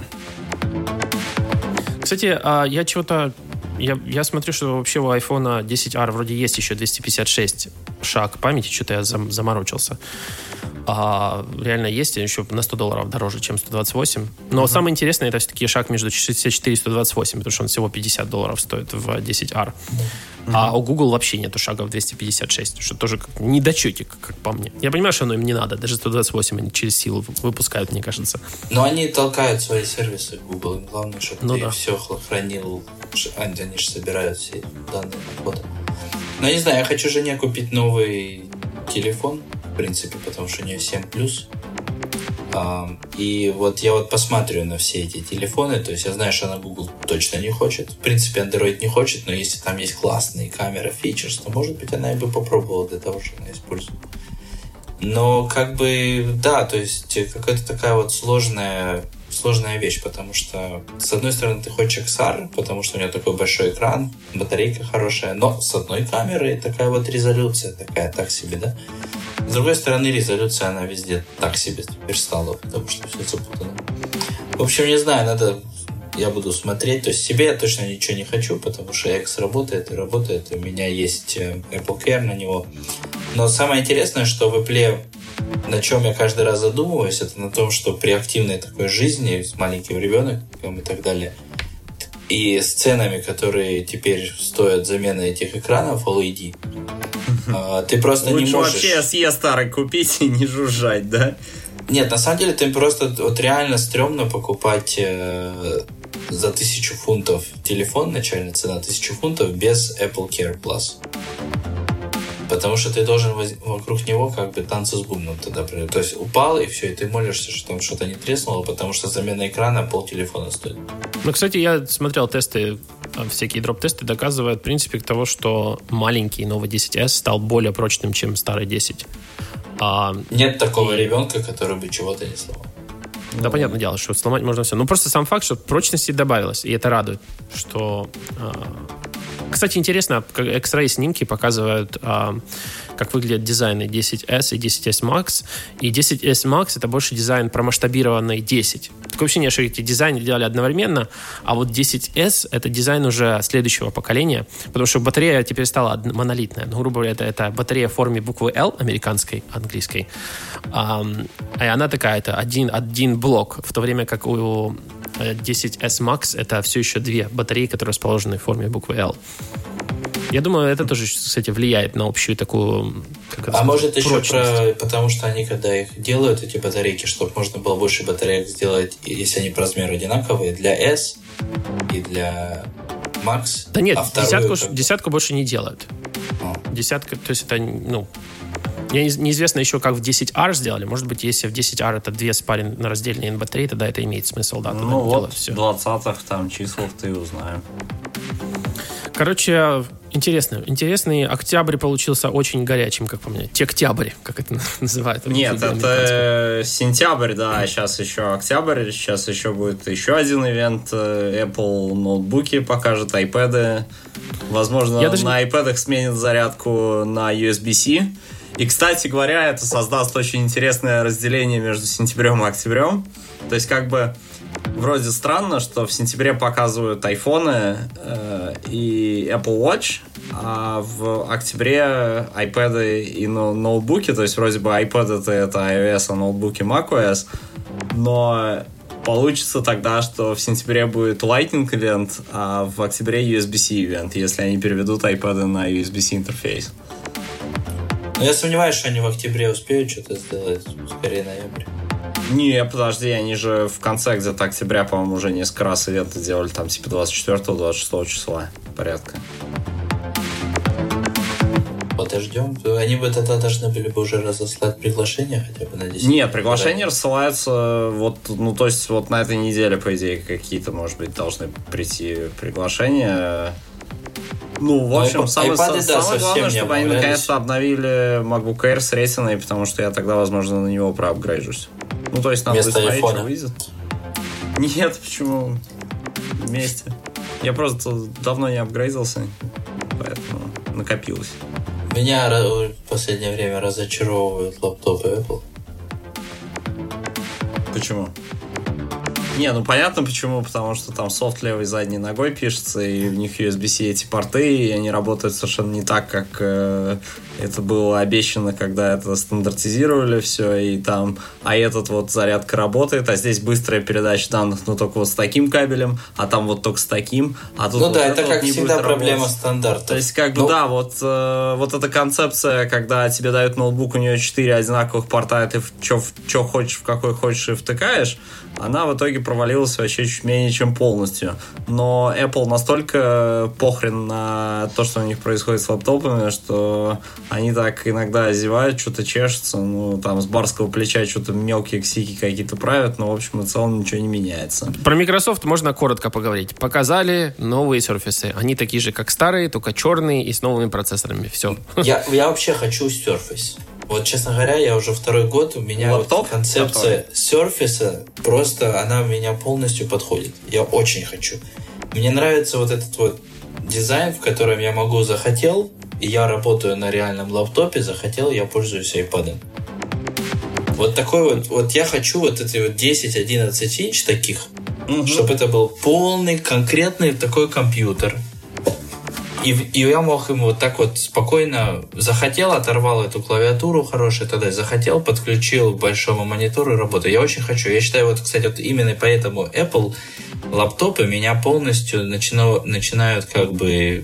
Кстати, я смотрю, что вообще у iPhone 10R вроде есть еще 256 шаг памяти, что-то я заморочился. Реально есть, еще на $100 дороже, чем 128. Но самое интересное, это все-таки шаг между 64 и 128, потому что он всего $50 стоит в 10R. А у Google вообще нету шага в 256, что тоже как недочетик, как по мне. Я понимаю, что оно им не надо, даже 128 они через силу выпускают, мне кажется. Но они толкают свои сервисы, Google, им главное, чтобы ты все хранил. Они же собирают все данные на фото. Но не знаю, я хочу жене купить новый телефон, в принципе, потому что у нее 7+. И вот я посмотрю на все эти телефоны, то есть я знаю, что она Google точно не хочет. В принципе, Android не хочет, но если там есть классные камеры, фичерс, то, может быть, она и бы попробовала для того, что она использует. Но да, то есть какая-то такая сложная вещь, потому что с одной стороны ты хочешь XR, потому что у него такой большой экран, батарейка хорошая, но с одной камерой такая резолюция такая так себе, да? С другой стороны, резолюция, она везде так себе теперь стала, потому что все запутано. В общем, не знаю, я буду смотреть. То есть себе я точно ничего не хочу, потому что X работает, у меня есть Apple Care на него. Но самое интересное, что в Apple, на чем я каждый раз задумываюсь, это на том, что при активной такой жизни с маленьким ребенком и так далее, и с ценами, которые теперь стоят замены этих экранов OLED, ты просто не можешь... Лучше вообще SE старый купить и не жужжать, да? Нет, на самом деле ты просто реально стрёмно покупать за 1000 фунтов телефон, начальная цена 1000 фунтов без Apple Care Plus. Потому что ты должен вокруг него танцы с бубном тогда. То есть упал, и все, и ты молишься, что там что-то не треснуло, потому что замена экрана полтелефона стоит. Кстати, я смотрел тесты, всякие дроп-тесты доказывают, в принципе, того, что маленький новый 10S стал более прочным, чем старый 10. Нет такого ребенка, который бы чего-то не сломал. Да, понятное дело, что сломать можно все. Просто сам факт, что прочности добавилось, и это радует, что... Кстати, интересно, X-Ray снимки показывают, как выглядят дизайны 10S и 10S Max. И 10S Max — это больше дизайн промасштабированный 10. Такое ощущение, что эти дизайны делали одновременно, а вот 10S — это дизайн уже следующего поколения, потому что батарея теперь стала монолитная. Ну, грубо говоря, это батарея в форме буквы L, американской, английской. И она такая, это один блок, в то время как у 10S Max это все еще две батареи, которые расположены в форме буквы L. Я думаю, это тоже, кстати, влияет на общую такую... может еще потому что они, когда их делают, эти батарейки, чтобы можно было больше батареек сделать, если они по размеру одинаковые, для S и для Max. Да нет, десятку больше не делают. Десятка, то есть это, неизвестно еще, как в 10R сделали. Может быть, если в 10R это две спаренные раздельные батареи, тогда это имеет смысл, да. Ну вот, в 20-х там числах-то и узнаем. Короче, интересный октябрь получился очень горячим, как по мне. Тектябрь, как это называют. Нет, это сентябрь, да, сейчас еще октябрь, сейчас еще будет еще один ивент. Apple ноутбуки покажет, iPad'ы. Возможно, на iPad'ах сменят зарядку на USB-C. И, кстати говоря, это создаст очень интересное разделение между сентябрем и октябрем. То есть, как бы, вроде странно, что в сентябре показывают айфоны и Apple Watch, а в октябре iPad и ноутбуки, то есть вроде бы iPad это iOS, а ноутбуки macOS, но получится тогда, что в сентябре будет Lightning ивент, а в октябре USB-C ивент, если они переведут iPad на USB-C интерфейс. Но я сомневаюсь, что они в октябре успеют что-то сделать, скорее ноябрь. Не, подожди, они же в конце где-то октября, по-моему, уже несколько раз ивенты делали, там типа 24-26 числа порядка. Подождем. Они бы тогда должны были бы уже разослать приглашение хотя бы на 10. Нет, приглашения рассылаются вот, то есть вот на этой неделе, по идее, какие-то, может быть, должны прийти приглашения. Ну, в общем, самое главное, чтобы они наконец-то обновили MacBook Air с ретиной, потому что я тогда, возможно, на него проапгрейжусь. Ну, то есть надо будет смотреть, что выйдет. Нет, почему? Вместе. Я просто давно не апгрейдился, поэтому накопилось. Меня в последнее время разочаровывают лаптопы Apple. Почему? Не, ну понятно почему, потому что там софт левой задней ногой пишется, и в них USB-C эти порты, и они работают совершенно не так, как это было обещано, когда это стандартизировали все, и там, а этот вот зарядка работает, а здесь быстрая передача данных, но только вот с таким кабелем, а там вот только с таким, а тут ну вот да, это как вот всегда проблема стандарта. То есть как бы да, вот эта концепция, когда тебе дают ноутбук, у нее 4 одинаковых порта, и ты что хочешь, в какой хочешь и втыкаешь, она в итоге провалилась вообще чуть менее чем полностью. Но Apple настолько похрен на то, что у них происходит с лаптопами, что они так иногда зевают, что-то чешутся, ну, там, с барского плеча что-то мелкие ксики какие-то правят, но, в общем и целом ничего не меняется. Про Microsoft можно коротко поговорить. Показали новые Surface. Они такие же, как старые, только черные и с новыми процессорами. Все. Я вообще хочу Surface. Вот, честно говоря, я уже второй год, у меня вот концепция Surface, просто она меня полностью подходит. Я очень хочу. Мне нравится вот этот вот дизайн, в котором я могу захотел, и я работаю на реальном лаптопе, захотел, я пользуюсь iPad'ом. Вот такой вот я хочу вот эти вот 10-11 инч таких, чтобы это был полный, конкретный такой компьютер. И я мог ему вот так вот спокойно захотел, оторвал эту клавиатуру хорошую, тогда захотел, подключил к большому монитору и работаю. Я очень хочу. Я считаю, вот, кстати, вот именно поэтому Apple лаптопы меня полностью начинают как бы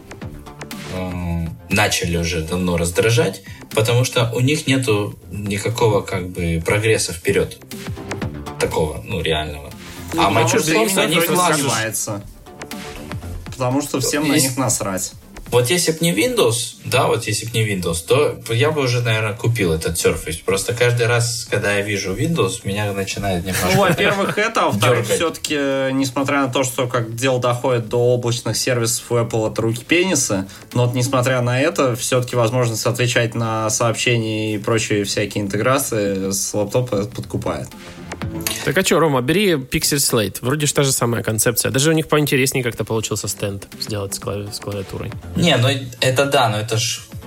начали уже давно раздражать, потому что у них нету никакого как бы прогресса вперед. Такого, реального. А Microsoft на них развивается. Потому что всем на них насрать. Вот если бы не Windows, то я бы уже, наверное, купил этот Surface. Просто каждый раз, когда я вижу Windows, меня начинает немножко во-первых, это, а во-вторых, все-таки, несмотря на то, что как дело доходит до облачных сервисов у Apple, это руки-пенисы, но вот несмотря на это, все-таки возможность отвечать на сообщения и прочие всякие интеграции с лаптопа подкупает. Так а что, Рома, бери Pixel Slate. Вроде же та же самая концепция. Даже у них поинтереснее как-то получился стенд сделать с клавиатурой. Не, это да, но это ж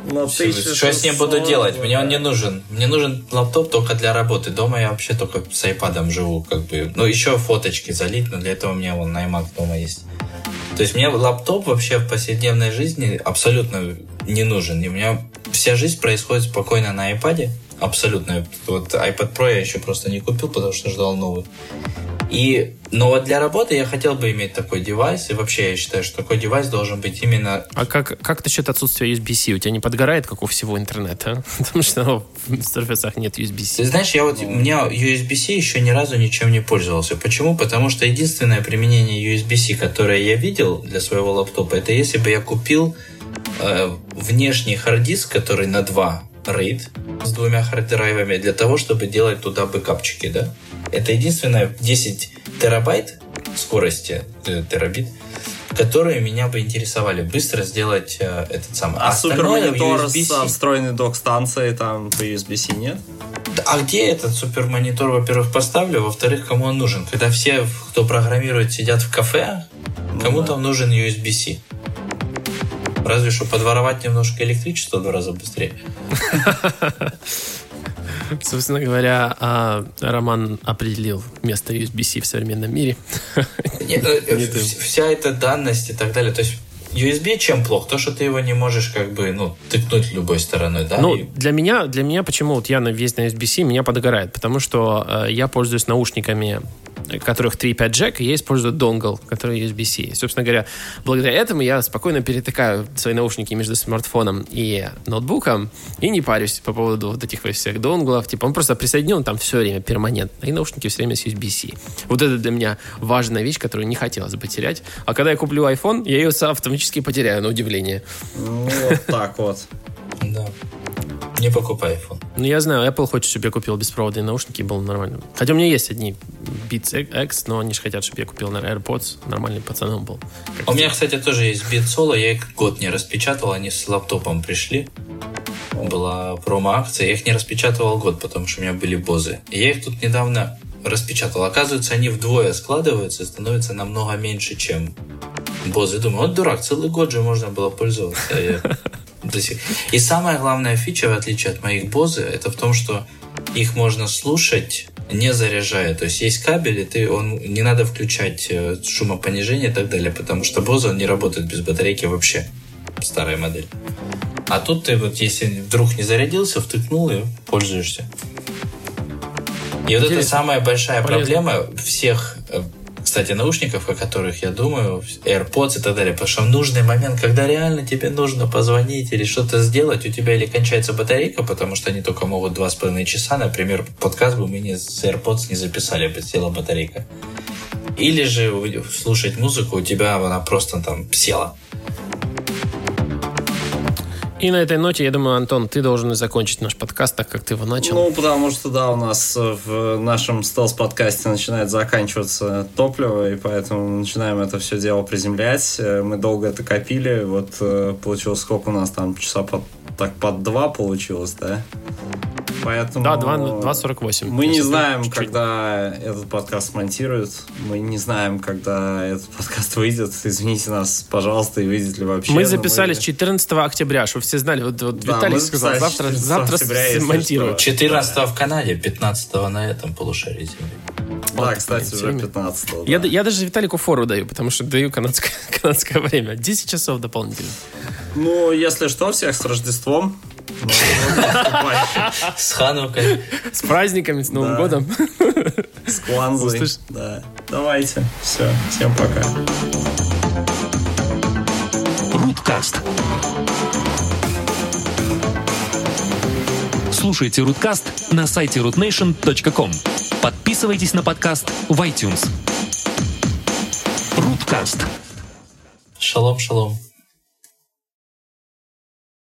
Что я с ним буду делать? Мне он не нужен. Мне нужен лаптоп только для работы. Дома я вообще только с iPad'ом живу, как бы. Ну, еще фоточки залить, но для этого у меня вон iMac дома есть. То есть мне лаптоп вообще в повседневной жизни абсолютно не нужен. И у меня вся жизнь происходит спокойно на iPad'е. Абсолютно. Вот iPad Pro я еще просто не купил, потому что ждал новый. Но вот для работы я хотел бы иметь такой девайс, и вообще я считаю, что такой девайс должен быть именно... А как насчет отсутствия USB-C? У тебя не подгорает, как у всего интернета? Потому что в Surface'ах нет USB-C. Ты знаешь, у меня USB-C еще ни разу ничем не пользовался. Почему? Потому что единственное применение USB-C, которое я видел для своего лаптопа, это если бы я купил внешний хард-диск, который на 2 RAID с 2 хард-драйвами, для того, чтобы делать туда бэкапчики, да? Это единственное 10 терабайт скорости, терабит, которые меня бы интересовали. Быстро сделать этот самый. А супермонитор со встроенной док-станцией там по USB-C нет? А где этот супермонитор, во-первых, поставлю, во-вторых, кому он нужен? Когда все, кто программирует, сидят в кафе, кому там нужен USB-C? Разве что подворовать немножко электричество в 2 раза быстрее. Собственно говоря, Роман определил место USB-C в современном мире. Вся эта данность и так далее. То есть USB чем плох? То, что ты его не можешь тыкнуть любой стороной, да? Ну, для меня почему вот я весь на USB-C, меня подгорает, потому что я пользуюсь наушниками, которых 3.5 джек, и я использую донгл, который USB-C. И, собственно говоря, благодаря этому я спокойно перетыкаю свои наушники между смартфоном и ноутбуком и не парюсь по поводу вот этих всех донглов. Типа он просто присоединен там все время перманентно, и наушники все время с USB-C. Вот это для меня важная вещь, которую не хотелось бы терять. А когда я куплю iPhone, я ее автоматически потеряю, на удивление. Ну, вот так вот. Да. Не покупай iPhone. Ну, я знаю, Apple хочет, чтобы я купил беспроводные наушники, было нормально. Хотя у меня есть одни Beats X, но они же хотят, чтобы я купил, наверное, AirPods. Нормальный пацаном был. У меня, кстати, тоже есть Beats Solo. Я их год не распечатал, они с лаптопом пришли. Была промо-акция. Я их не распечатывал год, потому что у меня были Bose. И я их тут недавно распечатал. Оказывается, они вдвое складываются и становятся намного меньше, чем Bose. Думаю, вот дурак, целый год же можно было пользоваться. И самая главная фича, в отличие от моих Bose, это в том, что их можно слушать, не заряжая. То есть есть кабель, и не надо включать шумопонижение и так далее, потому что Bose, он не работает без батарейки вообще. Старая модель. А тут ты вот, если вдруг не зарядился, втыкнул и пользуешься. И вот это самая большая проблема всех, кстати, наушников, о которых я думаю, AirPods и так далее, потому что в нужный момент, когда реально тебе нужно позвонить или что-то сделать, у тебя или кончается батарейка, потому что они только могут 2,5 часа, например, подкаст бы мы с AirPods не записали, бы села батарейка. Или же слушать музыку, у тебя она просто там села. И на этой ноте, я думаю, Антон, ты должен закончить наш подкаст, так как ты его начал. Ну, потому что, да, у нас в нашем стелс-подкасте начинает заканчиваться топливо, и поэтому мы начинаем это все дело приземлять. Мы долго это копили, вот получилось, сколько у нас там, часа под 2 получилось, да? Поэтому да, 2:48. Мы не знаем, когда этот подкаст монтируют. Мы не знаем, когда этот подкаст выйдет. Извините нас, пожалуйста, и выйдет ли вообще. Мы записались 14 октября, чтобы все знали. Вот да, Виталий сказал, завтра смонтируют. 14 в Канаде, 15 на этом полушарии Земли. Да, вот, кстати, уже 15-го. Да. Я даже Виталику фору даю, потому что даю канадское время. 10 часов дополнительно. Ну, если что, всех с Рождеством. С Ханукой. С праздниками, с Новым годом. С Кванзой. Да. Давайте. Все. Всем пока. Руткаст. Слушайте Руткаст на сайте rootnation.com. Подписывайтесь на подкаст в iTunes. Руткаст. Шалом, шалом.